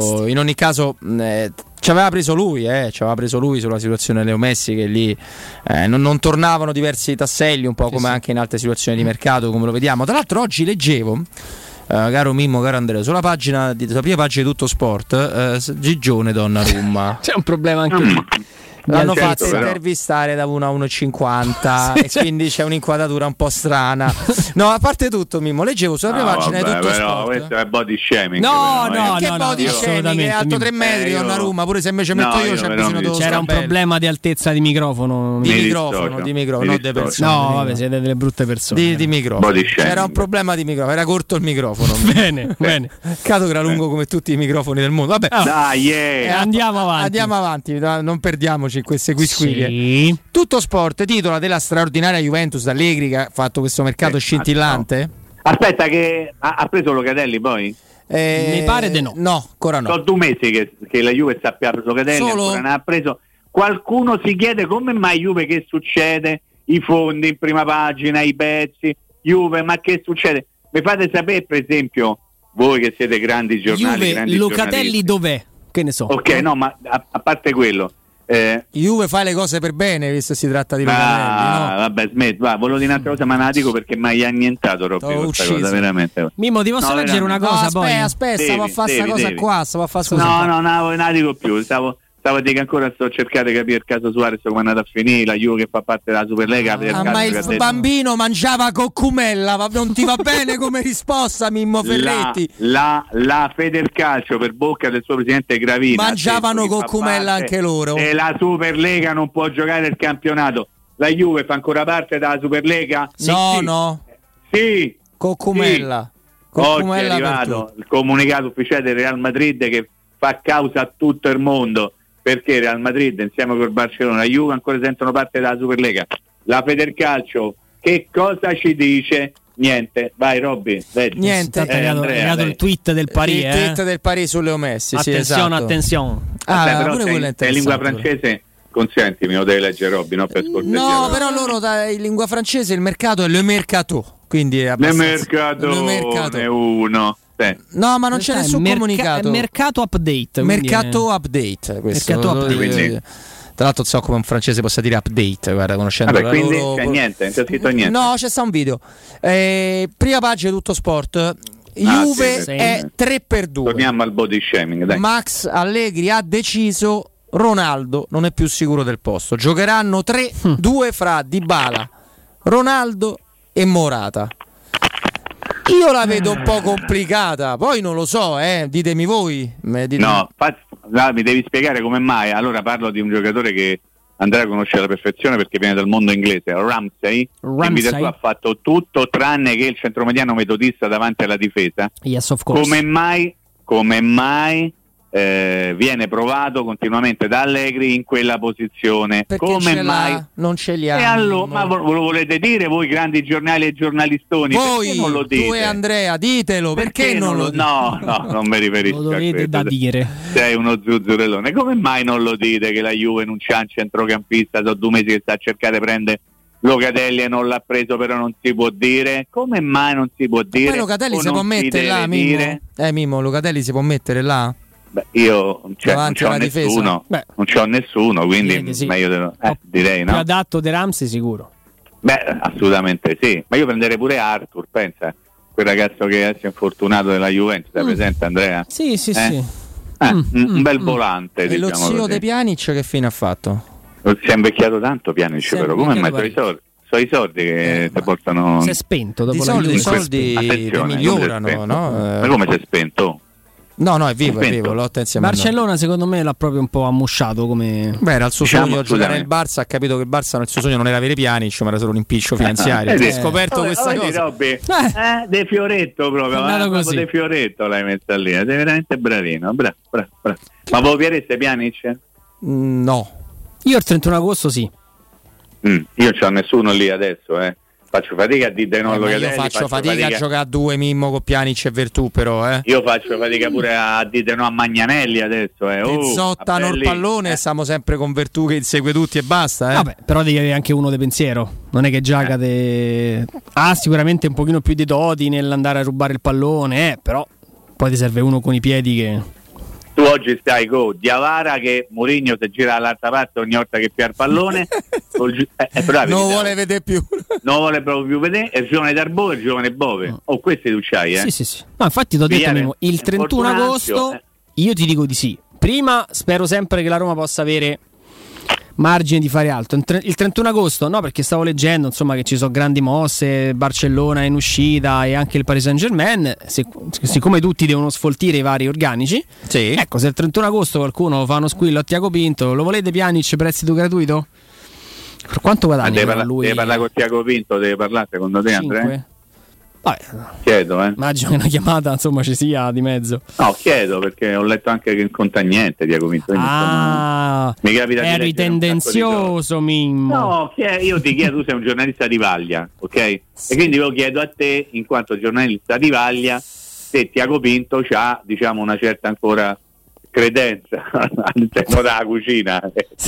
caso ci aveva preso lui sulla situazione Leo Messi, che lì non tornavano diversi tasselli, un po' come anche in altre situazioni di mercato, come lo vediamo. Tra l'altro oggi leggevo, caro Mimmo, caro Andrea, sulla prima pagina di Tutto Sport, Gigione Donnarumma. C'è un problema anche lì. L'hanno fatto intervistare da 1 a 1,50 e quindi c'è un'inquadratura un po' strana. No, a parte tutto, Mimmo, leggevo sulla prima pagina di Tutto Sport. Questo è body shaming. Che body shaming? È alto 3 metri Donnarumma, pure se invece metto io c'è bisogno di c'era un problema di altezza di microfono. Di microfono, non di persone. No, vabbè, siete delle brutte persone. Di microfono. C'era un problema di microfono, era corto il microfono. Bene. Peccato che era lungo come tutti i microfoni del mondo. Vabbè. Dai, andiamo avanti, non perdiamoci queste quisquiglie. Tutto Sport titola della straordinaria Juventus d'Allegri, che ha fatto questo mercato scintillante. Aspetta, che ha preso Locatelli poi? Mi pare di no. No, ancora no. Sono 2 mesi che la Juve sta più Locatelli, ancora ne ha preso. Qualcuno si chiede come mai Juve, che succede? I fondi in prima pagina, i pezzi, Juve, ma che succede? Mi fate sapere, per esempio, voi che siete grandi giornali, Juve, Locatelli dov'è? Che ne so. Ok, no, ma a parte quello, Juve fa le cose per bene, visto che si tratta di Locatelli, no? Vabbè, smetti, volevo dire un'altra cosa, ma la dico perché mi hai annientato Robby, questa cosa, veramente. Mimmo, ti posso leggere una cosa? Aspetta, stavo a fare questa cosa qua, non la dico più, stavo a dire che ancora sto cercando di capire il caso Suarez come è andato a finire, la Juve che fa parte della Superlega. Ma il bambino mangiava coccumella, non ti va bene come risposta, Mimmo Ferretti? La Federcalcio, per bocca del suo presidente Gravina, mangiavano coccumella anche loro. E la Superlega non può giocare il campionato. La Juve fa ancora parte della Superlega? No. Sì. Coccumella. Oggi è arrivato il comunicato ufficiale del Real Madrid che fa causa a tutto il mondo, perché Real Madrid insieme col Barcellona e la Juve ancora sentono parte della Superlega. La Federcalcio che cosa ci dice? Niente, vai Robby. Niente, è arrivato il tweet del Paris. Il tweet del Paris su Leo Messi. Attenzione. Però è lingua francese. Consentimi, lo devi leggere Robby, no? Per cortesia. No, però loro in lingua francese il mercato è le mercato. Quindi è abbastanza. Le mercato è uno. No, ma non c'è nessun comunicato. Mercato update. Mercato update. Mercato update. Tra l'altro so come un francese possa dire update, guarda, conoscendo la quindi loro... c'è niente, non c'è scritto niente. No, c'è sta un video. Prima pagina Tutto Sport. Juve è 3-2. Torniamo al body shaming, dai. Max Allegri ha deciso, Ronaldo non è più sicuro del posto. Giocheranno 3-2 fra Dybala, Ronaldo e Morata. Io la vedo un po' complicata, poi non lo so, ditemi voi. No, mi devi spiegare come mai. Allora parlo di un giocatore che Andrea conosce alla perfezione perché viene dal mondo inglese, Ramsey. Che ha fatto tutto tranne che il centromediano metodista davanti alla difesa. Yes, of course. Come mai viene provato continuamente da Allegri in quella posizione? Perché come mai non ce li ha? E allora, ma ve lo volete dire voi grandi giornali e giornalistoni? Voi, perché non lo dite? Tu e Andrea, ditelo, perché non lo dite? No, non mi riferisco lo dovete a da dire. Sei uno zuzzurellone. Come mai non lo dite che la Juve non c'ha un centrocampista, sono 2 mesi che sta a cercare di prendere Locatelli e non l'ha preso, però non si può dire? Come mai non si può dire? Poi Locatelli si può mettere là, Mimmo, Locatelli si può mettere là? Beh, io non c'ho nessuno, quindi sì. meglio direi, no? Più adatto De Ramsey sicuro. Beh, assolutamente sì, ma io prenderei pure Arthur, pensa, quel ragazzo che è infortunato della Juventus, è presente Andrea? Sì. Un bel volante. E lo zio De Pjanic che fine ha fatto? Si è invecchiato tanto Pjanic, però come mai sono i soldi che ti portano... Si è spento dopo i soldi che migliorano, no? Ma come si è spento? No, è vivo, lotta insieme. Barcellona secondo me l'ha proprio un po' ammusciato come... Beh, era il suo sogno giocare nel Barça, ha capito che il Barça il suo sogno non era avere Pjanic, ma era solo un impiccio finanziario. Hai scoperto questa cosa. De Fioretto proprio, De Fioretto l'hai messa lì, sei veramente bravino, bravo. Ma voi piereste Pjanic? No. Io il 31 agosto sì. Io c'ho nessuno lì adesso, Faccio fatica a dire no a io faccio fatica a giocare a 2 Mimmo con Pjanic e Vertù, però io faccio fatica pure a dire no a Magnanelli adesso, Pezzottano il pallone, stiamo sempre con Vertù che insegue tutti e basta, Vabbè, però devi avere anche uno di pensiero, non è che Giacate ha sicuramente un pochino più di doti nell'andare a rubare il pallone, però poi ti serve uno con i piedi che... Tu oggi stai con Diawara che Mourinho si gira dall'altra parte ogni volta che pia il pallone non vuole vedere più, non vuole proprio più vedere, è il giovane Darbo e il giovane Bove. Questi tu c'hai, Sì. No, infatti ti ho detto Mimo, il 31 agosto io ti dico di sì. Prima spero sempre che la Roma possa avere margine di fare altro. Il 31 agosto no, perché stavo leggendo insomma che ci sono grandi mosse, Barcellona in uscita e anche il Paris Saint-Germain, siccome tutti devono sfoltire i vari organici, ecco, se il 31 agosto qualcuno fa uno squillo a Tiago Pinto, lo volete Pjanic prestito gratuito? Per quanto guadagna lui? Deve parlare con Tiago Pinto, deve parlare secondo te, Andrea? Chiedo, immagino che una chiamata insomma ci sia di mezzo. No, chiedo perché ho letto anche che non conta niente Tiago Pinto. Mi capita eri tendenzioso, Mimmo. No, io ti chiedo, tu sei un giornalista di vaglia, ok? E quindi io chiedo a te, in quanto giornalista di vaglia, se Tiago Pinto ha, diciamo, una certa ancora credenza all'interno della cucina.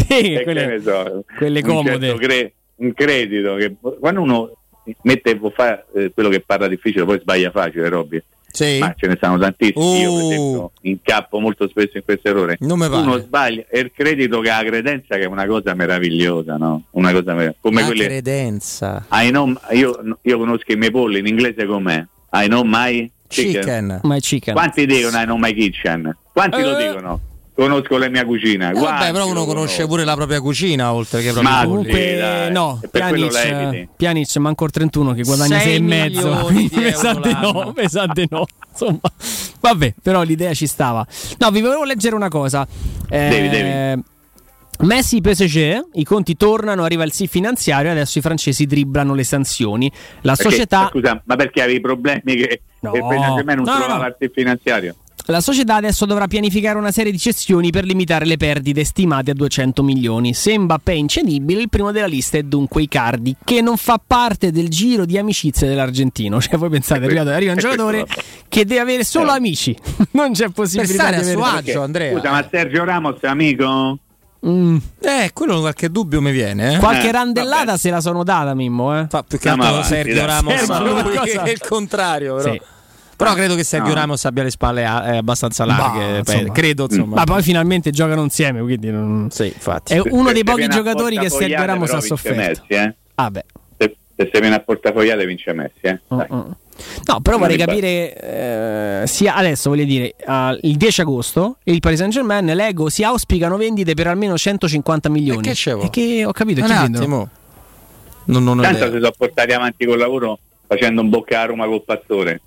Quelle comode. Un credito che quando uno può fare quello che parla difficile, poi sbaglia facile, Robby. Ma ce ne stanno tantissimi. Io per esempio incappo molto spesso in questo errore. Uno sbaglia e il credito che ha la credenza, che è una cosa meravigliosa, no? Una cosa meravigliosa. Come quelle credenza. Io conosco i miei polli in inglese com'è? I know my chicken. My chicken. Quanti dicono I know my kitchen? Quanti lo dicono? Conosco la mia cucina. Vabbè, però uno conosce pure la propria cucina oltre che proprio. Comunque no, Pjanic manco il 31 che guadagna 6,5. Mi sa di no. Insomma, vabbè, però l'idea ci stava. No, vi volevo leggere una cosa. Devi. Messi PSG, i conti tornano, arriva il sì finanziario, adesso i francesi dribblano le sanzioni. La società. Scusa, ma perché avevi problemi che il PSG non trovava il sì finanziario? La società adesso dovrà pianificare una serie di cessioni per limitare le perdite stimate a 200 milioni. Se Mbappé è incedibile, il primo della lista è dunque Icardi, che non fa parte del giro di amicizie dell'argentino. Cioè voi pensate, arriva un giocatore che deve avere solo amici, non c'è possibilità per stare di a suo agio, Andrea. Scusa, ma Sergio Ramos è amico? Quello qualche dubbio mi viene. Qualche randellata se la sono data, Mimmo. Più che altro Sergio Ramos, che il contrario, però. Sì. Però credo che Sergio Ramos abbia le spalle abbastanza larghe, credo, insomma. Ma poi finalmente giocano insieme, quindi sì, infatti. È uno dei pochi giocatori che Sergio Ramos ha sofferto. Messi, Se sei viene a portafogliate vince Messi, No, però vorrei capire sia adesso, voglio dire, il 10 agosto il Paris Saint-Germain, leggo, si auspicano vendite per almeno 150 milioni. E che ho capito, chi vendono? Tanto si sono portati avanti col lavoro facendo un bocca a Roma col Pastore,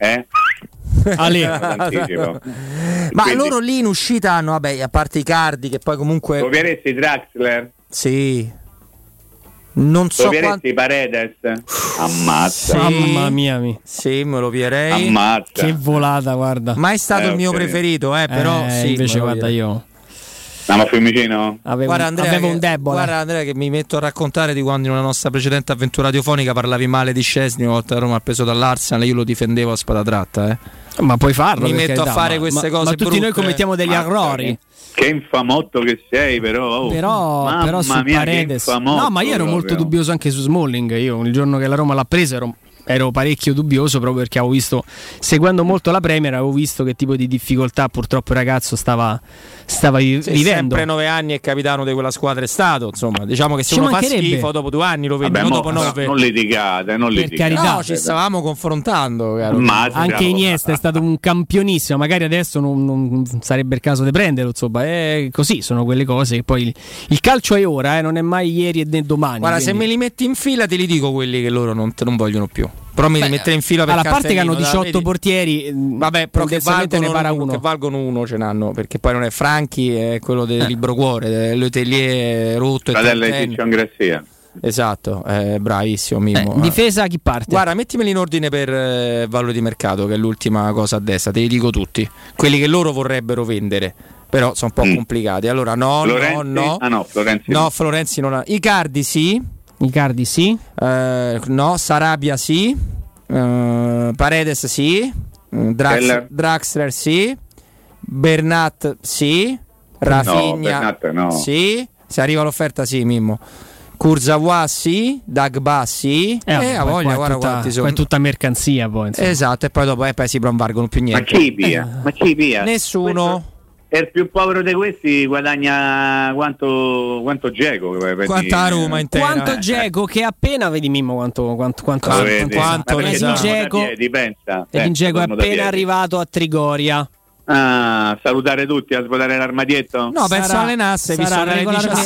Ma loro lì in uscita hanno, a parte i Cardi che poi comunque Copieresti Draxler? Sì. Non so quanti Paredes. Ammazza. Mamma mia. Sì, me lo pierei. Ammazza. Che volata, guarda. Ma è stato il mio preferito, però sì, invece guarda io. Ma Fiumicino? Guarda avevo un debole. Guarda Andrea che mi metto a raccontare di quando in una nostra precedente avventura radiofonica parlavi male di Szczesny una volta Roma ha preso dall'Arsenal, io lo difendevo a spada tratta, Ma puoi farlo. Mi metto a fare queste cose ma tutti brutte. noi commettiamo degli errori. Che infamotto che sei, però su Paredes. No, ma io ero molto dubbioso anche su Smalling. Io il giorno che la Roma l'ha preso ero parecchio dubbioso, proprio perché avevo visto, seguendo molto la Premier, avevo visto che tipo di difficoltà purtroppo il ragazzo stava vivendo. Sempre 9 anni e capitano di quella squadra è stato, insomma, diciamo che se uno fa schifo dopo 2 anni lo vedi, non dopo 9. Non litigate, carità. No, ci stavamo confrontando, caro. Anche Iniesta è stato un campionissimo, magari adesso non sarebbe il caso di prenderlo, insomma, è così, sono quelle cose che poi il calcio è ora, non è mai ieri né domani. Guarda, quindi, se me li metti in fila te li dico quelli che loro non vogliono più. Però mi mettere in fila per a parte che hanno 18 portieri, vabbè, però che valgono uno ce n'hanno, perché poi non è Franchi, è quello del Libro Cuore, dell'Hotelier rotto fratello di Ciccio Angressia. Esatto, bravissimo Mimmo. Difesa chi parte? Guarda, mettimeli in ordine per valore di mercato, che è l'ultima cosa a destra, te li dico tutti, quelli che loro vorrebbero vendere. Però sono un po' complicati. Allora Florenzi non ha. Icardi sì. No, Sarabia sì, Paredes sì, Draxler sì, Bernat sì, Rafinha sì, se arriva l'offerta sì, Mimmo. Kurzawa sì, Dagba sì, a voglia, guarda quanti sono. Poi è tutta mercanzia poi, insomma. Esatto, e poi dopo si non valgono più niente. Ma chi via? Nessuno. E il più povero di questi guadagna quanto Dzeko, quanta Roma intera. Quanto Dzeko che appena vedi Mimmo quanto Dzeko è appena arrivato a Trigoria. Salutare tutti, a svuotare l'armadietto. No, penso allenasse, visto che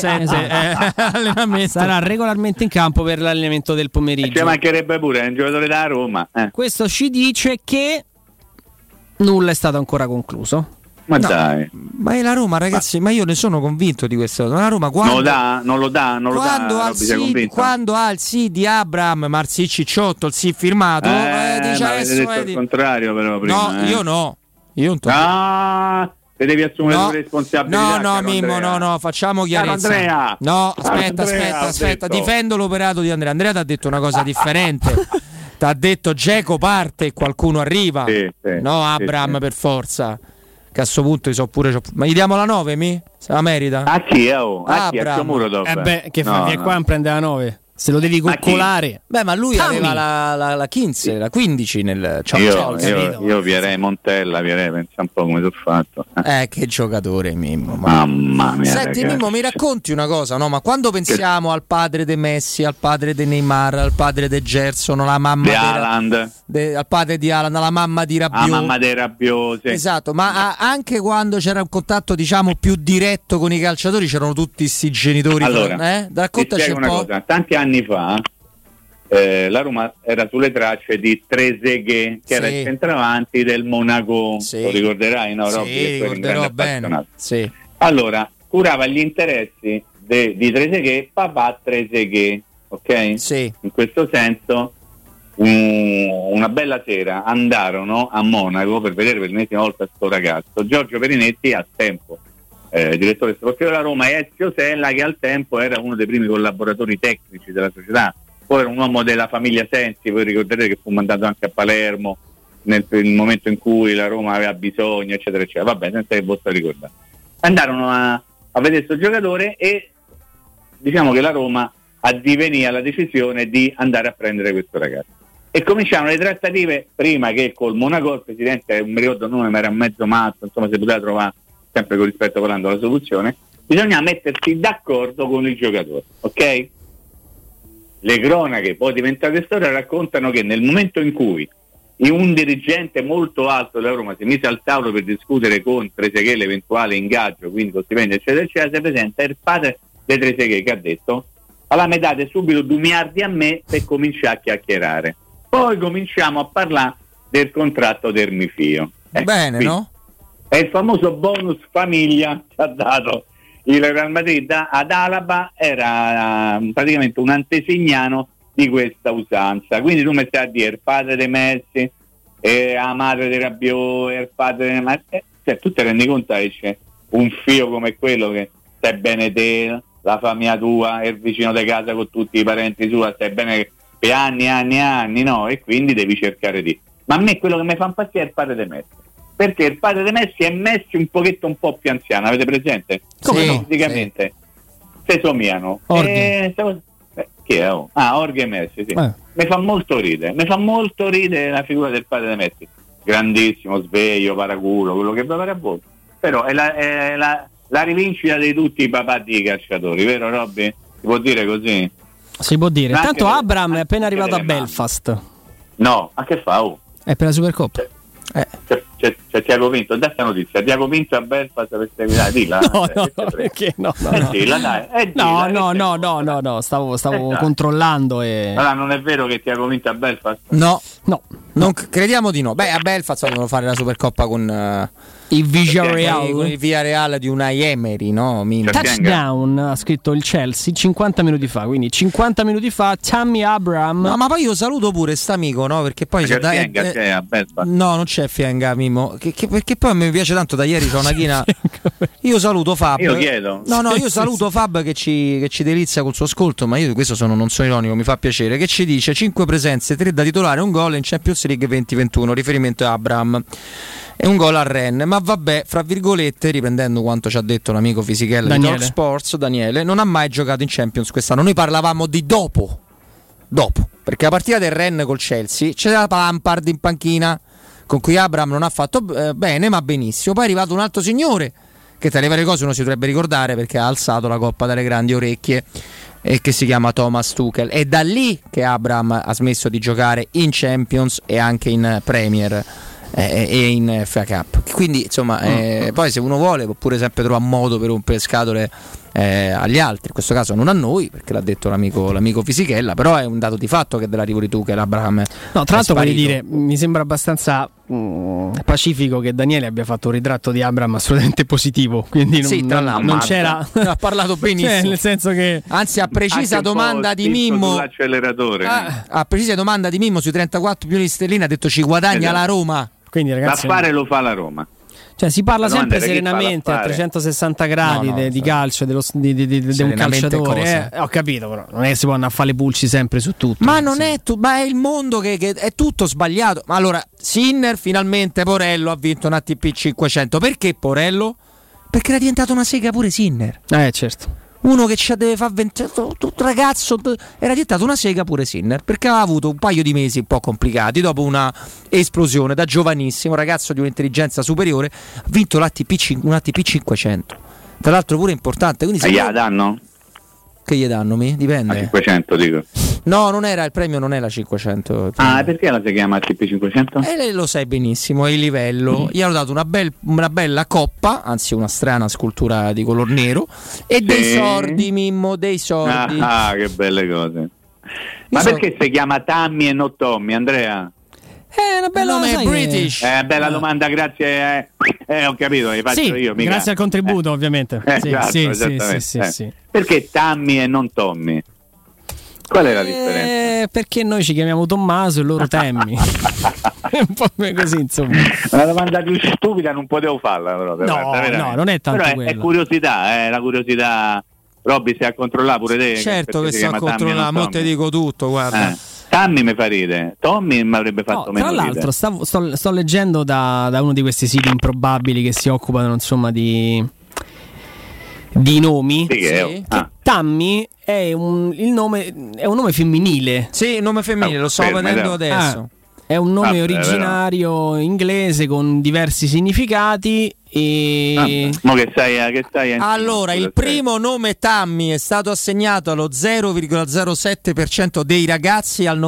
alle 17 sarà regolarmente in campo per l'allenamento del pomeriggio. Ci mancherebbe pure, è un giocatore da Roma. Questo ci dice che nulla è stato ancora concluso. Ma dai, ma è la Roma, ragazzi. Ma io ne sono convinto di questo. La Roma quando non lo dà. Quando ha il sì di Abraham, Marzi Cicciotto, il sì firmato, dice adesso detto il contrario, però prima. No, io no. Io te devi assumere le responsabilità. No, Mimmo, no, facciamo chiarezza. Andrea. No, aspetta, difendo l'operato di Andrea. Andrea ti ha detto una cosa differente. Ti ha detto Dzeko parte e qualcuno arriva. Sì, no, Abraham per forza. Che a sto punto ma gli diamo la 9, se la merita? A chi è? A muro dopo. Che fa? Qua non prende la 9. Se lo devi coccolare. Ma lui aveva la 15, la 15 nel io vierei Montella, pensa un po' come ti ho fatto. Che giocatore, Mimmo. Mamma mia. Senti, ragazzi. Mimmo, mi racconti una cosa, no? Ma quando pensiamo al padre di Messi, al padre di Neymar, al padre di Gerson, alla mamma di Haaland, al padre di Haaland, alla mamma di Rabiot. La mamma dei Rabiot, esatto, ma anche quando c'era un contatto, diciamo, più diretto con i calciatori, c'erano tutti questi genitori. Allora, raccontaci un po'. Cosa. Tanti anni fa la Roma era sulle tracce di Trezeguet, che era il centravanti del Monaco. Lo ricorderai, no? Sì, ricorderò bene. Sì. Allora, curava gli interessi di Trezeguet, papà Trezeguet, ok? Sì. In questo senso, una bella sera andarono a Monaco per vedere per l'ennesima volta questo ragazzo. Giorgio Perinetti, al tempo direttore sportivo della Roma, e Ezio Sella, che al tempo era uno dei primi collaboratori tecnici della società. Poi era un uomo della famiglia Sensi, voi ricorderete che fu mandato anche a Palermo nel momento in cui la Roma aveva bisogno, eccetera eccetera. Vabbè, senza che vostra ricordare. Andarono a vedere questo giocatore e diciamo che la Roma addivenì alla decisione di andare a prendere questo ragazzo. e cominciarono le trattative prima che col Monaco il presidente, non mi ricordo il nome, ma era mezzo matto, insomma si poteva trovare, sempre con rispetto parlando, la soluzione. Bisognava mettersi d'accordo con il giocatore, ok? Le cronache poi diventate storia raccontano che nel momento in cui un dirigente molto alto della Roma si mise al tavolo per discutere con Trezeguet l'eventuale ingaggio, quindi con stipendio eccetera eccetera, si presenta il padre di Trezeguet che ha detto: allora mi date subito 2 miliardi a me per cominciare a chiacchierare, poi cominciamo a parlare del contratto del mio figlio. Bene, quindi, no? È il famoso bonus famiglia che ha dato il Real Madrid ad Alaba, era praticamente un antesignano di questa usanza. Quindi tu mi stai a dire il padre dei Messi e la madre di Rabiot e il padre dei Messi, cioè tu ti rendi conto che c'è un figlio come quello che stai bene te, la famiglia tua e il vicino di casa con tutti i parenti sua, stai bene per anni, no? E quindi devi cercare di... Ma a me quello che mi fa impazzire è il padre dei Messi, perché il padre dei Messi è Messi un pochetto un po' più anziano, avete presente? Come sì, fisicamente se somigliano. Chi è? Orge Messi, sì. Mi fa molto ridere la figura del padre dei Messi, grandissimo, sveglio, paraculo, quello che va a voi, però è la rivincita di tutti i papà di calciatori, vero Robby? Si può dire così? Si può dire. Intanto Abraham è appena arrivato a Belfast. No, a che fa? È per la Supercoppa. C'è Tiago Pinto, dai questa notizia. Tiago Pinto a Belfast per seguire, dilla. Perché no. Dilla, dai. No, stavo controllando e... Allora non è vero che Tiago Pinto a Belfast? No. Non crediamo di no. Beh, a Belfast devono fare la Supercoppa con il Villarreal, con il Villarreal di Unai Emery, no? Touchdown ha scritto il Chelsea 50 minuti fa, quindi 50 minuti fa Tammy Abraham. No, ma poi io saluto pure st'amico, no? Perché poi c'è a Belfast. No, non c'è Fienga, Mimo. Perché poi mi piace tanto, da ieri c'ho una china. Io saluto Fab. Io chiedo. No, io saluto Fab che ci delizia col suo ascolto, ma io di questo non sono ironico, mi fa piacere, che ci dice 5 presenze, 3 da titolare, un gol in Champions League 2021, riferimento a Abraham. E un gol a Rennes, ma vabbè, fra virgolette, riprendendo quanto ci ha detto l'amico Fisichella di Talk Sports, Daniele, non ha mai giocato in Champions quest'anno. Noi parlavamo di dopo, perché la partita del Rennes col Chelsea c'era Lampard in panchina, con cui Abraham non ha fatto bene, ma benissimo. Poi è arrivato un altro signore che tra le varie cose uno si dovrebbe ricordare perché ha alzato la coppa dalle grandi orecchie, e che si chiama Thomas Tuchel. È da lì che Abraham ha smesso di giocare in Champions e anche in Premier e in FA Cup. Quindi insomma poi se uno vuole può pure sempre trovare modo per rompere scatole agli altri, in questo caso non a noi, perché l'ha detto l'amico Fisichella, però è un dato di fatto che dell'arrivo di Tuchel Abraham no, tra l'altro voglio dire, mi sembra abbastanza pacifico che Daniele abbia fatto un ritratto di Abraham assolutamente positivo, quindi non c'era ha parlato benissimo, cioè, nel senso che anzi a precisa domanda di Mimmo a precisa domanda di Mimmo sui 34 milioni di sterline ha detto ci guadagna la Roma. Quindi ragazzi, da fare lo fa la Roma. Cioè si parla sempre serenamente a 360 gradi di calcio, di un calciatore. Ho capito, però non è che si può andare a fare le pulci sempre su tutto. Ma non è ma è il mondo che è tutto sbagliato. Ma allora, Sinner finalmente Porello ha vinto un ATP 500. Perché Porello? Perché era diventato una sega pure Sinner. Certo. Uno che ci deve far tutto ragazzo, era diventato una sega pure Sinner, perché aveva avuto un paio di mesi un po' complicati dopo una esplosione da giovanissimo ragazzo di un'intelligenza superiore, ha vinto un ATP 500, tra l'altro pure importante. Quindi gli danno? Che gli danno? Dipende. A 500 dico. No, non era il premio, non è la 500. Perché la si chiama ATP 500? Lei lo sai benissimo, è il livello. Gli hanno dato una bella coppa, anzi una strana scultura di color nero, e dei sordi, Mimmo, dei sordi. Che belle cose. Ma perché si chiama Tammy e non Tommy, Andrea? È una bella nome British. Bella domanda, grazie. Ho capito, li faccio io. Mica. Grazie al contributo, ovviamente. Sì. Perché Tammy e non Tommy? Qual è la differenza? Perché noi ci chiamiamo Tommaso e loro Tammy. È un po' così, insomma. Una domanda più stupida non potevo farla, però. No, non è tanto però è curiosità, la curiosità. Robby, stai a controllare pure te? Certo che sto a controllare, mo te dico tutto, guarda. Tammy mi fa ridere, Tommy mi avrebbe fatto meno ridere. Tra l'altro sto leggendo da uno di questi siti improbabili che si occupano insomma di nomi. Tammy è un nome femminile. Sì, nome femminile, lo sto vedendo adesso. È un nome originario inglese con diversi significati. Mo che stai allora, il primo nome Tammy è stato assegnato allo 0,07% dei ragazzi e al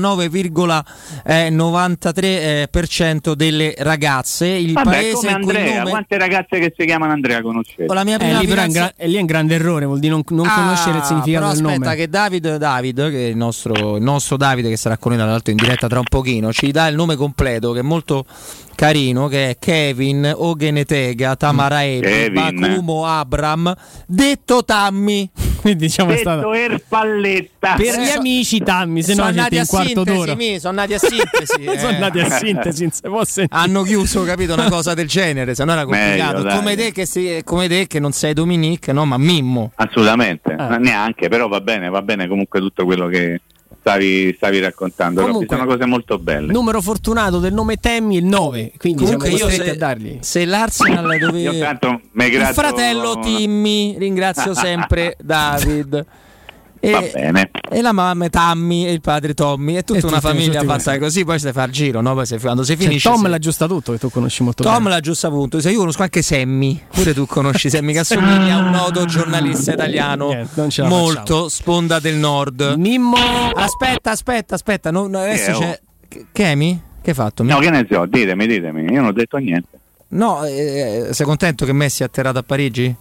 99,93% delle ragazze. Il paese come Andrea, nome... quante ragazze che si chiamano Andrea conoscete? La mia prima lì è un grande errore, vuol dire non conoscere il significato del nome. Aspetta che David, che è il nostro Davide, che sarà con noi dall'altro in diretta tra un pochino, ci dà il nome completo, che è molto carino, che è Kevin Ogenetega Tamaraebi Bakumo Abram, detto Tammy. Quindi diciamo detto Erpalletta. Per gli amici Tammy, se no andati in quarto d'ora. Sono nati a sintesi. Sono andati a sintesi, non si può sentire. Hanno chiuso, capito, una cosa del genere, se no era complicato. Meglio, come te che non sei Dominique, no, ma Mimmo. Assolutamente, neanche, però va bene comunque tutto quello che stavi raccontando. Comunque, sono cose molto belle. Numero fortunato del nome Tammy il 9, quindi comunque siamo costretti a dargli. Se l'Arsenal doveva il fratello Timmy, ringrazio sempre David. Va bene. E la mamma è Tammy e il padre Tommy, è tutta una famiglia fatta così, poi si fa il giro, no? Poi quando si finisce. Tom l'aggiusta tutto, che tu conosci molto bene. Tom l'aggiusta tutto. Io conosco anche Sammy, pure tu conosci Sammy, che assomiglia a un noto giornalista italiano molto sponda del nord. Mimmo. Aspetta, adesso c'è Kemi? Che hai fatto? No, che ne so, ditemi, io non ho detto niente. No, sei contento che Messi è atterrato a Parigi?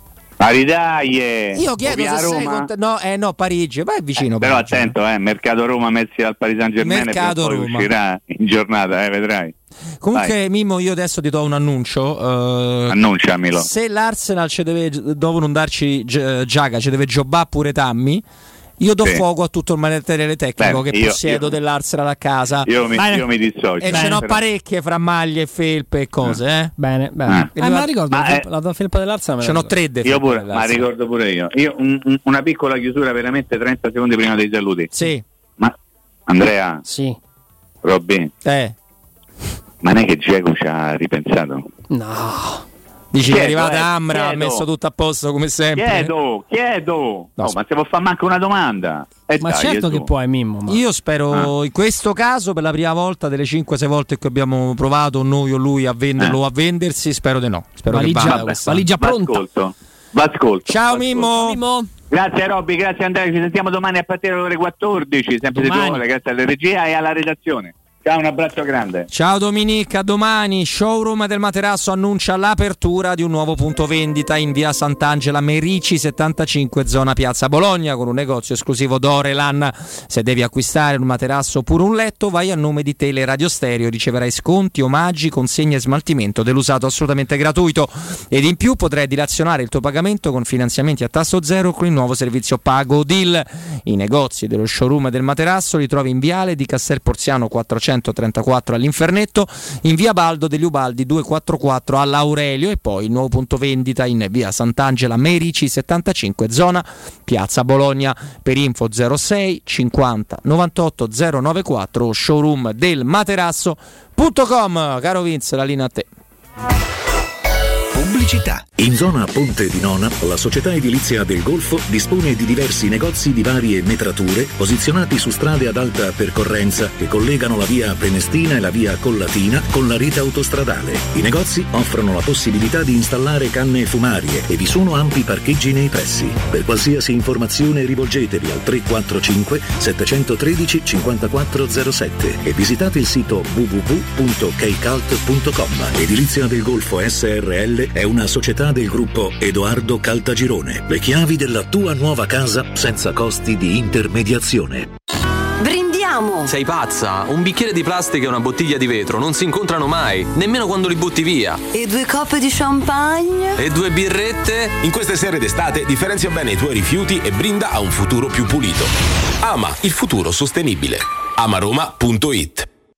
Io chiedo se sei contento. No, Parigi, vai vicino. Però Parigi. Attento, Mercato Roma Messi al Paris Saint-Germain, Mercato poi Roma uscirà in giornata, vedrai. Comunque, Vai. Mimmo, io adesso ti do un annuncio. Annunciamelo. Se l'Arsenal dopo non darci Giaga, ci deve giocare pure Tammy. Io do fuoco a tutto il materiale tecnico che possiedo dell'Arsenal a casa. Io mi dissocio. E ce n'ho parecchie fra maglie, felpe e cose. Bene. Me la ricordo, la felpa dell'Arsenal. Ce n'ho 3 io pure, ma ricordo pure io. Una piccola chiusura, veramente 30 secondi prima dei saluti. Sì. Ma Andrea? Sì. Robby? Ma non è che Dzeko ci ha ripensato? No. Dici che è arrivata Ambra, ha messo tutto a posto come sempre. Chiedo. No, ma se può fare manco una domanda. Ma certo che puoi, Mimmo. Ma... Io spero in questo caso, per la prima volta delle 5-6 volte che abbiamo provato noi o lui a venderlo o a vendersi, spero di no. Spero valigia pronta. L'ascolto. Ciao Mimmo. Grazie Robby, grazie Andrea, ci sentiamo domani a partire dalle ore 14, sempre se vuole, grazie alla regia e alla redazione. Ciao, un abbraccio grande. Ciao Dominica, a domani. Showroom del Materasso annuncia l'apertura di un nuovo punto vendita in via Sant'Angela Merici 75, zona Piazza Bologna, con un negozio esclusivo Dorelan. Se devi acquistare un materasso oppure un letto, vai a nome di Teleradio Stereo, riceverai sconti, omaggi, consegne e smaltimento dell'usato assolutamente gratuito, ed in più potrai dilazionare il tuo pagamento con finanziamenti a tasso zero con il nuovo servizio Pago Deal. I negozi dello showroom del Materasso li trovi in viale di Castel Porziano 434 all'Infernetto, in via Baldo degli Ubaldi 244 all'Aurelio, e poi il nuovo punto vendita in via Sant'Angela Merici 75, zona Piazza Bologna. Per info 06 50 98 094 showroom del materasso.com. Caro Vince, la linea a te. Pubblicità. In zona Ponte di Nona, la società edilizia del Golfo dispone di diversi negozi di varie metrature posizionati su strade ad alta percorrenza che collegano la via Prenestina e la via Collatina con la rete autostradale. I negozi offrono la possibilità di installare canne fumarie e vi sono ampi parcheggi nei pressi. Per qualsiasi informazione rivolgetevi al 345 713 5407 e visitate il sito www.keicalt.com. Edilizia del Golfo SRL è una società del gruppo Edoardo Caltagirone. Le chiavi della tua nuova casa senza costi di intermediazione. Brindiamo! Sei pazza? Un bicchiere di plastica e una bottiglia di vetro non si incontrano mai, nemmeno quando li butti via. E 2 coppe di champagne? E 2 birrette? In queste sere d'estate differenzia bene i tuoi rifiuti e brinda a un futuro più pulito. Ama il futuro sostenibile. Amaroma.it.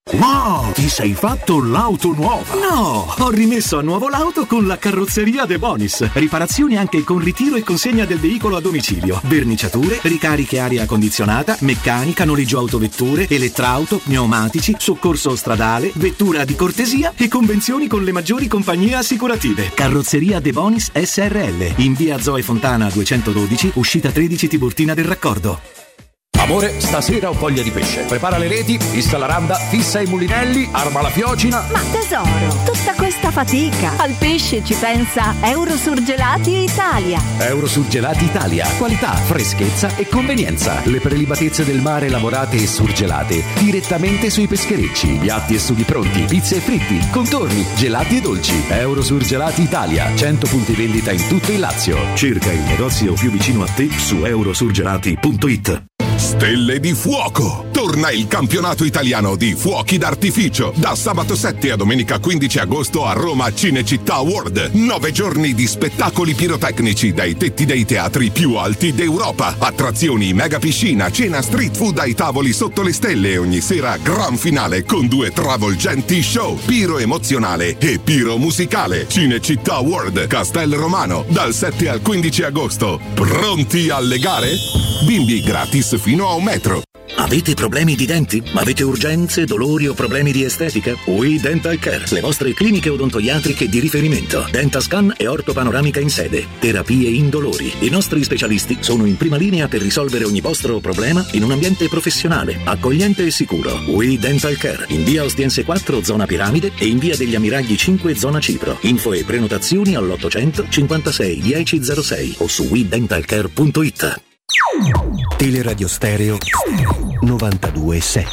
Ma ti sei fatto l'auto nuova? No, ho rimesso a nuovo l'auto con la carrozzeria De Bonis. Riparazioni anche con ritiro e consegna del veicolo a domicilio. Verniciature, ricariche aria condizionata, meccanica, noleggio autovetture, elettrauto, pneumatici, soccorso stradale, vettura di cortesia e convenzioni con le maggiori compagnie assicurative. Carrozzeria De Bonis SRL. In via Zoe Fontana 212, uscita 13 Tiburtina del Raccordo. Amore, stasera ho voglia di pesce. Prepara le reti, fissa la randa, fissa i mulinelli, arma la fiocina. Ma tesoro, tutta questa fatica. Al pesce ci pensa Eurosurgelati Italia. Eurosurgelati Italia. Qualità, freschezza e convenienza. Le prelibatezze del mare lavorate e surgelate direttamente sui pescherecci. Piatti e sughi pronti, pizze e fritti, contorni, gelati e dolci. Eurosurgelati Italia. 100 punti vendita in tutto il Lazio. Cerca il negozio più vicino a te su eurosurgelati.it. Stelle di Fuoco! Torna il campionato italiano di fuochi d'artificio da sabato 7 a domenica 15 agosto a Roma Cinecittà World. 9 giorni di spettacoli pirotecnici dai tetti dei teatri più alti d'Europa. Attrazioni, mega piscina, cena street food ai tavoli sotto le stelle e ogni sera gran finale con 2 travolgenti show. Piro emozionale e piro musicale. Cinecittà World, Castel Romano, dal 7 al 15 agosto. Pronti alle gare? Bimbi gratis fino a 1 metro. Avete problemi di denti? Avete urgenze, dolori o problemi di estetica? We Dental Care, le vostre cliniche odontoiatriche di riferimento. Dentascan e ortopanoramica in sede. Terapie indolori. I nostri specialisti sono in prima linea per risolvere ogni vostro problema in un ambiente professionale, accogliente e sicuro. We Dental Care, in via Ostiense 4, zona Piramide, e in via degli Ammiragli 5, zona Cipro. Info e prenotazioni all'800 56 1006 o su wedentalcare.it. Teleradio Stereo 92.7.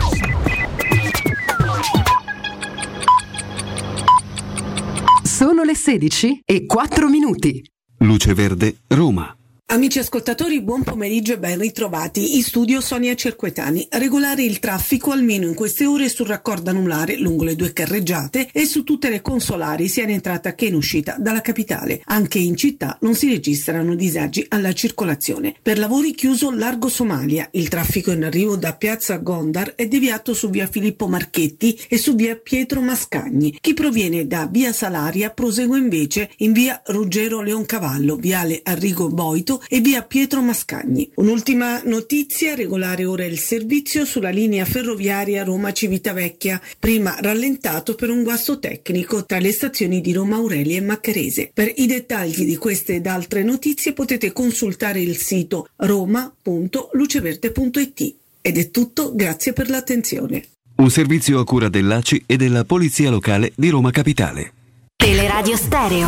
Sono le 16:04. Luce Verde, Roma. Amici ascoltatori, buon pomeriggio e ben ritrovati. In studio Sonia Cerquetani. Regolare il traffico almeno in queste ore sul raccordo anulare lungo le 2 carreggiate e su tutte le consolari sia in entrata che in uscita dalla capitale. Anche in città non si registrano disagi alla circolazione. Per lavori chiuso largo Somalia. Il traffico in arrivo da piazza Gondar è deviato su via Filippo Marchetti e su via Pietro Mascagni. Chi proviene da via Salaria prosegue invece in via Ruggero Leoncavallo, viale Arrigo Boito e via Pietro Mascagni. Un'ultima notizia: regolare ora il servizio sulla linea ferroviaria Roma-Civitavecchia, prima rallentato per un guasto tecnico tra le stazioni di Roma Aurelia e Maccarese. Per i dettagli di queste ed altre notizie potete consultare il sito roma.luceverde.it. Ed è tutto, grazie per l'attenzione. Un servizio a cura dell'ACI e della Polizia Locale di Roma Capitale. Teleradio Stereo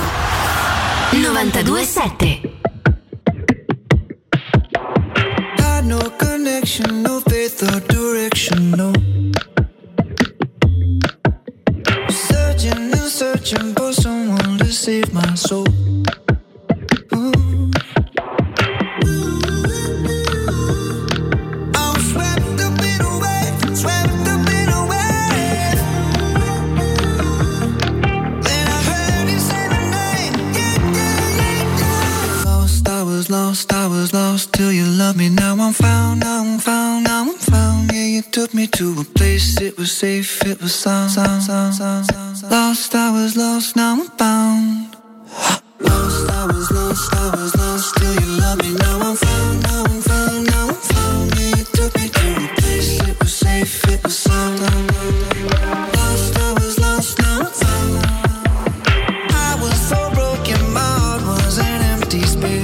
92.7. No connection, no faith or direction, no. Searching and searching for someone to save my soul. I'm swept up in a wave, swept up in a wave. Then I heard you say my name, yeah, yeah, yeah, yeah. Lost, I was lost till you love me. Now I'm found, now I'm found, now I'm found. Yeah, you took me to a place, it was safe, it was sound. Lost, I was lost, now I'm found. Lost, I was lost till you love me. Now I'm found, now I'm found, now I'm found. Yeah, you took me to a place, it was safe, it was sound. Lost, I was lost, now I'm found. I was so broken, my heart was an empty space.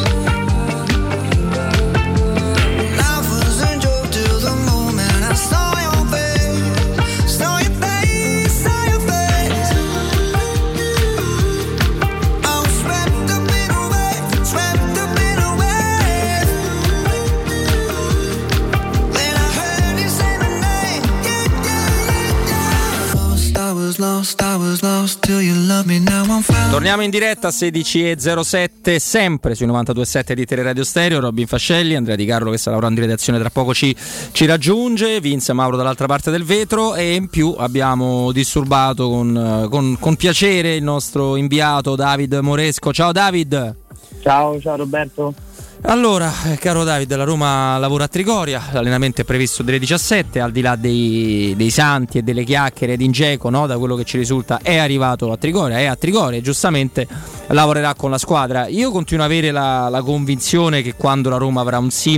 Torniamo in diretta a 16:07, sempre sui 92.7 di Teleradio Stereo. Robin Fascelli, Andrea Di Carlo che sta lavorando in redazione, tra poco ci raggiunge, Vince Mauro dall'altra parte del vetro, e in più abbiamo disturbato con piacere il nostro inviato David Moresco. Ciao David. Ciao Roberto. Allora, caro Davide, la Roma lavora a Trigoria, l'allenamento è previsto delle 17, al di là dei santi e delle chiacchiere di Dzeko, no? Da quello che ci risulta è arrivato a Trigoria, e giustamente lavorerà con la squadra. Io continuo ad avere la convinzione che quando la Roma avrà un sì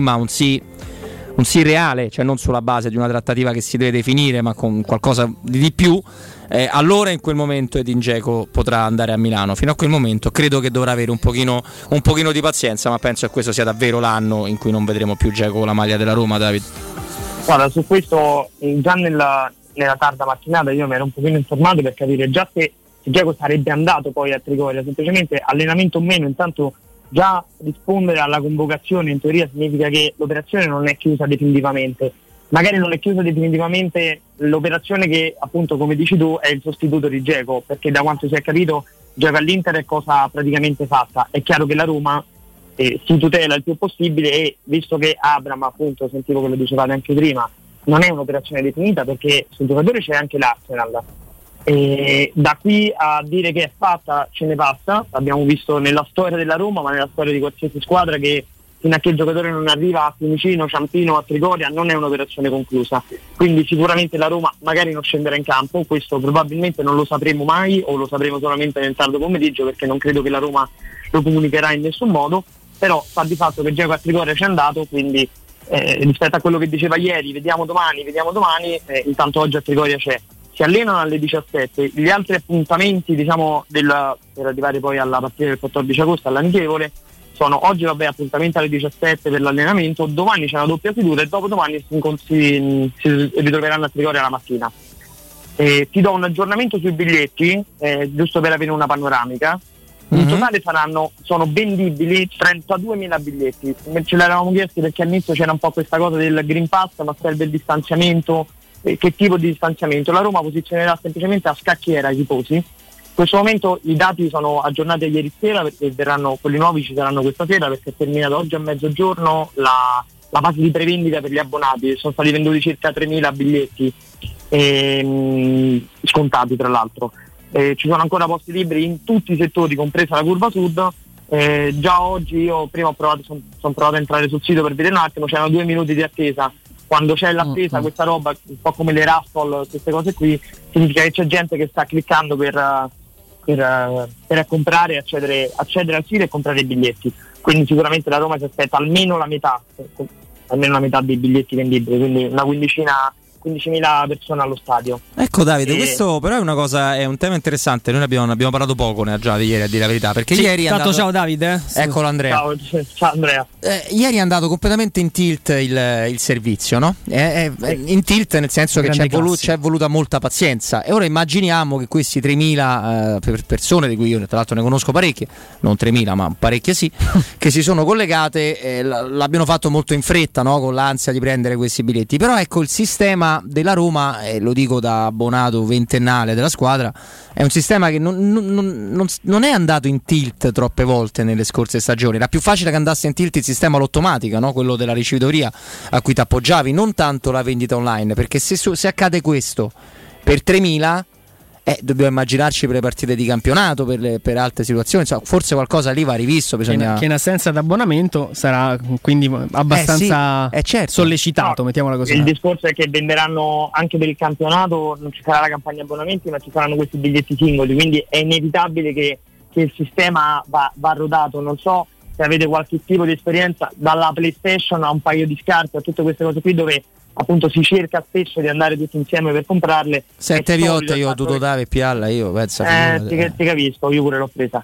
reale, cioè non sulla base di una trattativa che si deve definire, ma con qualcosa di più, allora in quel momento Edin Dzeko potrà andare a Milano. Fino a quel momento credo che dovrà avere un pochino di pazienza, ma penso che questo sia davvero l'anno in cui non vedremo più Dzeko con la maglia della Roma, David. Guarda, su questo già nella tarda mattinata io mi ero un pochino informato per capire già se Dzeko sarebbe andato poi a Trigoria, semplicemente allenamento o meno, intanto già rispondere alla convocazione in teoria significa che l'operazione non è chiusa definitivamente. Magari non è chiusa definitivamente l'operazione che, appunto, come dici tu, è il sostituto di Dzeko, perché da quanto si è capito Dzeko all'Inter è cosa praticamente fatta. È chiaro che la Roma si tutela il più possibile, e visto che Abraham, appunto, sentivo che lo dicevate anche prima, non è un'operazione definita, perché sul giocatore c'è anche l'Arsenal. E da qui a dire che è fatta ce ne passa. Abbiamo visto nella storia della Roma, ma nella storia di qualsiasi squadra, che fino a che il giocatore non arriva a Fiumicino, Ciampino, a Trigoria non è un'operazione conclusa. Quindi sicuramente la Roma magari non scenderà in campo, questo probabilmente non lo sapremo mai, o lo sapremo solamente nel tardo pomeriggio, perché non credo che la Roma lo comunicherà in nessun modo. Però sta di fatto che Dzeko a Trigoria c'è andato, quindi rispetto a quello che diceva ieri, vediamo domani, intanto oggi a Trigoria c'è. Si allenano alle 17, gli altri appuntamenti, diciamo, per arrivare poi alla partita del 14 agosto all'amichevole, sono oggi appuntamento alle 17 per l'allenamento, domani c'è una doppia seduta e dopodomani si ritroveranno a Trigoria la mattina. Ti do un aggiornamento sui biglietti, giusto per avere una panoramica. In totale sono vendibili 32.000 biglietti. Ce l'eravamo chiesti perché all'inizio c'era un po' questa cosa del Green Pass, ma serve il distanziamento. Che tipo di distanziamento? La Roma posizionerà semplicemente a scacchiera i tifosi. In questo momento i dati sono aggiornati a ieri sera, perché quelli nuovi ci saranno questa sera, perché è terminato oggi a mezzogiorno la fase di prevendita per gli abbonati. Sono stati venduti circa 3.000 biglietti scontati, tra l'altro. Ci sono ancora posti liberi in tutti i settori, compresa la curva sud. Già oggi io prima sono provato a entrare sul sito per vedere un attimo, c'erano 2 minuti di attesa. Quando c'è l'attesa, questa roba, un po' come le raffle, queste cose qui, significa che c'è gente che sta cliccando per comprare e accedere al sito e comprare i biglietti. Quindi sicuramente la Roma si aspetta almeno la metà dei biglietti vendibili, quindi una 15.000 persone allo stadio. Ecco Davide, questo però è un tema interessante. Noi ne abbiamo parlato poco già di ieri, a dire la verità, perché ieri è andato... Ciao Davide. Eccolo Andrea. Ciao Andrea. Ieri è andato completamente in tilt il servizio, no? In tilt nel senso che c'è voluta molta pazienza, e ora immaginiamo che questi 3.000 persone, di cui io tra l'altro ne conosco parecchie, non 3.000 ma parecchie sì, che si sono collegate, l'abbiano fatto molto in fretta, no? Con l'ansia di prendere questi biglietti. Però ecco, il sistema della Roma, lo dico da abbonato ventennale della squadra, è un sistema che non è andato in tilt troppe volte nelle scorse stagioni. Era più facile che andasse in tilt il sistema all'automatica, no? Quello della ricevitoria a cui ti appoggiavi, non tanto la vendita online, perché se accade questo per 3.000, dobbiamo immaginarci per le partite di campionato, per altre situazioni, insomma, forse qualcosa lì va rivisto. Che in assenza d'abbonamento sarà quindi abbastanza certo. Sollecitato, mettiamola così. Il discorso è che venderanno anche per il campionato, non ci sarà la campagna abbonamenti, ma ci saranno questi biglietti singoli, quindi è inevitabile che il sistema va rodato. Non so se avete qualche tipo di esperienza, dalla PlayStation a un paio di scarpe, a tutte queste cose qui, dove appunto si cerca spesso di andare tutti insieme per comprarle. 7 piotte io ho dovuto dare Pialla, io penso ti capisco, io pure l'ho presa.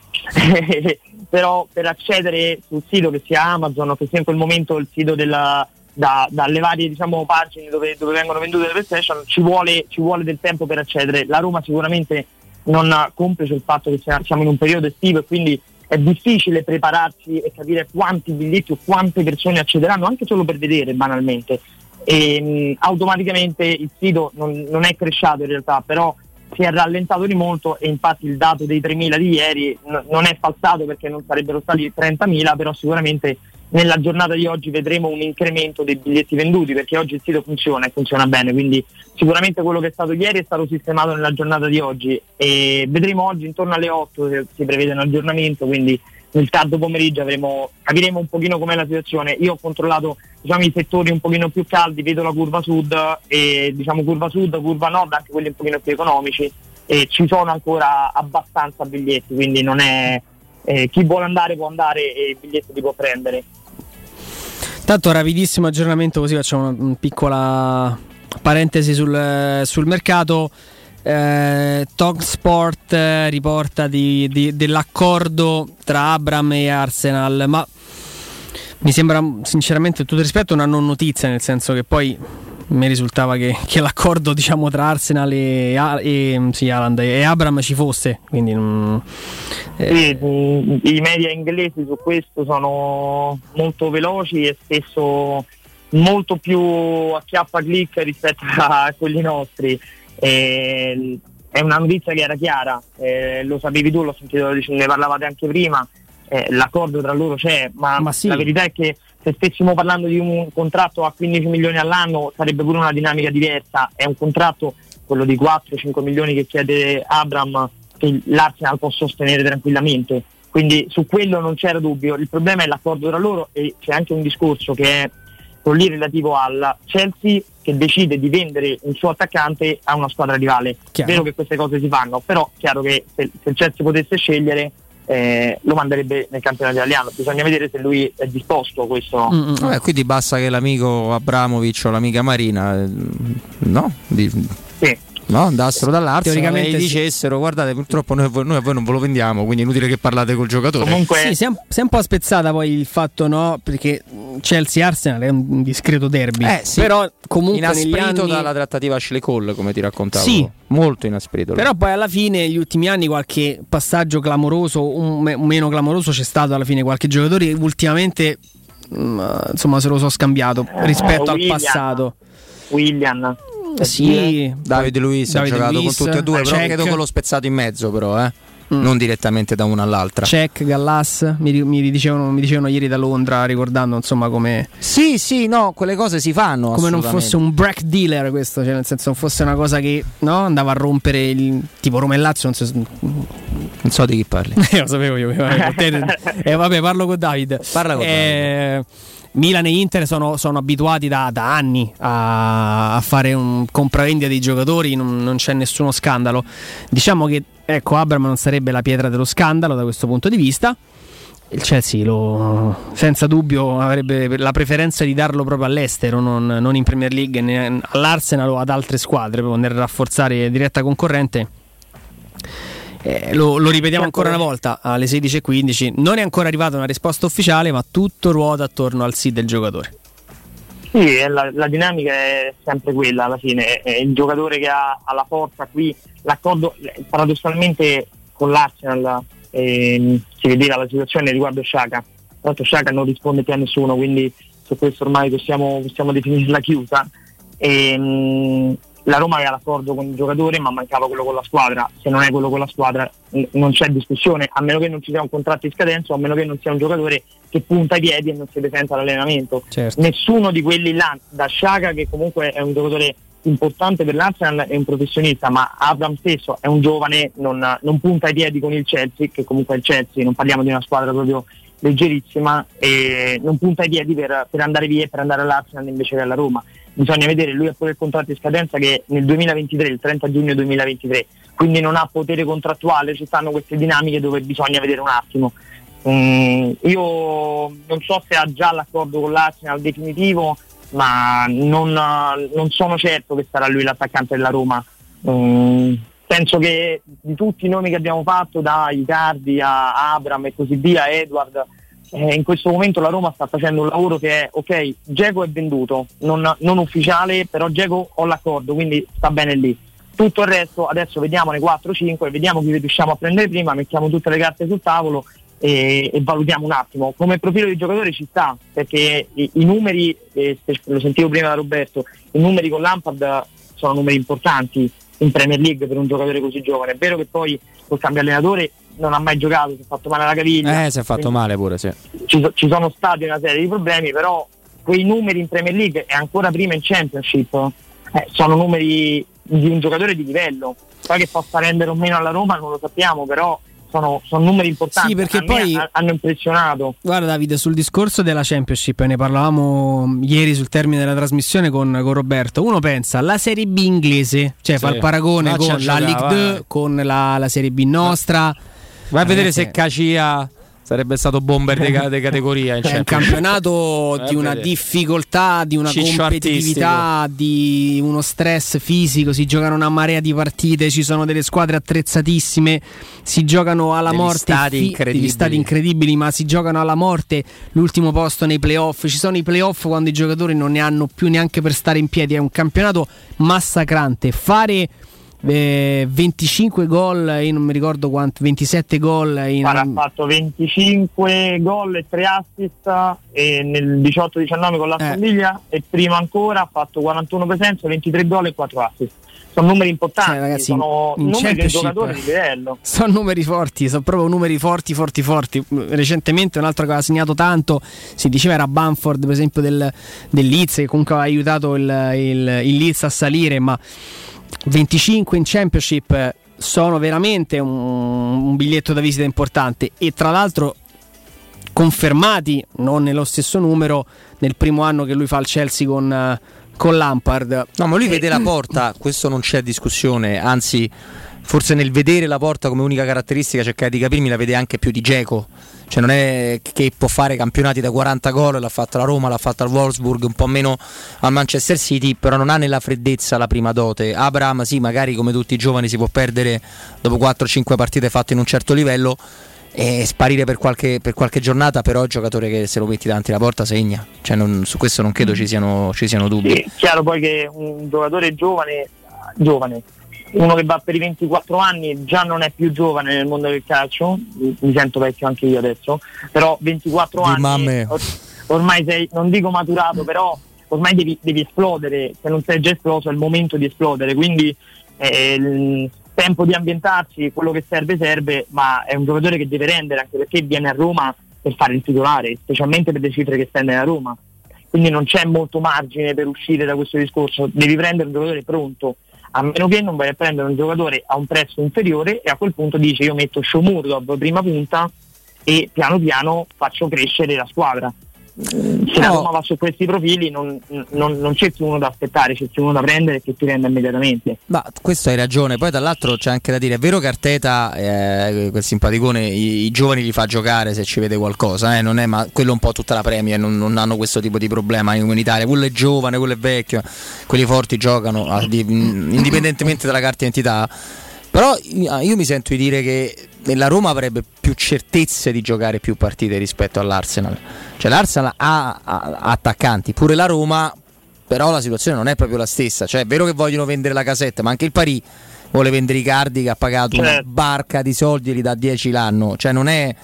Però per accedere sul sito, che sia Amazon o che sia in quel momento il sito dalle varie, diciamo, pagine dove vengono vendute le PlayStation, ci vuole del tempo per accedere. La Roma sicuramente non complice il fatto che siamo in un periodo estivo, e quindi è difficile prepararsi e capire quanti biglietti o quante persone accederanno, anche solo per vedere banalmente. E automaticamente il sito non è cresciuto in realtà, però si è rallentato di molto, e infatti il dato dei 3.000 di ieri non è falsato, perché non sarebbero stati 30.000, però sicuramente nella giornata di oggi vedremo un incremento dei biglietti venduti, perché oggi il sito funziona e funziona bene, quindi sicuramente quello che è stato ieri è stato sistemato nella giornata di oggi, e vedremo oggi intorno alle 8 si prevede un aggiornamento, quindi nel tardo pomeriggio capiremo un pochino com'è la situazione. Io ho controllato, diciamo, i settori un pochino più caldi, vedo la curva sud e, diciamo, curva sud, curva nord, anche quelli un pochino più economici, e ci sono ancora abbastanza biglietti, quindi non è chi vuole andare può andare e il biglietto li può prendere. Tanto rapidissimo aggiornamento, così facciamo una piccola parentesi sul mercato. Talksport riporta dell'accordo tra Abraham e Arsenal, ma mi sembra sinceramente, tutto rispetto, una non notizia, nel senso che poi mi risultava che l'accordo, diciamo, tra Arsenal e Haaland e Abraham ci fosse, quindi i media inglesi su questo sono molto veloci e spesso molto più a click rispetto a quelli nostri. È una notizia che era chiara, lo sapevi tu, l'ho sentito, ne parlavate anche prima, l'accordo tra loro c'è, ma sì. La verità è che se stessimo parlando di un contratto a 15 milioni all'anno sarebbe pure una dinamica diversa. È un contratto, quello di 4-5 milioni che chiede Abraham, che l'Arsenal può sostenere tranquillamente, quindi su quello non c'era dubbio. Il problema è l'accordo tra loro, e c'è anche un discorso che è quello lì relativo al Chelsea che decide di vendere un suo attaccante a una squadra rivale. È vero che queste cose si fanno, però chiaro che se il Chelsea potesse scegliere lo manderebbe nel campionato italiano. Bisogna vedere se lui è disposto a questo. Quindi basta che l'amico Abramovic o l'amica Marina sì. No, andassero dall'Arsenal teoricamente e dicessero: guardate, purtroppo noi a voi non ve lo vendiamo, quindi è inutile che parlate col giocatore. Comunque sì, si è un po' spezzata poi il fatto, no? Perché Chelsea-Arsenal è un discreto derby, sì. Però comunque inasprito negli anni... dalla trattativa Ashley Cole, come ti raccontavo. Sì. Molto inasprito. Però poi alla fine, negli ultimi anni, qualche passaggio clamoroso, un meno clamoroso c'è stato. Alla fine qualche giocatore ultimamente insomma se lo so scambiato rispetto al passato. William. Sì, Davide Luiz ha giocato con tutti e due, però credo con lo spezzato in mezzo, però non direttamente da una all'altra. Cech, Gallas, mi dicevano ieri da Londra, ricordando insomma come quelle cose si fanno come non fosse un break dealer questo, cioè nel senso non fosse una cosa che andava a rompere il tipo Roma e Lazio, non so di chi parli. Lo sapevo io. Vabbè, parlo con Davide. Parla con Davide. Milan e Inter sono abituati da anni a fare un compravendita dei giocatori, non c'è nessuno scandalo. Diciamo che Abraham non sarebbe la pietra dello scandalo da questo punto di vista. Il Chelsea senza dubbio avrebbe la preferenza di darlo proprio all'estero, non in Premier League, né all'Arsenal o ad altre squadre, proprio nel rafforzare diretta concorrente. Lo ripetiamo ancora una volta, alle 16:15 non è ancora arrivata una risposta ufficiale, ma tutto ruota attorno al sì del giocatore. Sì, la dinamica è sempre quella alla fine, è il giocatore che ha la forza qui. L'accordo paradossalmente con l'Arsenal si vedeva la situazione riguardo Xhaka. Tanto Xhaka non risponde più a nessuno, quindi su questo ormai possiamo definirla chiusa. La Roma aveva l'accordo con il giocatore, ma mancava quello con la squadra. Se non è quello con la squadra non c'è discussione, a meno che non ci sia un contratto in scadenza o a meno che non sia un giocatore che punta i piedi e non si presenta all'allenamento. Certo. Nessuno di quelli là, da Xhaka, che comunque è un giocatore importante per l'Arsenal, è un professionista, ma Abraham stesso è un giovane, non punta i piedi con il Chelsea, che comunque è il Chelsea, non parliamo di una squadra proprio leggerissima, e non punta i piedi per andare via e per andare all'Arsenal invece che alla Roma. Bisogna vedere, lui ha pure il contratto in scadenza che è nel 2023, il 30 giugno 2023, quindi non ha potere contrattuale. Ci stanno queste dinamiche dove bisogna vedere un attimo. Io non so se ha già l'accordo con l'Arsenal definitivo, ma non sono certo che sarà lui l'attaccante della Roma. Penso che di tutti i nomi che abbiamo fatto, da Icardi a Abraham e così via, Edward, in questo momento la Roma sta facendo un lavoro che è ok, Dzeko è venduto, non ufficiale, però Dzeko ho l'accordo, quindi sta bene lì. Tutto il resto adesso vediamone 4-5, vediamo chi riusciamo a prendere prima, mettiamo tutte le carte sul tavolo e valutiamo un attimo. Come profilo di giocatore ci sta, perché i numeri, lo sentivo prima da Roberto, i numeri con Lampard sono numeri importanti in Premier League per un giocatore così giovane. È vero che poi col cambio allenatore non ha mai giocato, si è fatto male alla caviglia, si è fatto male pure, sì. Ci sono stati una serie di problemi, però quei numeri in Premier League e ancora prima in Championship sono numeri di un giocatore di livello. Poi che possa rendere o meno alla Roma non lo sappiamo, però sono numeri importanti. Sì, perché poi hanno impressionato. Guarda Davide, sul discorso della Championship ne parlavamo ieri sul termine della trasmissione con Roberto. Uno pensa alla Serie B inglese, cioè fa il paragone con la Ligue 2 con la Serie B nostra. Vai a vedere se Cacia sarebbe stato bomber di categoria. È un campionato di una difficoltà, di una competitività, di uno stress fisico. Si giocano una marea di partite, ci sono delle squadre attrezzatissime, si giocano alla morte, degli stati incredibili, ma si giocano alla morte l'ultimo posto nei playoff. Ci sono i playoff quando i giocatori non ne hanno più neanche per stare in piedi. È un campionato massacrante. Fare 25 gol, io non mi ricordo quanto, 27 gol ha fatto 25 gol e 3 assist nel 18-19 con la famiglia, e prima ancora ha fatto 41 presenze, 23 gol e 4 assist. Sono numeri importanti, ragazzi, sono numeri del giocatore di livello. Sono numeri forti, sono proprio numeri forti. Recentemente un altro che aveva segnato tanto, si diceva, era Bamford, per esempio del Leeds, che comunque aveva aiutato il Leeds a salire, ma 25 in Championship sono veramente un biglietto da visita importante, e tra l'altro confermati non nello stesso numero nel primo anno che lui fa al Chelsea con Lampard. No, ma lui vede la porta, questo non c'è discussione, anzi forse nel vedere la porta come unica caratteristica, cercare di capirmi, la vede anche più di Dzeko. Cioè non è che può fare campionati da 40 gol, l'ha fatto la Roma, l'ha fatto al Wolfsburg, un po' meno al Manchester City, però non ha nella freddezza la prima dote. Abraham sì, magari come tutti i giovani si può perdere dopo 4-5 partite fatte in un certo livello e sparire per qualche giornata, però è un giocatore che se lo metti davanti alla porta segna. Cioè su questo non credo ci siano dubbi. Sì, chiaro poi che un giocatore giovane, uno che va per i 24 anni già non è più giovane nel mondo del calcio, mi sento vecchio anche io adesso, però 24 anni ormai sei, non dico maturato, però ormai devi esplodere, se non sei già esploso è il momento di esplodere, quindi il tempo di ambientarsi, quello che serve, ma è un giocatore che deve rendere, anche perché viene a Roma per fare il titolare, specialmente per le cifre che spende a Roma, quindi non c'è molto margine per uscire da questo discorso, devi prendere un giocatore pronto, a meno che non vai a prendere un giocatore a un prezzo inferiore e a quel punto dice io metto Shomurodov prima punta e piano piano faccio crescere la squadra. Se la Roma va su questi profili non c'è più uno da aspettare, c'è più uno da prendere che ti rende immediatamente. Ma questo hai ragione, poi dall'altro c'è anche da dire, è vero che Arteta, quel simpaticone, i giovani li fa giocare se ci vede qualcosa, non è, ma quello un po' tutta la Premier, non hanno questo tipo di problema in Italia, quello è giovane, quello è vecchio, quelli forti giocano indipendentemente dalla carta d'identità. Però io mi sento di dire che la Roma avrebbe più certezze di giocare più partite rispetto all'Arsenal. Cioè l'Arsenal ha attaccanti, pure la Roma, però la situazione non è proprio la stessa. Cioè è vero che vogliono vendere la Casetta, ma anche il Paris vuole vendere Icardi, che ha pagato una barca di soldi e li dà 10 l'anno. Cioè non è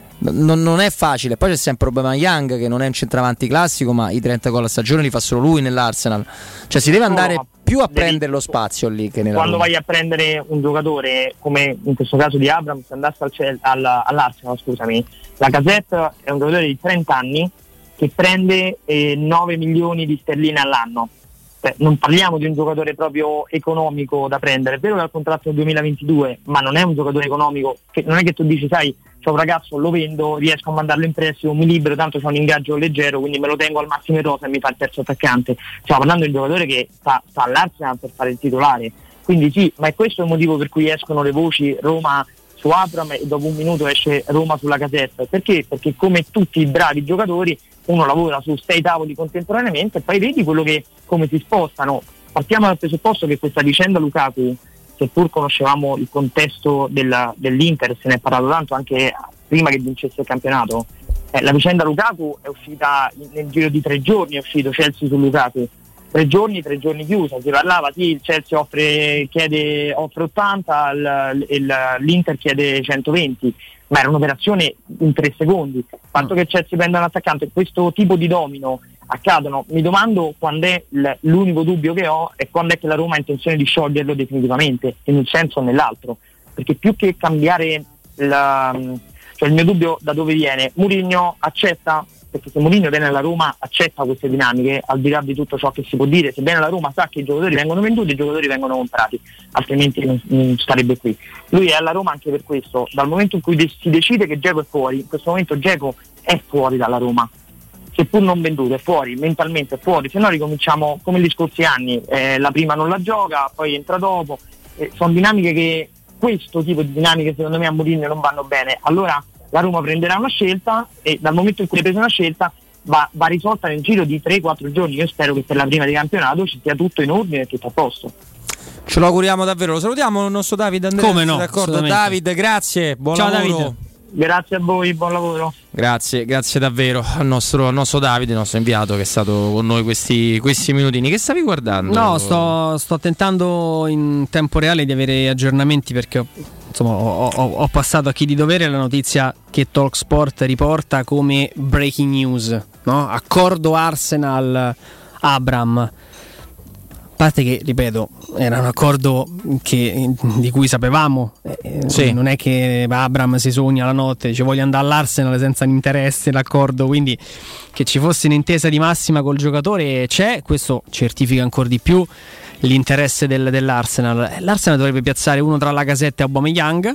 facile. Poi c'è sempre il problema Young, che non è un centravanti classico, ma i 30 gol a stagione li fa solo lui nell'Arsenal. Cioè si deve andare più a prendere lo spazio lì che nella quando Roma. Vai a prendere un giocatore come in questo caso di Abraham, se andasse all'Arsenal, scusami, la Casetta è un giocatore di 30 anni che prende 9 milioni di sterline all'anno. Non parliamo di un giocatore proprio economico da prendere, è vero che ha il contratto del 2022, ma non è un giocatore economico, che non è che tu dici sai c'è un ragazzo, lo vendo, riesco a mandarlo in prestito, mi libero, tanto c'è un ingaggio leggero, quindi me lo tengo al massimo in rosa e mi fa il terzo attaccante. Stiamo parlando di un giocatore che sta all'Arsenal per fare il titolare, quindi sì, ma è questo il motivo per cui escono le voci Roma su Abraham e dopo un minuto esce Roma sulla Casetta. Perché? Perché come tutti i bravi giocatori uno lavora su 6 tavoli contemporaneamente e poi vedi quello che come si spostano. Partiamo dal presupposto che questa vicenda Lukaku, seppur conoscevamo il contesto dell'Inter, se ne è parlato tanto anche prima che vincesse il campionato, la vicenda Lukaku è uscita nel giro di 3 giorni, è uscito Chelsea su Lukaku, 3 giorni chiusa, si parlava, sì, il Chelsea offre 80, l'Inter chiede 120, ma era un'operazione in 3 secondi. Il fatto che il Chelsea prenda un attaccante, questo tipo di domino accadono, mi domando quando è l'unico dubbio che ho è quando è che la Roma ha intenzione di scioglierlo definitivamente, in un senso o nell'altro, perché più che cambiare cioè il mio dubbio da dove viene? Mourinho accetta perché se Mourinho viene alla Roma accetta queste dinamiche, al di là di tutto ciò che si può dire. Se viene alla Roma sa che i giocatori vengono venduti, i giocatori vengono comprati, altrimenti non starebbe qui. Lui è alla Roma anche per questo. Dal momento in cui si decide che Dzeko è fuori, in questo momento Dzeko è fuori dalla Roma, seppur non venduto, è fuori, mentalmente è fuori, se no ricominciamo come gli scorsi anni, la prima non la gioca, poi entra dopo, sono dinamiche che, questo tipo di dinamiche secondo me a Mourinho non vanno bene. Allora la Roma prenderà una scelta e dal momento in cui hai preso una scelta va risolta nel giro di 3-4 giorni. Io spero che per la prima di campionato ci sia tutto in ordine e tutto a posto. Ce lo auguriamo davvero. Lo salutiamo il nostro Davide Andrea. Come no? D'accordo, Davide, grazie, buon lavoro. Davide. Grazie a voi, buon lavoro. Grazie davvero al nostro Davide, il nostro inviato che è stato con noi questi minutini. Che stavi guardando? No, sto tentando in tempo reale di avere aggiornamenti, perché insomma ho passato a chi di dovere la notizia che TalkSport riporta come breaking news, no? Accordo Arsenal Abraham. A parte che, ripeto, era un accordo di cui sapevamo, sì. Non è che Abraham si sogna la notte, dice voglio andare all'Arsenal senza interesse l'accordo, quindi che ci fosse un'intesa di massima col giocatore c'è, questo certifica ancora di più l'interesse dell'Arsenal. L'Arsenal dovrebbe piazzare uno tra Lacazette e Aubameyang.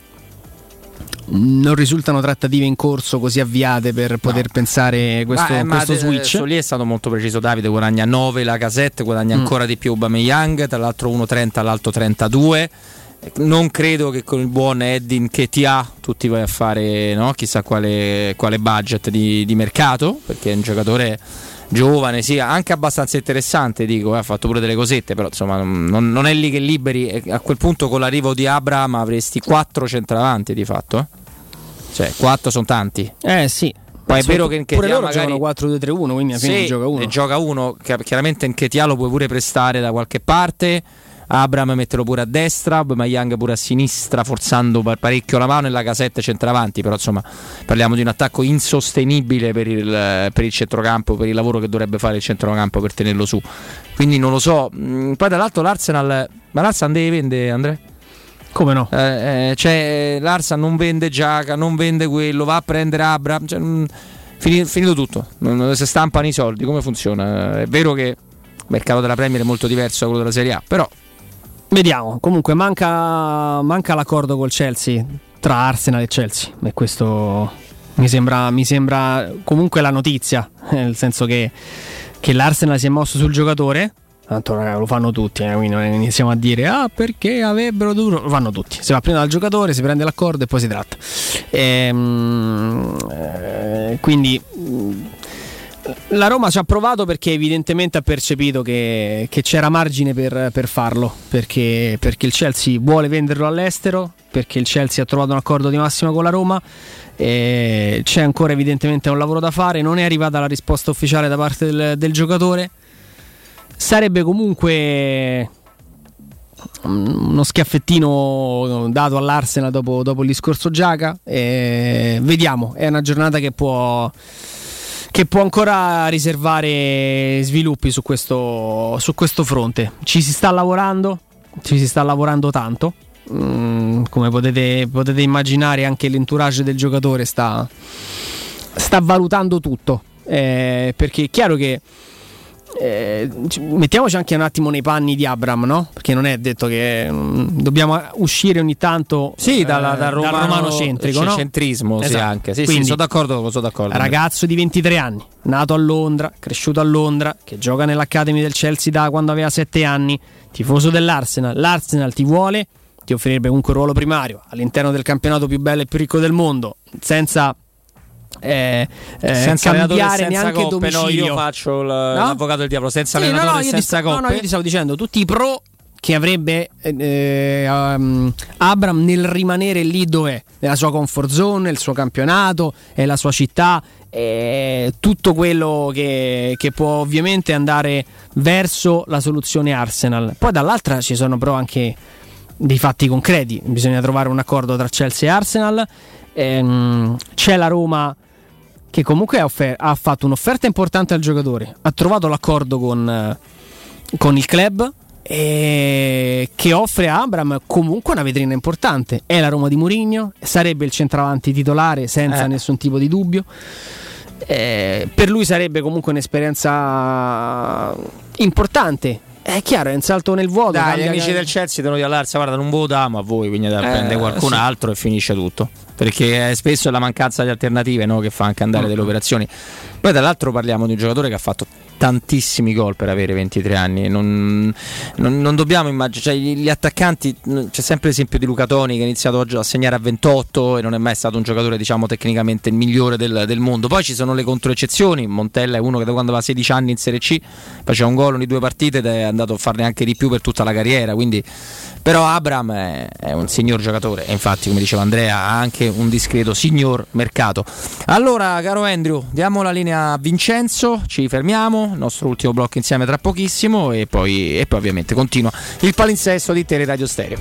Non risultano trattative in corso così avviate per poter pensare questo switch. Lì è stato molto preciso Davide, guadagna 9 Lacazette, guadagna ancora di più Aubameyang, tra l'altro 1,30 l'altro 32. Non credo che con il buon Eddie Nketiah tutti vai a fare, no? Chissà quale budget di mercato, perché è un giocatore giovane, sì, anche abbastanza interessante, dico, ha fatto pure delle cosette, però insomma non è lì che liberi. A quel punto con l'arrivo di Abraham avresti 4 centravanti di fatto, cioè 4 sono tanti. Sì. Poi è vero che pure loro magari giocano 4-2-3-1, quindi alla fine gioca uno. Chiaramente Nketiah lo puoi pure prestare da qualche parte, Abraham metterlo pure a destra, Aubameyang pure a sinistra, forzando parecchio la mano, e Lacazette centravanti. Però insomma parliamo di un attacco insostenibile per il centrocampo, per il lavoro che dovrebbe fare il centrocampo per tenerlo su. Quindi non lo so. Poi dall'altro l'Arsenal deve vendere, Andrea? Come no? Cioè l'Arsenal non vende Xhaka, non vende quello, va a prendere Abraham, cioè, finito tutto, non si stampano i soldi. Come funziona? È vero che il mercato della Premier è molto diverso da quello della Serie A, però vediamo. Comunque manca l'accordo col Chelsea, tra Arsenal e Chelsea, e questo mi sembra comunque la notizia, nel senso che l'Arsenal si è mosso sul giocatore. Tanto lo fanno tutti, quindi non iniziamo a dire perché avrebbero dovuto. Lo fanno tutti, si va prima dal giocatore, si prende l'accordo e poi si tratta. Quindi la Roma ci ha provato, perché evidentemente ha percepito che c'era margine per farlo, perché il Chelsea vuole venderlo all'estero, perché il Chelsea ha trovato un accordo di massima con la Roma. C'è ancora evidentemente un lavoro da fare, non è arrivata la risposta ufficiale da parte del giocatore. Sarebbe comunque uno schiaffettino dato all'Arsenal dopo il discorso Xhaka. Vediamo, è una giornata che può ancora riservare sviluppi su questo fronte. Ci si sta lavorando tanto. Come potete immaginare, anche l'entourage del giocatore sta valutando tutto, perché è chiaro che mettiamoci anche un attimo nei panni di Abraham, no? Perché non è detto che dobbiamo uscire ogni tanto dal romano centrico, no? Centrismo, esatto. Sì, anche. Sì, sono d'accordo. Ragazzo di 23 anni, nato a Londra, cresciuto a Londra, che gioca nell'Academy del Chelsea da quando aveva 7 anni, tifoso dell'Arsenal. L'Arsenal ti vuole, ti offrirebbe comunque un ruolo primario all'interno del campionato più bello e più ricco del mondo, senza cambiare neanche coppe, domicilio. No, io faccio l'avvocato del diavolo, senza allenatore, senza coppe. Io ti stavo dicendo tutti i pro che avrebbe Abraham nel rimanere lì dov'è, nella sua comfort zone, il suo campionato, è la sua città, tutto quello che può ovviamente andare verso la soluzione Arsenal. Poi dall'altra ci sono però anche dei fatti concreti, bisogna trovare un accordo tra Chelsea e Arsenal. C'è la Roma che comunque ha fatto un'offerta importante al giocatore, ha trovato l'accordo con il club, che offre a Abraham comunque una vetrina importante. È la Roma di Mourinho, sarebbe il centravanti titolare senza nessun tipo di dubbio. per lui sarebbe comunque un'esperienza importante. È chiaro, è un salto nel vuoto. Dai, gli amici del Chelsea devono allarsi, guarda, non votiamo a voi, quindi prende qualcun altro e finisce tutto. Perché spesso è la mancanza di alternative, no, che fa anche andare delle operazioni. Poi tra l'altro parliamo di un giocatore che ha fatto tantissimi gol per avere 23 anni. Non dobbiamo immaginare, cioè, gli attaccanti, c'è sempre l'esempio di Luca Toni che ha iniziato oggi a segnare a 28 e non è mai stato un giocatore, diciamo, tecnicamente il migliore del mondo. Poi ci sono le controeccezioni. Montella è uno che da quando aveva 16 anni in Serie C faceva un gol ogni 2 partite ed è andato a farne anche di più per tutta la carriera, quindi. Però Abraham è un signor giocatore e infatti, come diceva Andrea, ha anche un discreto signor mercato. Allora, caro Andrew, diamo la linea a Vincenzo, ci fermiamo, il nostro ultimo blocco insieme tra pochissimo e poi ovviamente continua il palinsesto di Tele Radio Stereo.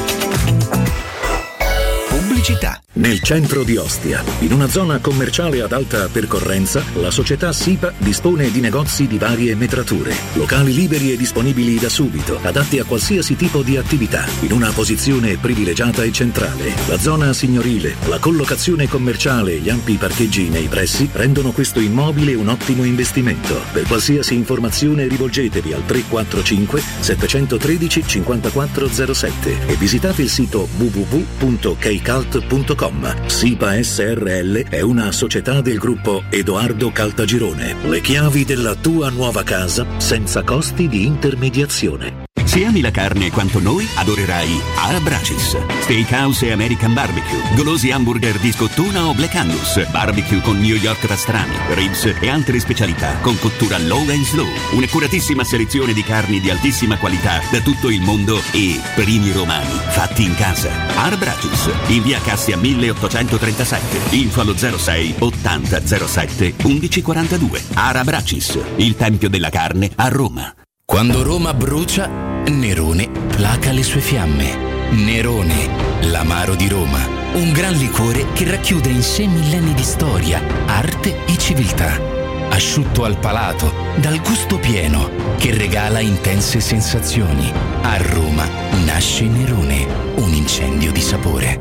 Pubblicità. Nel centro di Ostia, in una zona commerciale ad alta percorrenza, la società SIPA dispone di negozi di varie metrature, locali liberi e disponibili da subito, adatti a qualsiasi tipo di attività, in una posizione privilegiata e centrale. La zona signorile, la collocazione commerciale e gli ampi parcheggi nei pressi rendono questo immobile un ottimo investimento. Per qualsiasi informazione rivolgetevi al 345 713 5407 e visitate il sito www.kcalt.com. SIPA SRL è una società del gruppo Edoardo Caltagirone. Le chiavi della tua nuova casa senza costi di intermediazione. Se ami la carne quanto noi, adorerai Arabracis. Steakhouse e American Barbecue, golosi hamburger di scottuna o Black Angus, barbecue con New York pastrami, ribs e altre specialità con cottura low and slow. Un'accuratissima selezione di carni di altissima qualità da tutto il mondo e primi romani fatti in casa. Arabracis, in via Cassia 1837, info allo 06 80 07 1142. Arabracis, il tempio della carne a Roma. Quando Roma brucia, Nerone placa le sue fiamme. Nerone, l'amaro di Roma. Un gran liquore che racchiude in sé millenni di storia, arte e civiltà. Asciutto al palato, dal gusto pieno, che regala intense sensazioni. A Roma nasce Nerone, un incendio di sapore.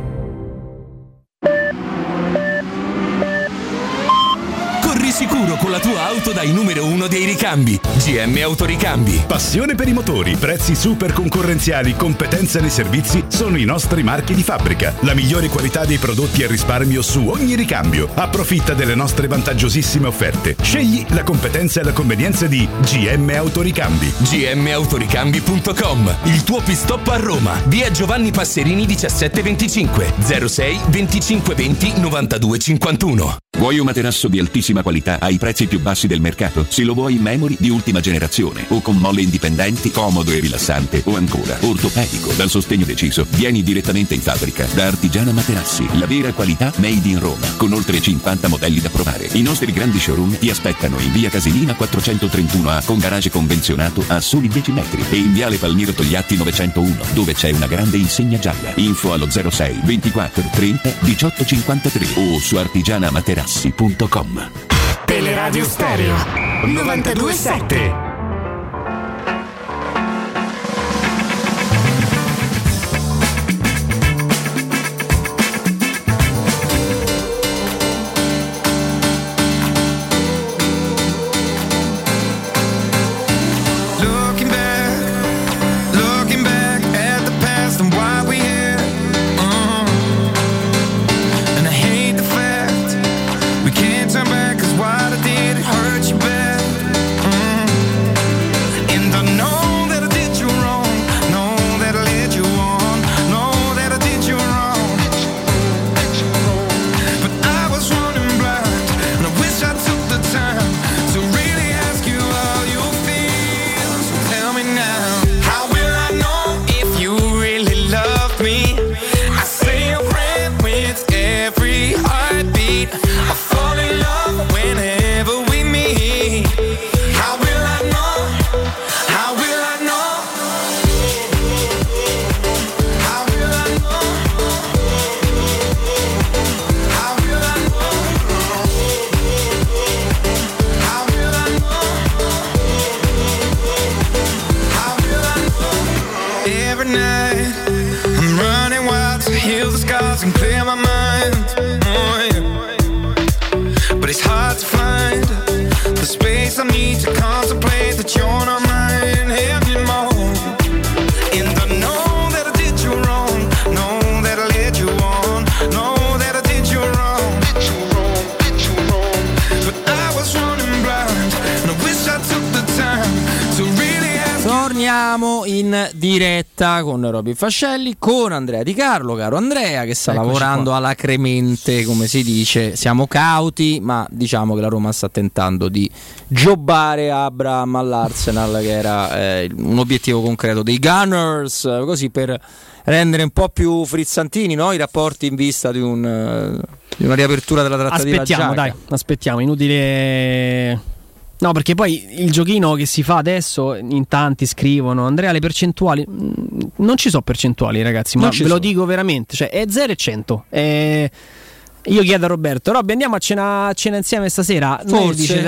Sicuro con la tua auto dai numero 1 dei ricambi. GM Autoricambi. Passione per i motori, prezzi super concorrenziali, competenza nei servizi sono i nostri marchi di fabbrica. La migliore qualità dei prodotti e risparmio su ogni ricambio. Approfitta delle nostre vantaggiosissime offerte. Scegli la competenza e la convenienza di GM Autoricambi. gmautoricambi.com. Il tuo pit stop a Roma. Via Giovanni Passerini 1725 06 25 20 92 51. Vuoi un materasso di altissima qualità ai prezzi più bassi del mercato? Se lo vuoi in memory di ultima generazione o con molle indipendenti, comodo e rilassante o ancora ortopedico dal sostegno deciso, vieni direttamente in fabbrica da Artigiana Materassi, la vera qualità made in Roma, con oltre 50 modelli da provare. I nostri grandi showroom ti aspettano in via Casilina 431A con garage convenzionato a soli 10 metri e in viale Palmiro Togliatti 901 dove c'è una grande insegna gialla. Info allo 06 24 30 18 53 o su artigianamaterassi.com. Teleradio Stereo 92.7. Turn back, 'cause what I did hurt you bad. guess I need to contemplate that you're not mine anymore. And I know that I did you wrong, know that I led you on, know that I did you wrong, but I was running blind, and I wish I took the time to really ask. Torniamo in diretta con Robby Fascelli, con Andrea Di Carlo, caro Andrea, che sta lavorando alacremente, come si dice. Siamo cauti, ma diciamo che la Roma sta tentando di jobbare Abraham all'Arsenal, che era un obiettivo concreto dei Gunners, così per rendere un po' più frizzantini, no? I rapporti in vista di una riapertura della trattativa. Aspettiamo, inutile. No, perché poi il giochino che si fa adesso, in tanti scrivono: Andrea, le percentuali non ci sono percentuali, ragazzi, ma ve lo dico veramente, cioè è 0 e 100. Io chiedo a Roberto: Robby, andiamo a cena insieme stasera? Forse dice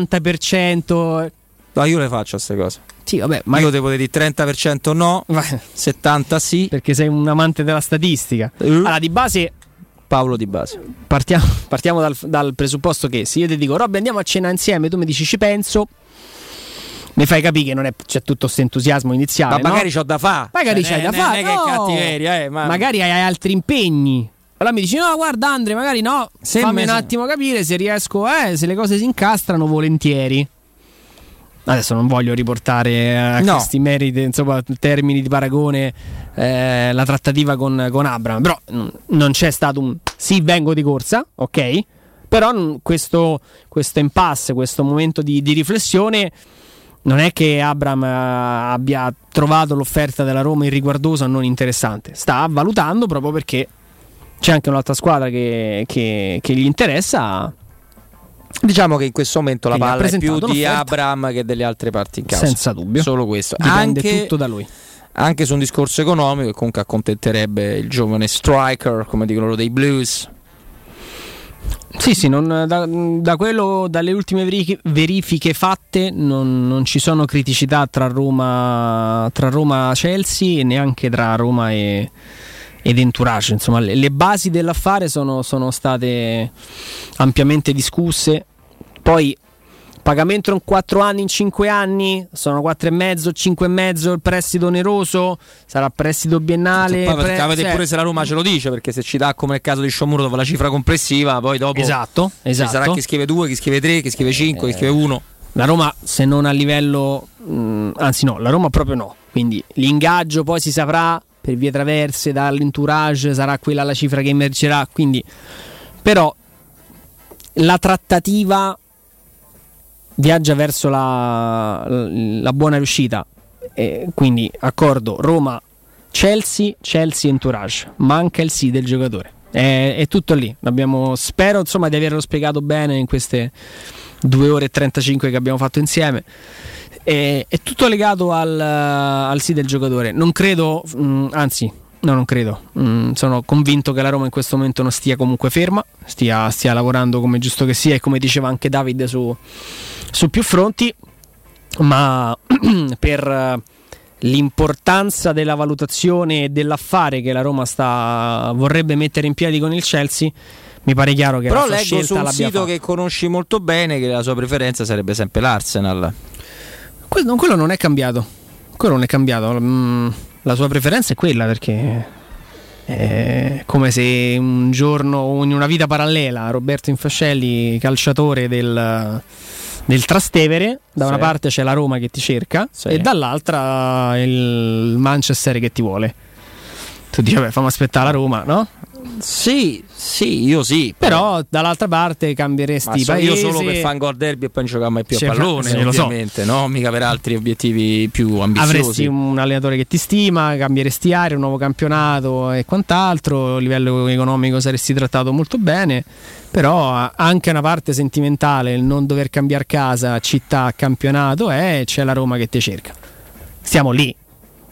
70%. No, io le faccio queste cose. Sì, vabbè, ma io devo dire 30% no, 70% sì, perché sei un amante della statistica. Allora, di base, Paolo Di Base, partiamo dal presupposto che se io ti dico Robby andiamo a cena insieme, tu mi dici ci penso, mi fai capire che c'è tutto questo entusiasmo iniziale, ma magari c'ho da fare, magari c'hai da fare, che cattiveria, magari hai altri impegni. Allora mi dici no, guarda Andre, magari no, fammi un attimo capire se riesco, se le cose si incastrano, volentieri. Adesso non voglio riportare a questi meriti, insomma, termini di paragone, la trattativa con Abraham, però non c'è stato un sì, vengo di corsa, ok? Però questo impasse, questo momento di riflessione, non è che Abraham abbia trovato l'offerta della Roma irriguardosa o non interessante, sta valutando proprio perché c'è anche un'altra squadra che gli interessa. Diciamo che in questo momento la palla è più di Abraham che delle altre parti in casa, senza dubbio, solo questo, dipende tutto da lui, anche su un discorso economico che comunque accontenterebbe il giovane striker, come dicono loro, dei Blues. Sì, da quello, dalle ultime verifiche fatte non ci sono criticità tra Roma Chelsea e neanche tra Roma ed entourage. Insomma, le basi dell'affare sono state ampiamente discusse. Poi pagamento in 4 anni, in 5 anni, sono 4,5, 5,5 il prestito oneroso, sarà prestito biennale. Pure se la Roma ce lo dice, perché se ci dà, come nel caso di Sciomuro, dopo la cifra complessiva, poi dopo esatto. Ci sarà chi scrive 2, chi scrive 3, chi scrive 5, chi scrive 1. La Roma, se non a livello anzi no, la Roma proprio no, quindi l'ingaggio poi si saprà per vie traverse dall'entourage, sarà quella la cifra che emergerà, quindi però la trattativa viaggia verso la buona riuscita, quindi accordo Roma-Chelsea, Chelsea-entourage, manca il sì del giocatore, è tutto lì. Spero insomma di averlo spiegato bene in queste 2 ore e 35 che abbiamo fatto insieme. È tutto legato al sì del giocatore. Non credo, non credo. Sono convinto che la Roma in questo momento non stia comunque ferma, stia lavorando come giusto che sia, e come diceva anche David su più fronti, ma per l'importanza della valutazione e dell'affare che la Roma vorrebbe mettere in piedi con il Chelsea, mi pare chiaro che però la sua leggo scelta su un l'abbia sito fatta. Che conosci molto bene che la sua preferenza sarebbe sempre l'Arsenal. Quello non è cambiato. La sua preferenza è quella, perché è come se un giorno, in una vita parallela, Roberto Infascelli, calciatore del Trastevere, da una parte c'è la Roma che ti cerca, e dall'altra il Manchester che ti vuole. Tu dici, vabbè, fammi aspettare la Roma, no? Sì, io sì. Però dall'altra parte cambieresti paese. Io solo per fare un gol derby e poi non giocare mai più a pallone, ovviamente, no? Mica per altri obiettivi più ambiziosi. Avresti un allenatore che ti stima, cambieresti area, un nuovo campionato e quant'altro. A livello economico saresti trattato molto bene. Però anche una parte sentimentale, il non dover cambiare casa, città, campionato, c'è la Roma che ti cerca. Stiamo lì.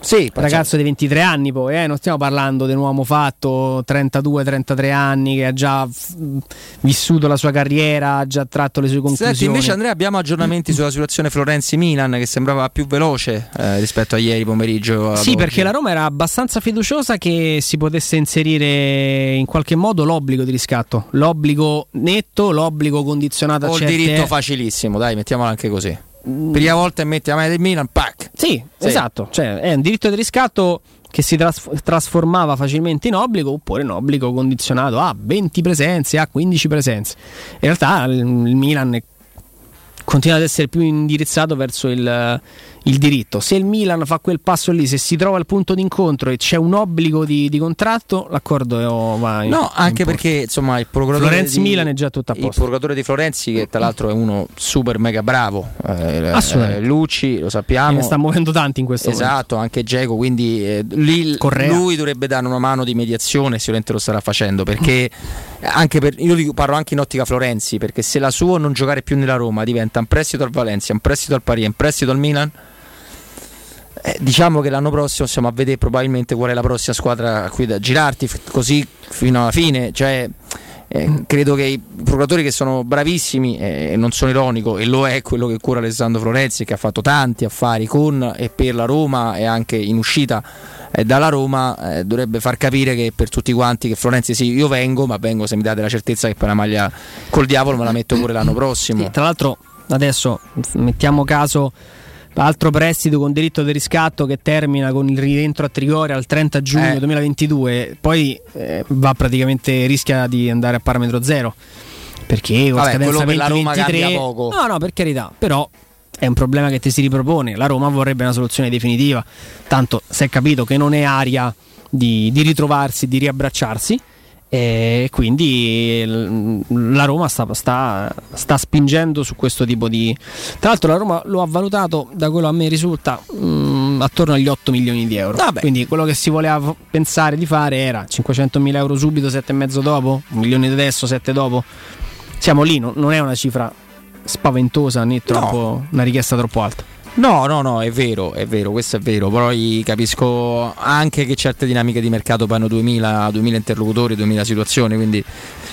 Sì, ragazzo di 23 anni poi, non stiamo parlando di un uomo fatto 32-33 anni che ha già vissuto la sua carriera, ha già tratto le sue conclusioni. Senti, invece Andrea, abbiamo aggiornamenti sulla situazione Florenzi-Milan che sembrava più veloce rispetto a ieri pomeriggio. Sì, perché la Roma era abbastanza fiduciosa che si potesse inserire in qualche modo l'obbligo di riscatto, l'obbligo netto, l'obbligo condizionato a certe... O il diritto facilissimo, dai, mettiamolo anche così. Prima volta metti a mano del Milan, pack. Sì, esatto, cioè è un diritto di riscatto che si trasformava facilmente in obbligo, oppure in obbligo condizionato a 20 presenze, a 15 presenze. In realtà il Milan continua ad essere più indirizzato verso il diritto. Se il Milan fa quel passo lì, se si trova il punto d'incontro e c'è un obbligo di contratto, l'accordo va in no, anche perché insomma il procuratore Florenzi Milan è già tutto a posto. Il procuratore di Florenzi, che tra l'altro è uno super mega bravo, Lucci, lo sappiamo, ne sta muovendo tanti in questo momento. Esatto, anche Dzeko, quindi lui dovrebbe dare una mano di mediazione, sicuramente lo starà facendo, perché io parlo anche in ottica Florenzi, perché se la sua non giocare più nella Roma diventa un prestito al Valencia, un prestito al Paris, un prestito al Milan, diciamo che l'anno prossimo stiamo a vedere probabilmente qual è la prossima squadra a cui da girarti così fino alla fine. Cioè credo che i procuratori, che sono bravissimi, e non sono ironico, e lo è quello che cura Alessandro Florenzi, che ha fatto tanti affari con e per la Roma e anche in uscita dalla Roma, dovrebbe far capire che per tutti quanti che Florenzi sì, io vengo, ma vengo se mi date la certezza che poi la maglia col diavolo me la metto pure l'anno prossimo. Sì, tra l'altro adesso mettiamo caso altro prestito con diritto di riscatto che termina con il rientro a Trigoria al 30 giugno 2022, poi rischia di andare a parametro zero, perché con scadenza per la Roma 23 cambia poco. No, per carità, però è un problema che ti si ripropone. La Roma vorrebbe una soluzione definitiva, tanto si è capito che non è aria di ritrovarsi, di riabbracciarsi, e quindi la Roma sta spingendo su questo tipo di... Tra l'altro la Roma lo ha valutato, da quello a me risulta, attorno agli 8 milioni di euro. Quindi quello che si voleva pensare di fare era 500.000 euro subito, 7,5 dopo, 1 milione adesso, 7 dopo. Siamo lì, non è una cifra spaventosa né troppo, una richiesta troppo alta. No, è vero, questo è vero. Poi capisco anche che certe dinamiche di mercato poi hanno 2000 interlocutori, 2000 situazioni, quindi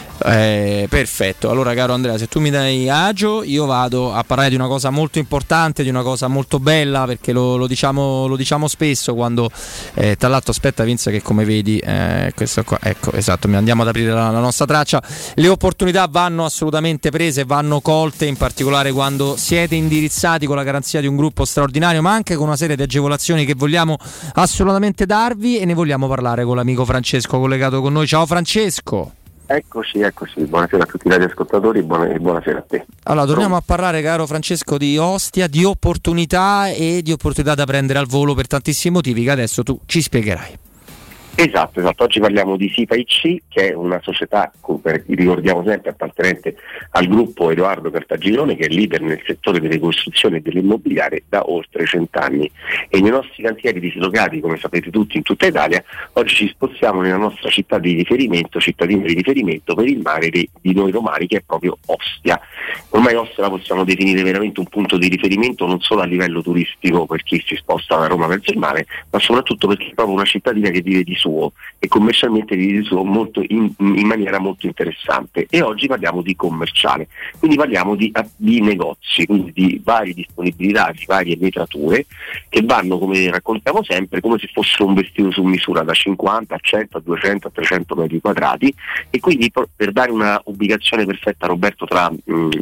perfetto. Allora, caro Andrea, se tu mi dai agio, io vado a parlare di una cosa molto importante, di una cosa molto bella, perché lo diciamo spesso quando tra l'altro, aspetta Vince, che come vedi questo qua, ecco, esatto, andiamo ad aprire la nostra traccia. Le opportunità vanno assolutamente prese, vanno colte, in particolare quando siete indirizzati con la garanzia di un gruppo straordinario, ma anche con una serie di agevolazioni che vogliamo assolutamente darvi, e ne vogliamo parlare con l'amico Francesco collegato con noi. Ciao Francesco. Eccoci, buonasera a tutti i radioascoltatori e buonasera a te. Allora, torniamo a parlare, caro Francesco, di Ostia, di opportunità e di opportunità da prendere al volo per tantissimi motivi che adesso tu ci spiegherai. Esatto, oggi parliamo di SIPA IC, che è una società, ricordiamo sempre, appartenente al gruppo Edoardo Cartagirone, che è leader nel settore delle costruzioni e dell'immobiliare da oltre 100 anni, e nei nostri cantieri dislocati, come sapete tutti, in tutta Italia, oggi ci spostiamo nella nostra città di riferimento, cittadina di riferimento per il mare di noi romani, che è proprio Ostia. Ormai Ostia la possiamo definire veramente un punto di riferimento non solo a livello turistico per chi si sposta da Roma verso il mare, ma soprattutto perché è proprio una cittadina che vive di suo e commercialmente di suo molto in maniera molto interessante. E oggi parliamo di commerciale, quindi parliamo di negozi, quindi di varie disponibilità, di varie metrature che vanno, come raccontiamo sempre, come se fosse un vestito su misura, da 50 a 100 a 200 a 300 metri quadrati, e quindi per dare una ubicazione perfetta, Roberto, tra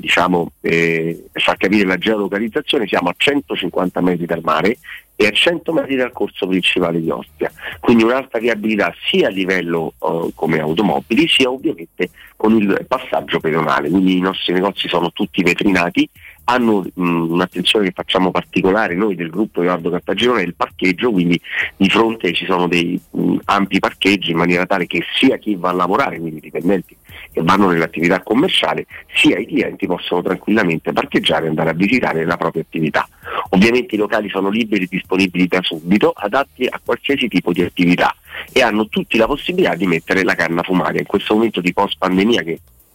per far capire la geolocalizzazione, siamo a 150 metri dal mare e a 100 metri dal corso principale di Ostia, quindi un'alta viabilità sia a livello come automobili, sia ovviamente con il passaggio pedonale. Quindi i nostri negozi sono tutti vetrinati, hanno un'attenzione che facciamo particolare noi del gruppo Edoardo Cartagirone, il parcheggio, quindi di fronte ci sono dei ampi parcheggi, in maniera tale che sia chi va a lavorare, quindi i dipendenti che vanno nell'attività commerciale, sia i clienti possono tranquillamente parcheggiare e andare a visitare la propria attività. Ovviamente i locali sono liberi e disponibili da subito, adatti a qualsiasi tipo di attività, e hanno tutti la possibilità di mettere la canna fumaria. In questo momento di post pandemia, che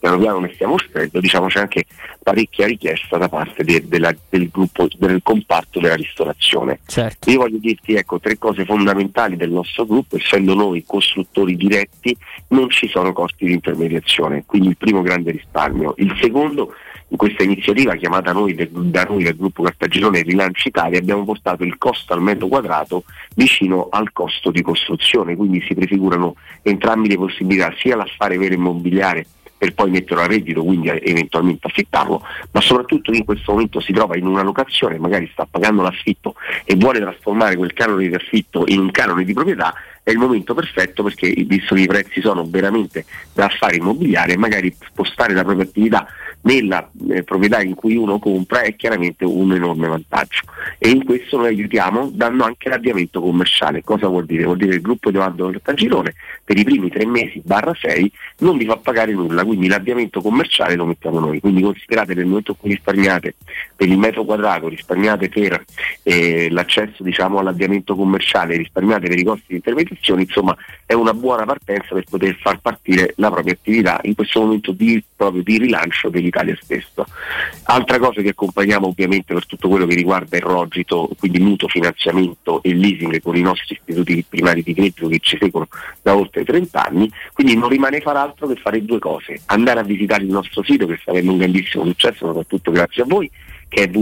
piano piano ne stiamo uscendo, diciamo c'è anche parecchia richiesta da parte del gruppo, del comparto della ristorazione. Certo. Io voglio dirti, ecco, 3 cose fondamentali del nostro gruppo: essendo noi costruttori diretti non ci sono costi di intermediazione, quindi il primo grande risparmio. Il secondo, in questa iniziativa chiamata da noi del gruppo Cartagirone Rilancio Italia, abbiamo portato il costo al metro quadrato vicino al costo di costruzione, quindi si prefigurano entrambi le possibilità, sia l'affare vero immobiliare per poi metterlo a reddito, quindi eventualmente affittarlo, ma soprattutto chi in questo momento si trova in una locazione, magari sta pagando l'affitto e vuole trasformare quel canone di affitto in un canone di proprietà, è il momento perfetto, perché visto che i prezzi sono veramente da affare immobiliare, magari spostare la propria attività nella proprietà in cui uno compra è chiaramente un enorme vantaggio, e in questo noi aiutiamo dando anche l'avviamento commerciale. Cosa vuol dire? Vuol dire che il gruppo Edoardo Cartagirone per i primi 3 mesi /6 non vi fa pagare nulla, quindi l'avviamento commerciale lo mettiamo noi. Quindi considerate, nel momento in cui risparmiate per il metro quadrato, risparmiate per l'accesso, diciamo, all'avviamento commerciale, risparmiate per i costi di intermediazione, insomma è una buona partenza per poter far partire la propria attività in questo momento proprio di rilancio dell'Italia stesso. Altra cosa che accompagniamo ovviamente per tutto quello che riguarda il rogito, quindi mutuo, finanziamento e leasing con i nostri istituti primari di credito che ci seguono da oltre 30 anni, quindi non rimane far altro che fare 2 cose: andare a visitare il nostro sito, che sta avendo un grandissimo successo soprattutto grazie a voi, che è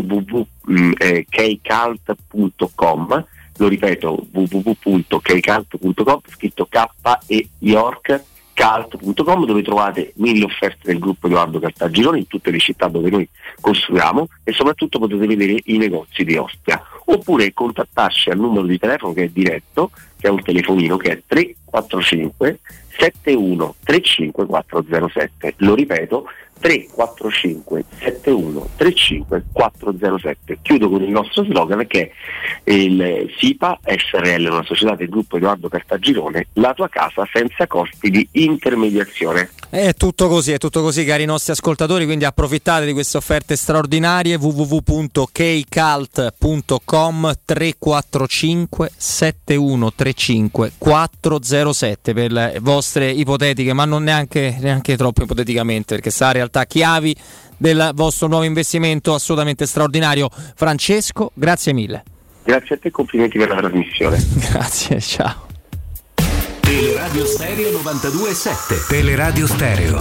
www.kcalt.com, lo ripeto, www.kcalt.com, scritto K e York, calt.com, dove trovate 1000 offerte del gruppo Edoardo Cartagirone in tutte le città dove noi costruiamo, e soprattutto potete vedere i negozi di Ostia, oppure contattarci al numero di telefono che è diretto, che è un telefonino, che è 345 71 35 407. Lo ripeto, 345 71 35 407. Chiudo con il nostro slogan, che è il SIPA SRL, una società del gruppo Edoardo Cartagirone, la tua casa senza costi di intermediazione. È tutto così, cari nostri ascoltatori, quindi approfittate di queste offerte straordinarie. www.kcalt.com, 345 7135 407 per le vostre ipotetiche, ma non neanche troppo ipoteticamente, perché sta realtà chiavi del vostro nuovo investimento assolutamente straordinario. Francesco, grazie mille. Grazie a te, complimenti per la trasmissione. Grazie, ciao. Teleradio Stereo 92.7. Teleradio Stereo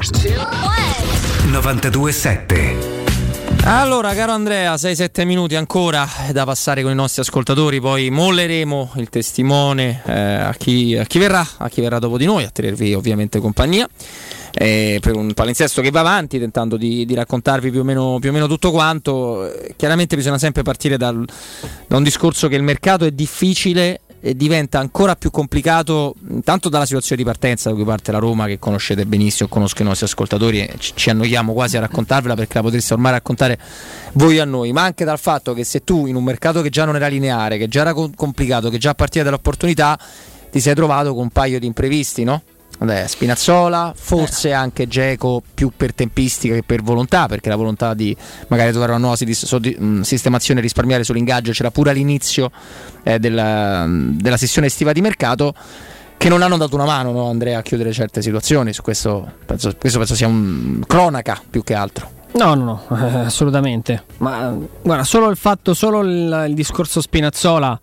92.7. Allora, caro Andrea, 6-7 minuti ancora da passare con i nostri ascoltatori, poi molleremo il testimone a chi verrà dopo di noi a tenervi ovviamente compagnia, per un palinsesto che va avanti tentando di raccontarvi più o meno tutto quanto. Chiaramente bisogna sempre partire da un discorso che il mercato è difficile e diventa ancora più complicato, intanto dalla situazione di partenza da cui parte la Roma, che conoscete benissimo, conosco i nostri ascoltatori e ci annoiamo quasi a raccontarvela, perché la potreste ormai raccontare voi a noi, ma anche dal fatto che se tu in un mercato che già non era lineare, che già era complicato, che già partiva dall'opportunità, ti sei trovato con un paio di imprevisti, no? Spinazzola, forse anche Dzeko, più per tempistica che per volontà, perché la volontà di magari trovare una nuova sistemazione e risparmiare sull'ingaggio c'era pure all'inizio della sessione estiva di mercato, che non hanno dato una mano, no, Andrea, a chiudere certe situazioni. Su questo penso sia un cronaca più che altro. No, assolutamente. Ma guarda, solo il discorso Spinazzola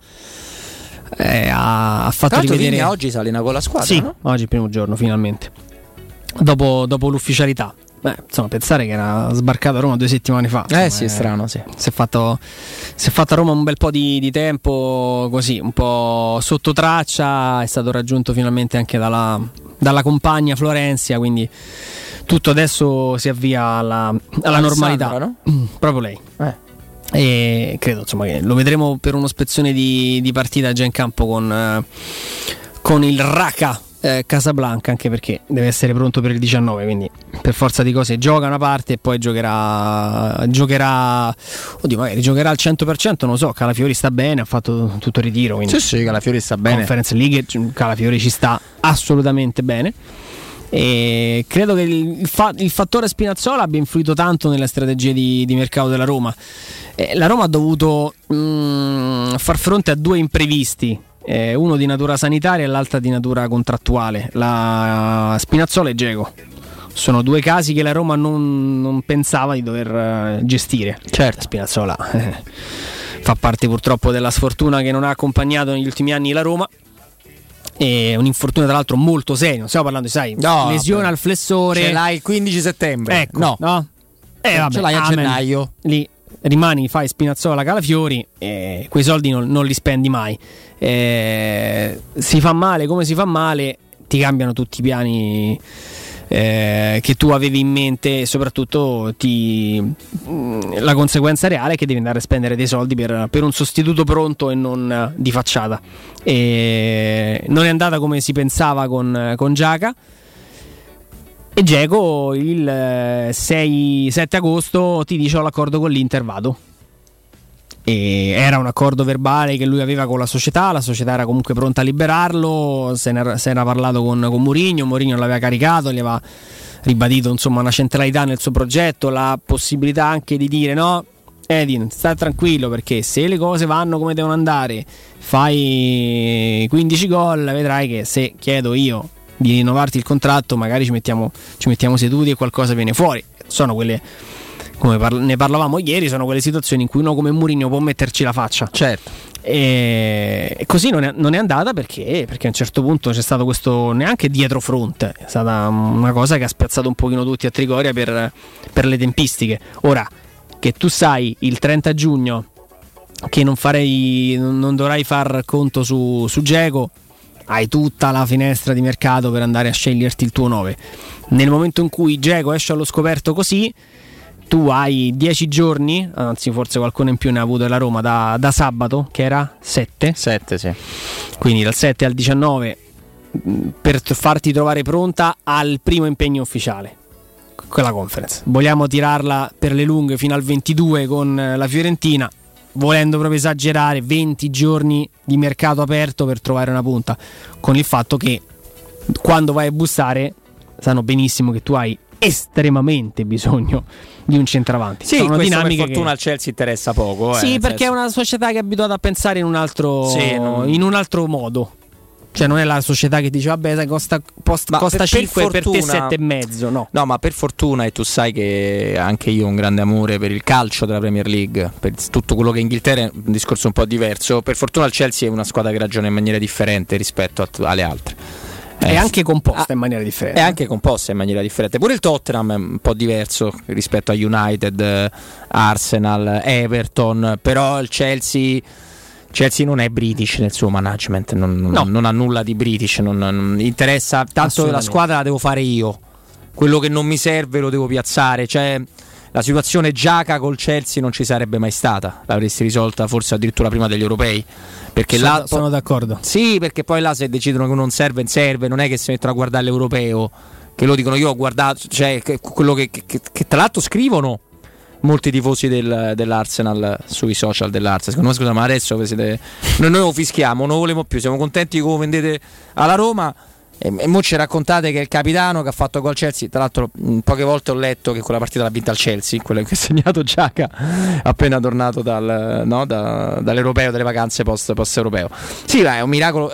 ha fatto rivedere. Vigna oggi sale con la squadra, sì, no? Oggi è il primo giorno finalmente, dopo l'ufficialità. Insomma, pensare che era sbarcato a Roma 2 settimane fa, insomma, sì, è strano, sì. Si è fatto a Roma un bel po' di tempo così, un po' sotto traccia. È stato raggiunto finalmente anche dalla compagna Florenzia, quindi tutto adesso si avvia alla normalità, no? Proprio lei. E credo, insomma, che lo vedremo per uno spezzone di partita già in campo con il Raqqa Casablanca, anche perché deve essere pronto per il 19, quindi per forza di cose gioca una parte e poi giocherà al 100%, non lo so. Calafiori sta bene, ha fatto tutto il ritiro, quindi sì, Calafiori sta bene. Conference League, Calafiori ci sta assolutamente bene. E credo che il fattore Spinazzola abbia influito tanto nella strategia di mercato della Roma. La Roma ha dovuto far fronte a 2 imprevisti, uno di natura sanitaria e l'altro di natura contrattuale, la Spinazzola e Dzeko. sono due casi che la Roma non pensava di dover gestire. Certo, Spinazzola fa parte purtroppo della sfortuna che non ha accompagnato negli ultimi anni la Roma. È un infortunio tra l'altro molto serio, non stiamo parlando di lesione al flessore. Ce l'hai il 15 settembre. Ecco, no? Vabbè, ce l'hai a gennaio. Lì rimani, fai Spinazzola, Calafiori, quei soldi non li spendi mai. Si fa male come si fa male, ti cambiano tutti i piani che tu avevi in mente, e soprattutto la conseguenza reale è che devi andare a spendere dei soldi per un sostituto pronto e non di facciata. Non è andata come si pensava con Giaca. E Dzeko il 6-7 agosto ti dice: ho l'accordo con l'Inter, vado. E era un accordo verbale che lui aveva con la società era comunque pronta a liberarlo, se era parlato con Mourinho l'aveva caricato, gli aveva ribadito insomma una centralità nel suo progetto, la possibilità anche di dire: no Edin, sta tranquillo, perché se le cose vanno come devono andare, fai 15 gol, vedrai che se chiedo io di rinnovarti il contratto magari ci mettiamo seduti e qualcosa viene fuori. Sono quelle, come ne parlavamo ieri, sono quelle situazioni in cui uno come Mourinho può metterci la faccia. Certo. E così non è andata perché a un certo punto c'è stato questo neanche dietrofront, è stata una cosa che ha spiazzato un pochino tutti a Trigoria per le tempistiche. Ora che tu sai il 30 giugno che non dovrai far conto su Dzeko, hai tutta la finestra di mercato per andare a sceglierti il tuo 9. Nel momento in cui Dzeko esce allo scoperto così, tu hai 10 giorni, anzi forse qualcuno in più ne ha avuto la Roma da sabato, che era 7, sì. Quindi dal 7 al 19 per farti trovare pronta al primo impegno ufficiale, quella conference. Vogliamo tirarla per le lunghe fino al 22 con la Fiorentina, volendo proprio esagerare, 20 giorni di mercato aperto per trovare una punta, con il fatto che quando vai a bussare sanno benissimo che tu hai estremamente bisogno di un centravanti. Sì, sono dinamiche per fortuna al Chelsea interessa poco. Sì, perché è una società che è abituata a pensare in un altro modo. Cioè non è la società che dice vabbè sai, costa 5 per te 7,5. No, ma per fortuna, e tu sai che anche io ho un grande amore per il calcio della Premier League, per tutto quello che in Inghilterra è un discorso un po' diverso. Per fortuna il Chelsea è una squadra che ragiona in maniera differente rispetto alle altre. È anche composta in maniera differente. È anche composta in maniera differente. Pure il Tottenham è un po' diverso rispetto a United, Arsenal, Everton. Però il Chelsea non è British nel suo management, non ha nulla di British, non interessa tanto. La squadra la devo fare io, quello che non mi serve lo devo piazzare. Cioè la situazione Giaca col Chelsea non ci sarebbe mai stata, l'avresti risolta forse addirittura prima degli europei, perché sono d'accordo. Sì, perché poi là se decidono che non serve, non è che si mettono a guardare l'europeo, che lo dicono. Io ho guardato, cioè quello che tra l'altro scrivono molti tifosi dell'Arsenal sui social dell'Arsenal. Secondo me, scusa, ma adesso noi lo fischiamo, non lo volevamo più, siamo contenti che lo vendete alla Roma. E mo ci raccontate che è il capitano che ha fatto gol Chelsea. Tra l'altro poche volte ho letto che quella partita l'ha vinta il Chelsea, quella che ha segnato Giaca appena tornato dall'europeo, dalle vacanze post europeo. Sì, è un miracolo,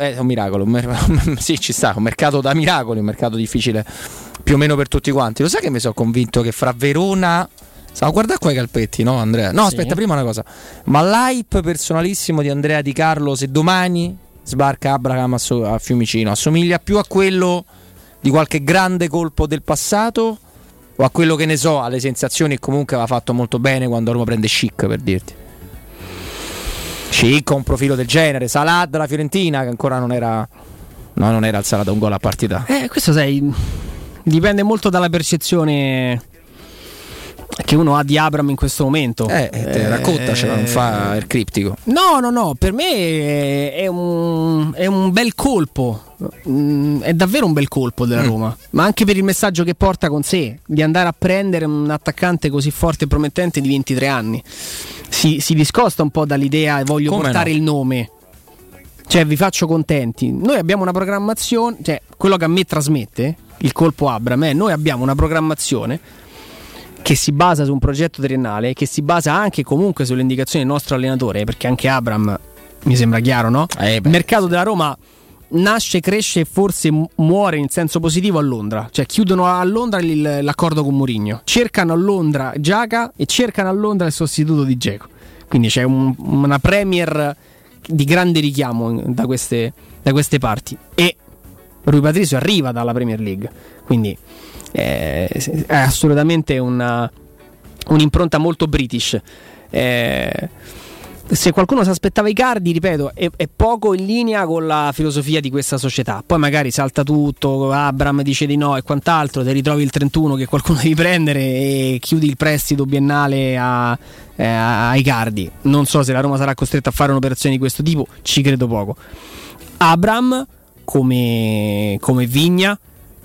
sì, ci sta, un mercato da miracoli, un mercato difficile più o meno per tutti quanti. Lo sai che mi sono convinto che fra Verona, stavo a guardare qua i calpetti, no Andrea? No, aspetta, prima una cosa. Ma l'hype personalissimo di Andrea Di Carlo, se domani sbarca Abraham a Fiumicino, assomiglia più a quello di qualche grande colpo del passato o a quello, che ne so, alle sensazioni che comunque aveva fatto molto bene quando Roma prende Schick, per dirti? Schick ha un profilo del genere, Salah della Fiorentina che ancora non era alzata da un gol a partita. Questo dipende molto dalla percezione che uno ha di Abraham in questo momento. Raccontacela, non fa il criptico. No, per me è un bel colpo, è davvero un bel colpo della Roma, ma anche per il messaggio che porta con sé di andare a prendere un attaccante così forte e promettente di 23 anni. Si discosta un po' dall'idea voglio portare il nome, cioè vi faccio contenti. Noi abbiamo una programmazione, cioè quello che a me trasmette il colpo Abraham noi abbiamo una programmazione che si basa su un progetto triennale, che si basa anche comunque sulle indicazioni del nostro allenatore, perché anche Abraham mi sembra chiaro, no? Il mercato della Roma nasce, cresce e forse muore in senso positivo a Londra. Cioè chiudono a Londra l'accordo con Mourinho, cercano a Londra Xhaka e cercano a Londra il sostituto di Dzeko. Quindi c'è una Premier di grande richiamo da queste parti, e Rui Patricio arriva dalla Premier League, quindi è assolutamente un'impronta molto British. Se qualcuno si aspettava Icardi, ripeto, è poco in linea con la filosofia di questa società. Poi magari salta tutto, Abraham dice di no e quant'altro, te ritrovi il 31 che qualcuno devi prendere e chiudi il prestito biennale a Icardi. Non so se la Roma sarà costretta a fare un'operazione di questo tipo, ci credo poco. Abraham come Vigna,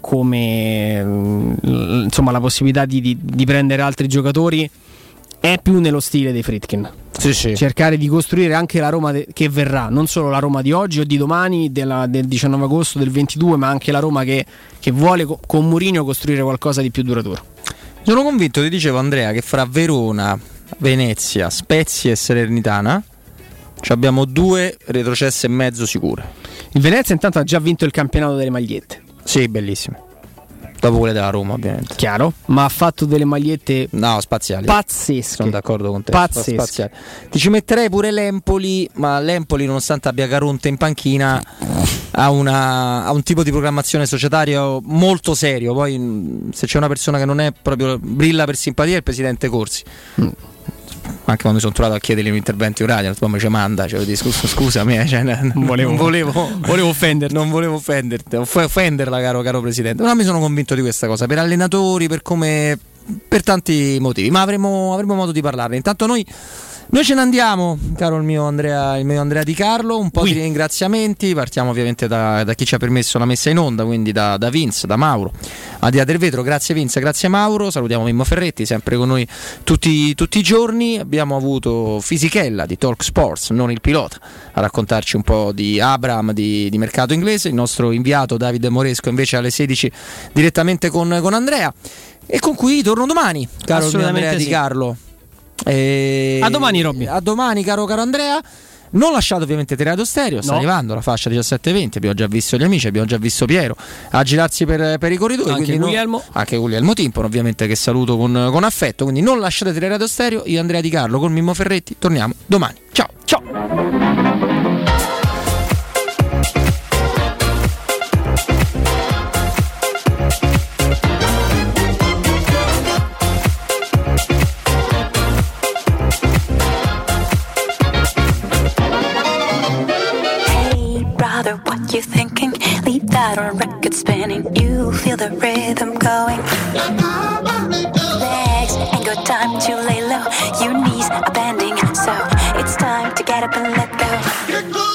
come insomma la possibilità di prendere altri giocatori, è più nello stile dei Friedkin. Sì. Cercare di costruire anche la Roma che verrà, non solo la Roma di oggi o di domani, del 19 agosto, del 22, ma anche la Roma che vuole con Mourinho costruire qualcosa di più duraturo. Sono convinto, ti dicevo Andrea, che fra Verona, Venezia, Spezia e Salernitana abbiamo 2 retrocesse e mezzo sicure. Il Venezia intanto ha già vinto il campionato delle magliette. Sì, bellissime. Dopo quelle della Roma, ovviamente. Chiaro, ma ha fatto delle magliette spaziali. Pazzesche. Sono d'accordo con te. Pazzesche. Spaziali. Ti ci metterei pure l'Empoli, ma l'Empoli, nonostante abbia Caronte in panchina, ha un tipo di programmazione societaria molto serio. Poi se c'è una persona che non è proprio brilla per simpatia è il presidente Corsi. Anche quando mi sono trovato a chiedergli un intervento in radio, poi mi ci manda, scusami, non volevo offenderti. Non volevo offenderla, caro presidente. Ma mi sono convinto di questa cosa, per allenatori, per tanti motivi, ma avremo modo di parlarne. Intanto noi ce ne andiamo, caro il mio Andrea Di Carlo. Un po' di ringraziamenti. Partiamo ovviamente da chi ci ha permesso la messa in onda, quindi da Vince, da Mauro, a Dia del Vetro. Grazie Vince, grazie Mauro. Salutiamo Mimmo Ferretti, sempre con noi tutti i giorni. Abbiamo avuto Fisichella di Talk Sports, non il pilota, a raccontarci un po' di Abraham, di mercato inglese. Il nostro inviato Davide Moresco invece alle 16 direttamente con Andrea, e con cui torno domani, caro il mio Andrea Di Carlo. A domani, Robby. A domani, caro Andrea. Non lasciate ovviamente Teleradio Stereo, sta arrivando la fascia 17:20. Abbiamo già visto gli amici, abbiamo già visto Piero a girarsi per i corridoi. Anche Guglielmo Timpone, ovviamente, che saluto con affetto. Quindi non lasciate Teleradio Stereo. Io, Andrea Di Carlo, con Mimmo Ferretti, torniamo domani. Ciao. What you thinking? Leave that on record spinning. You feel the rhythm going. Legs ain't got time to lay low. Your knees are bending, so it's time to get up and let go.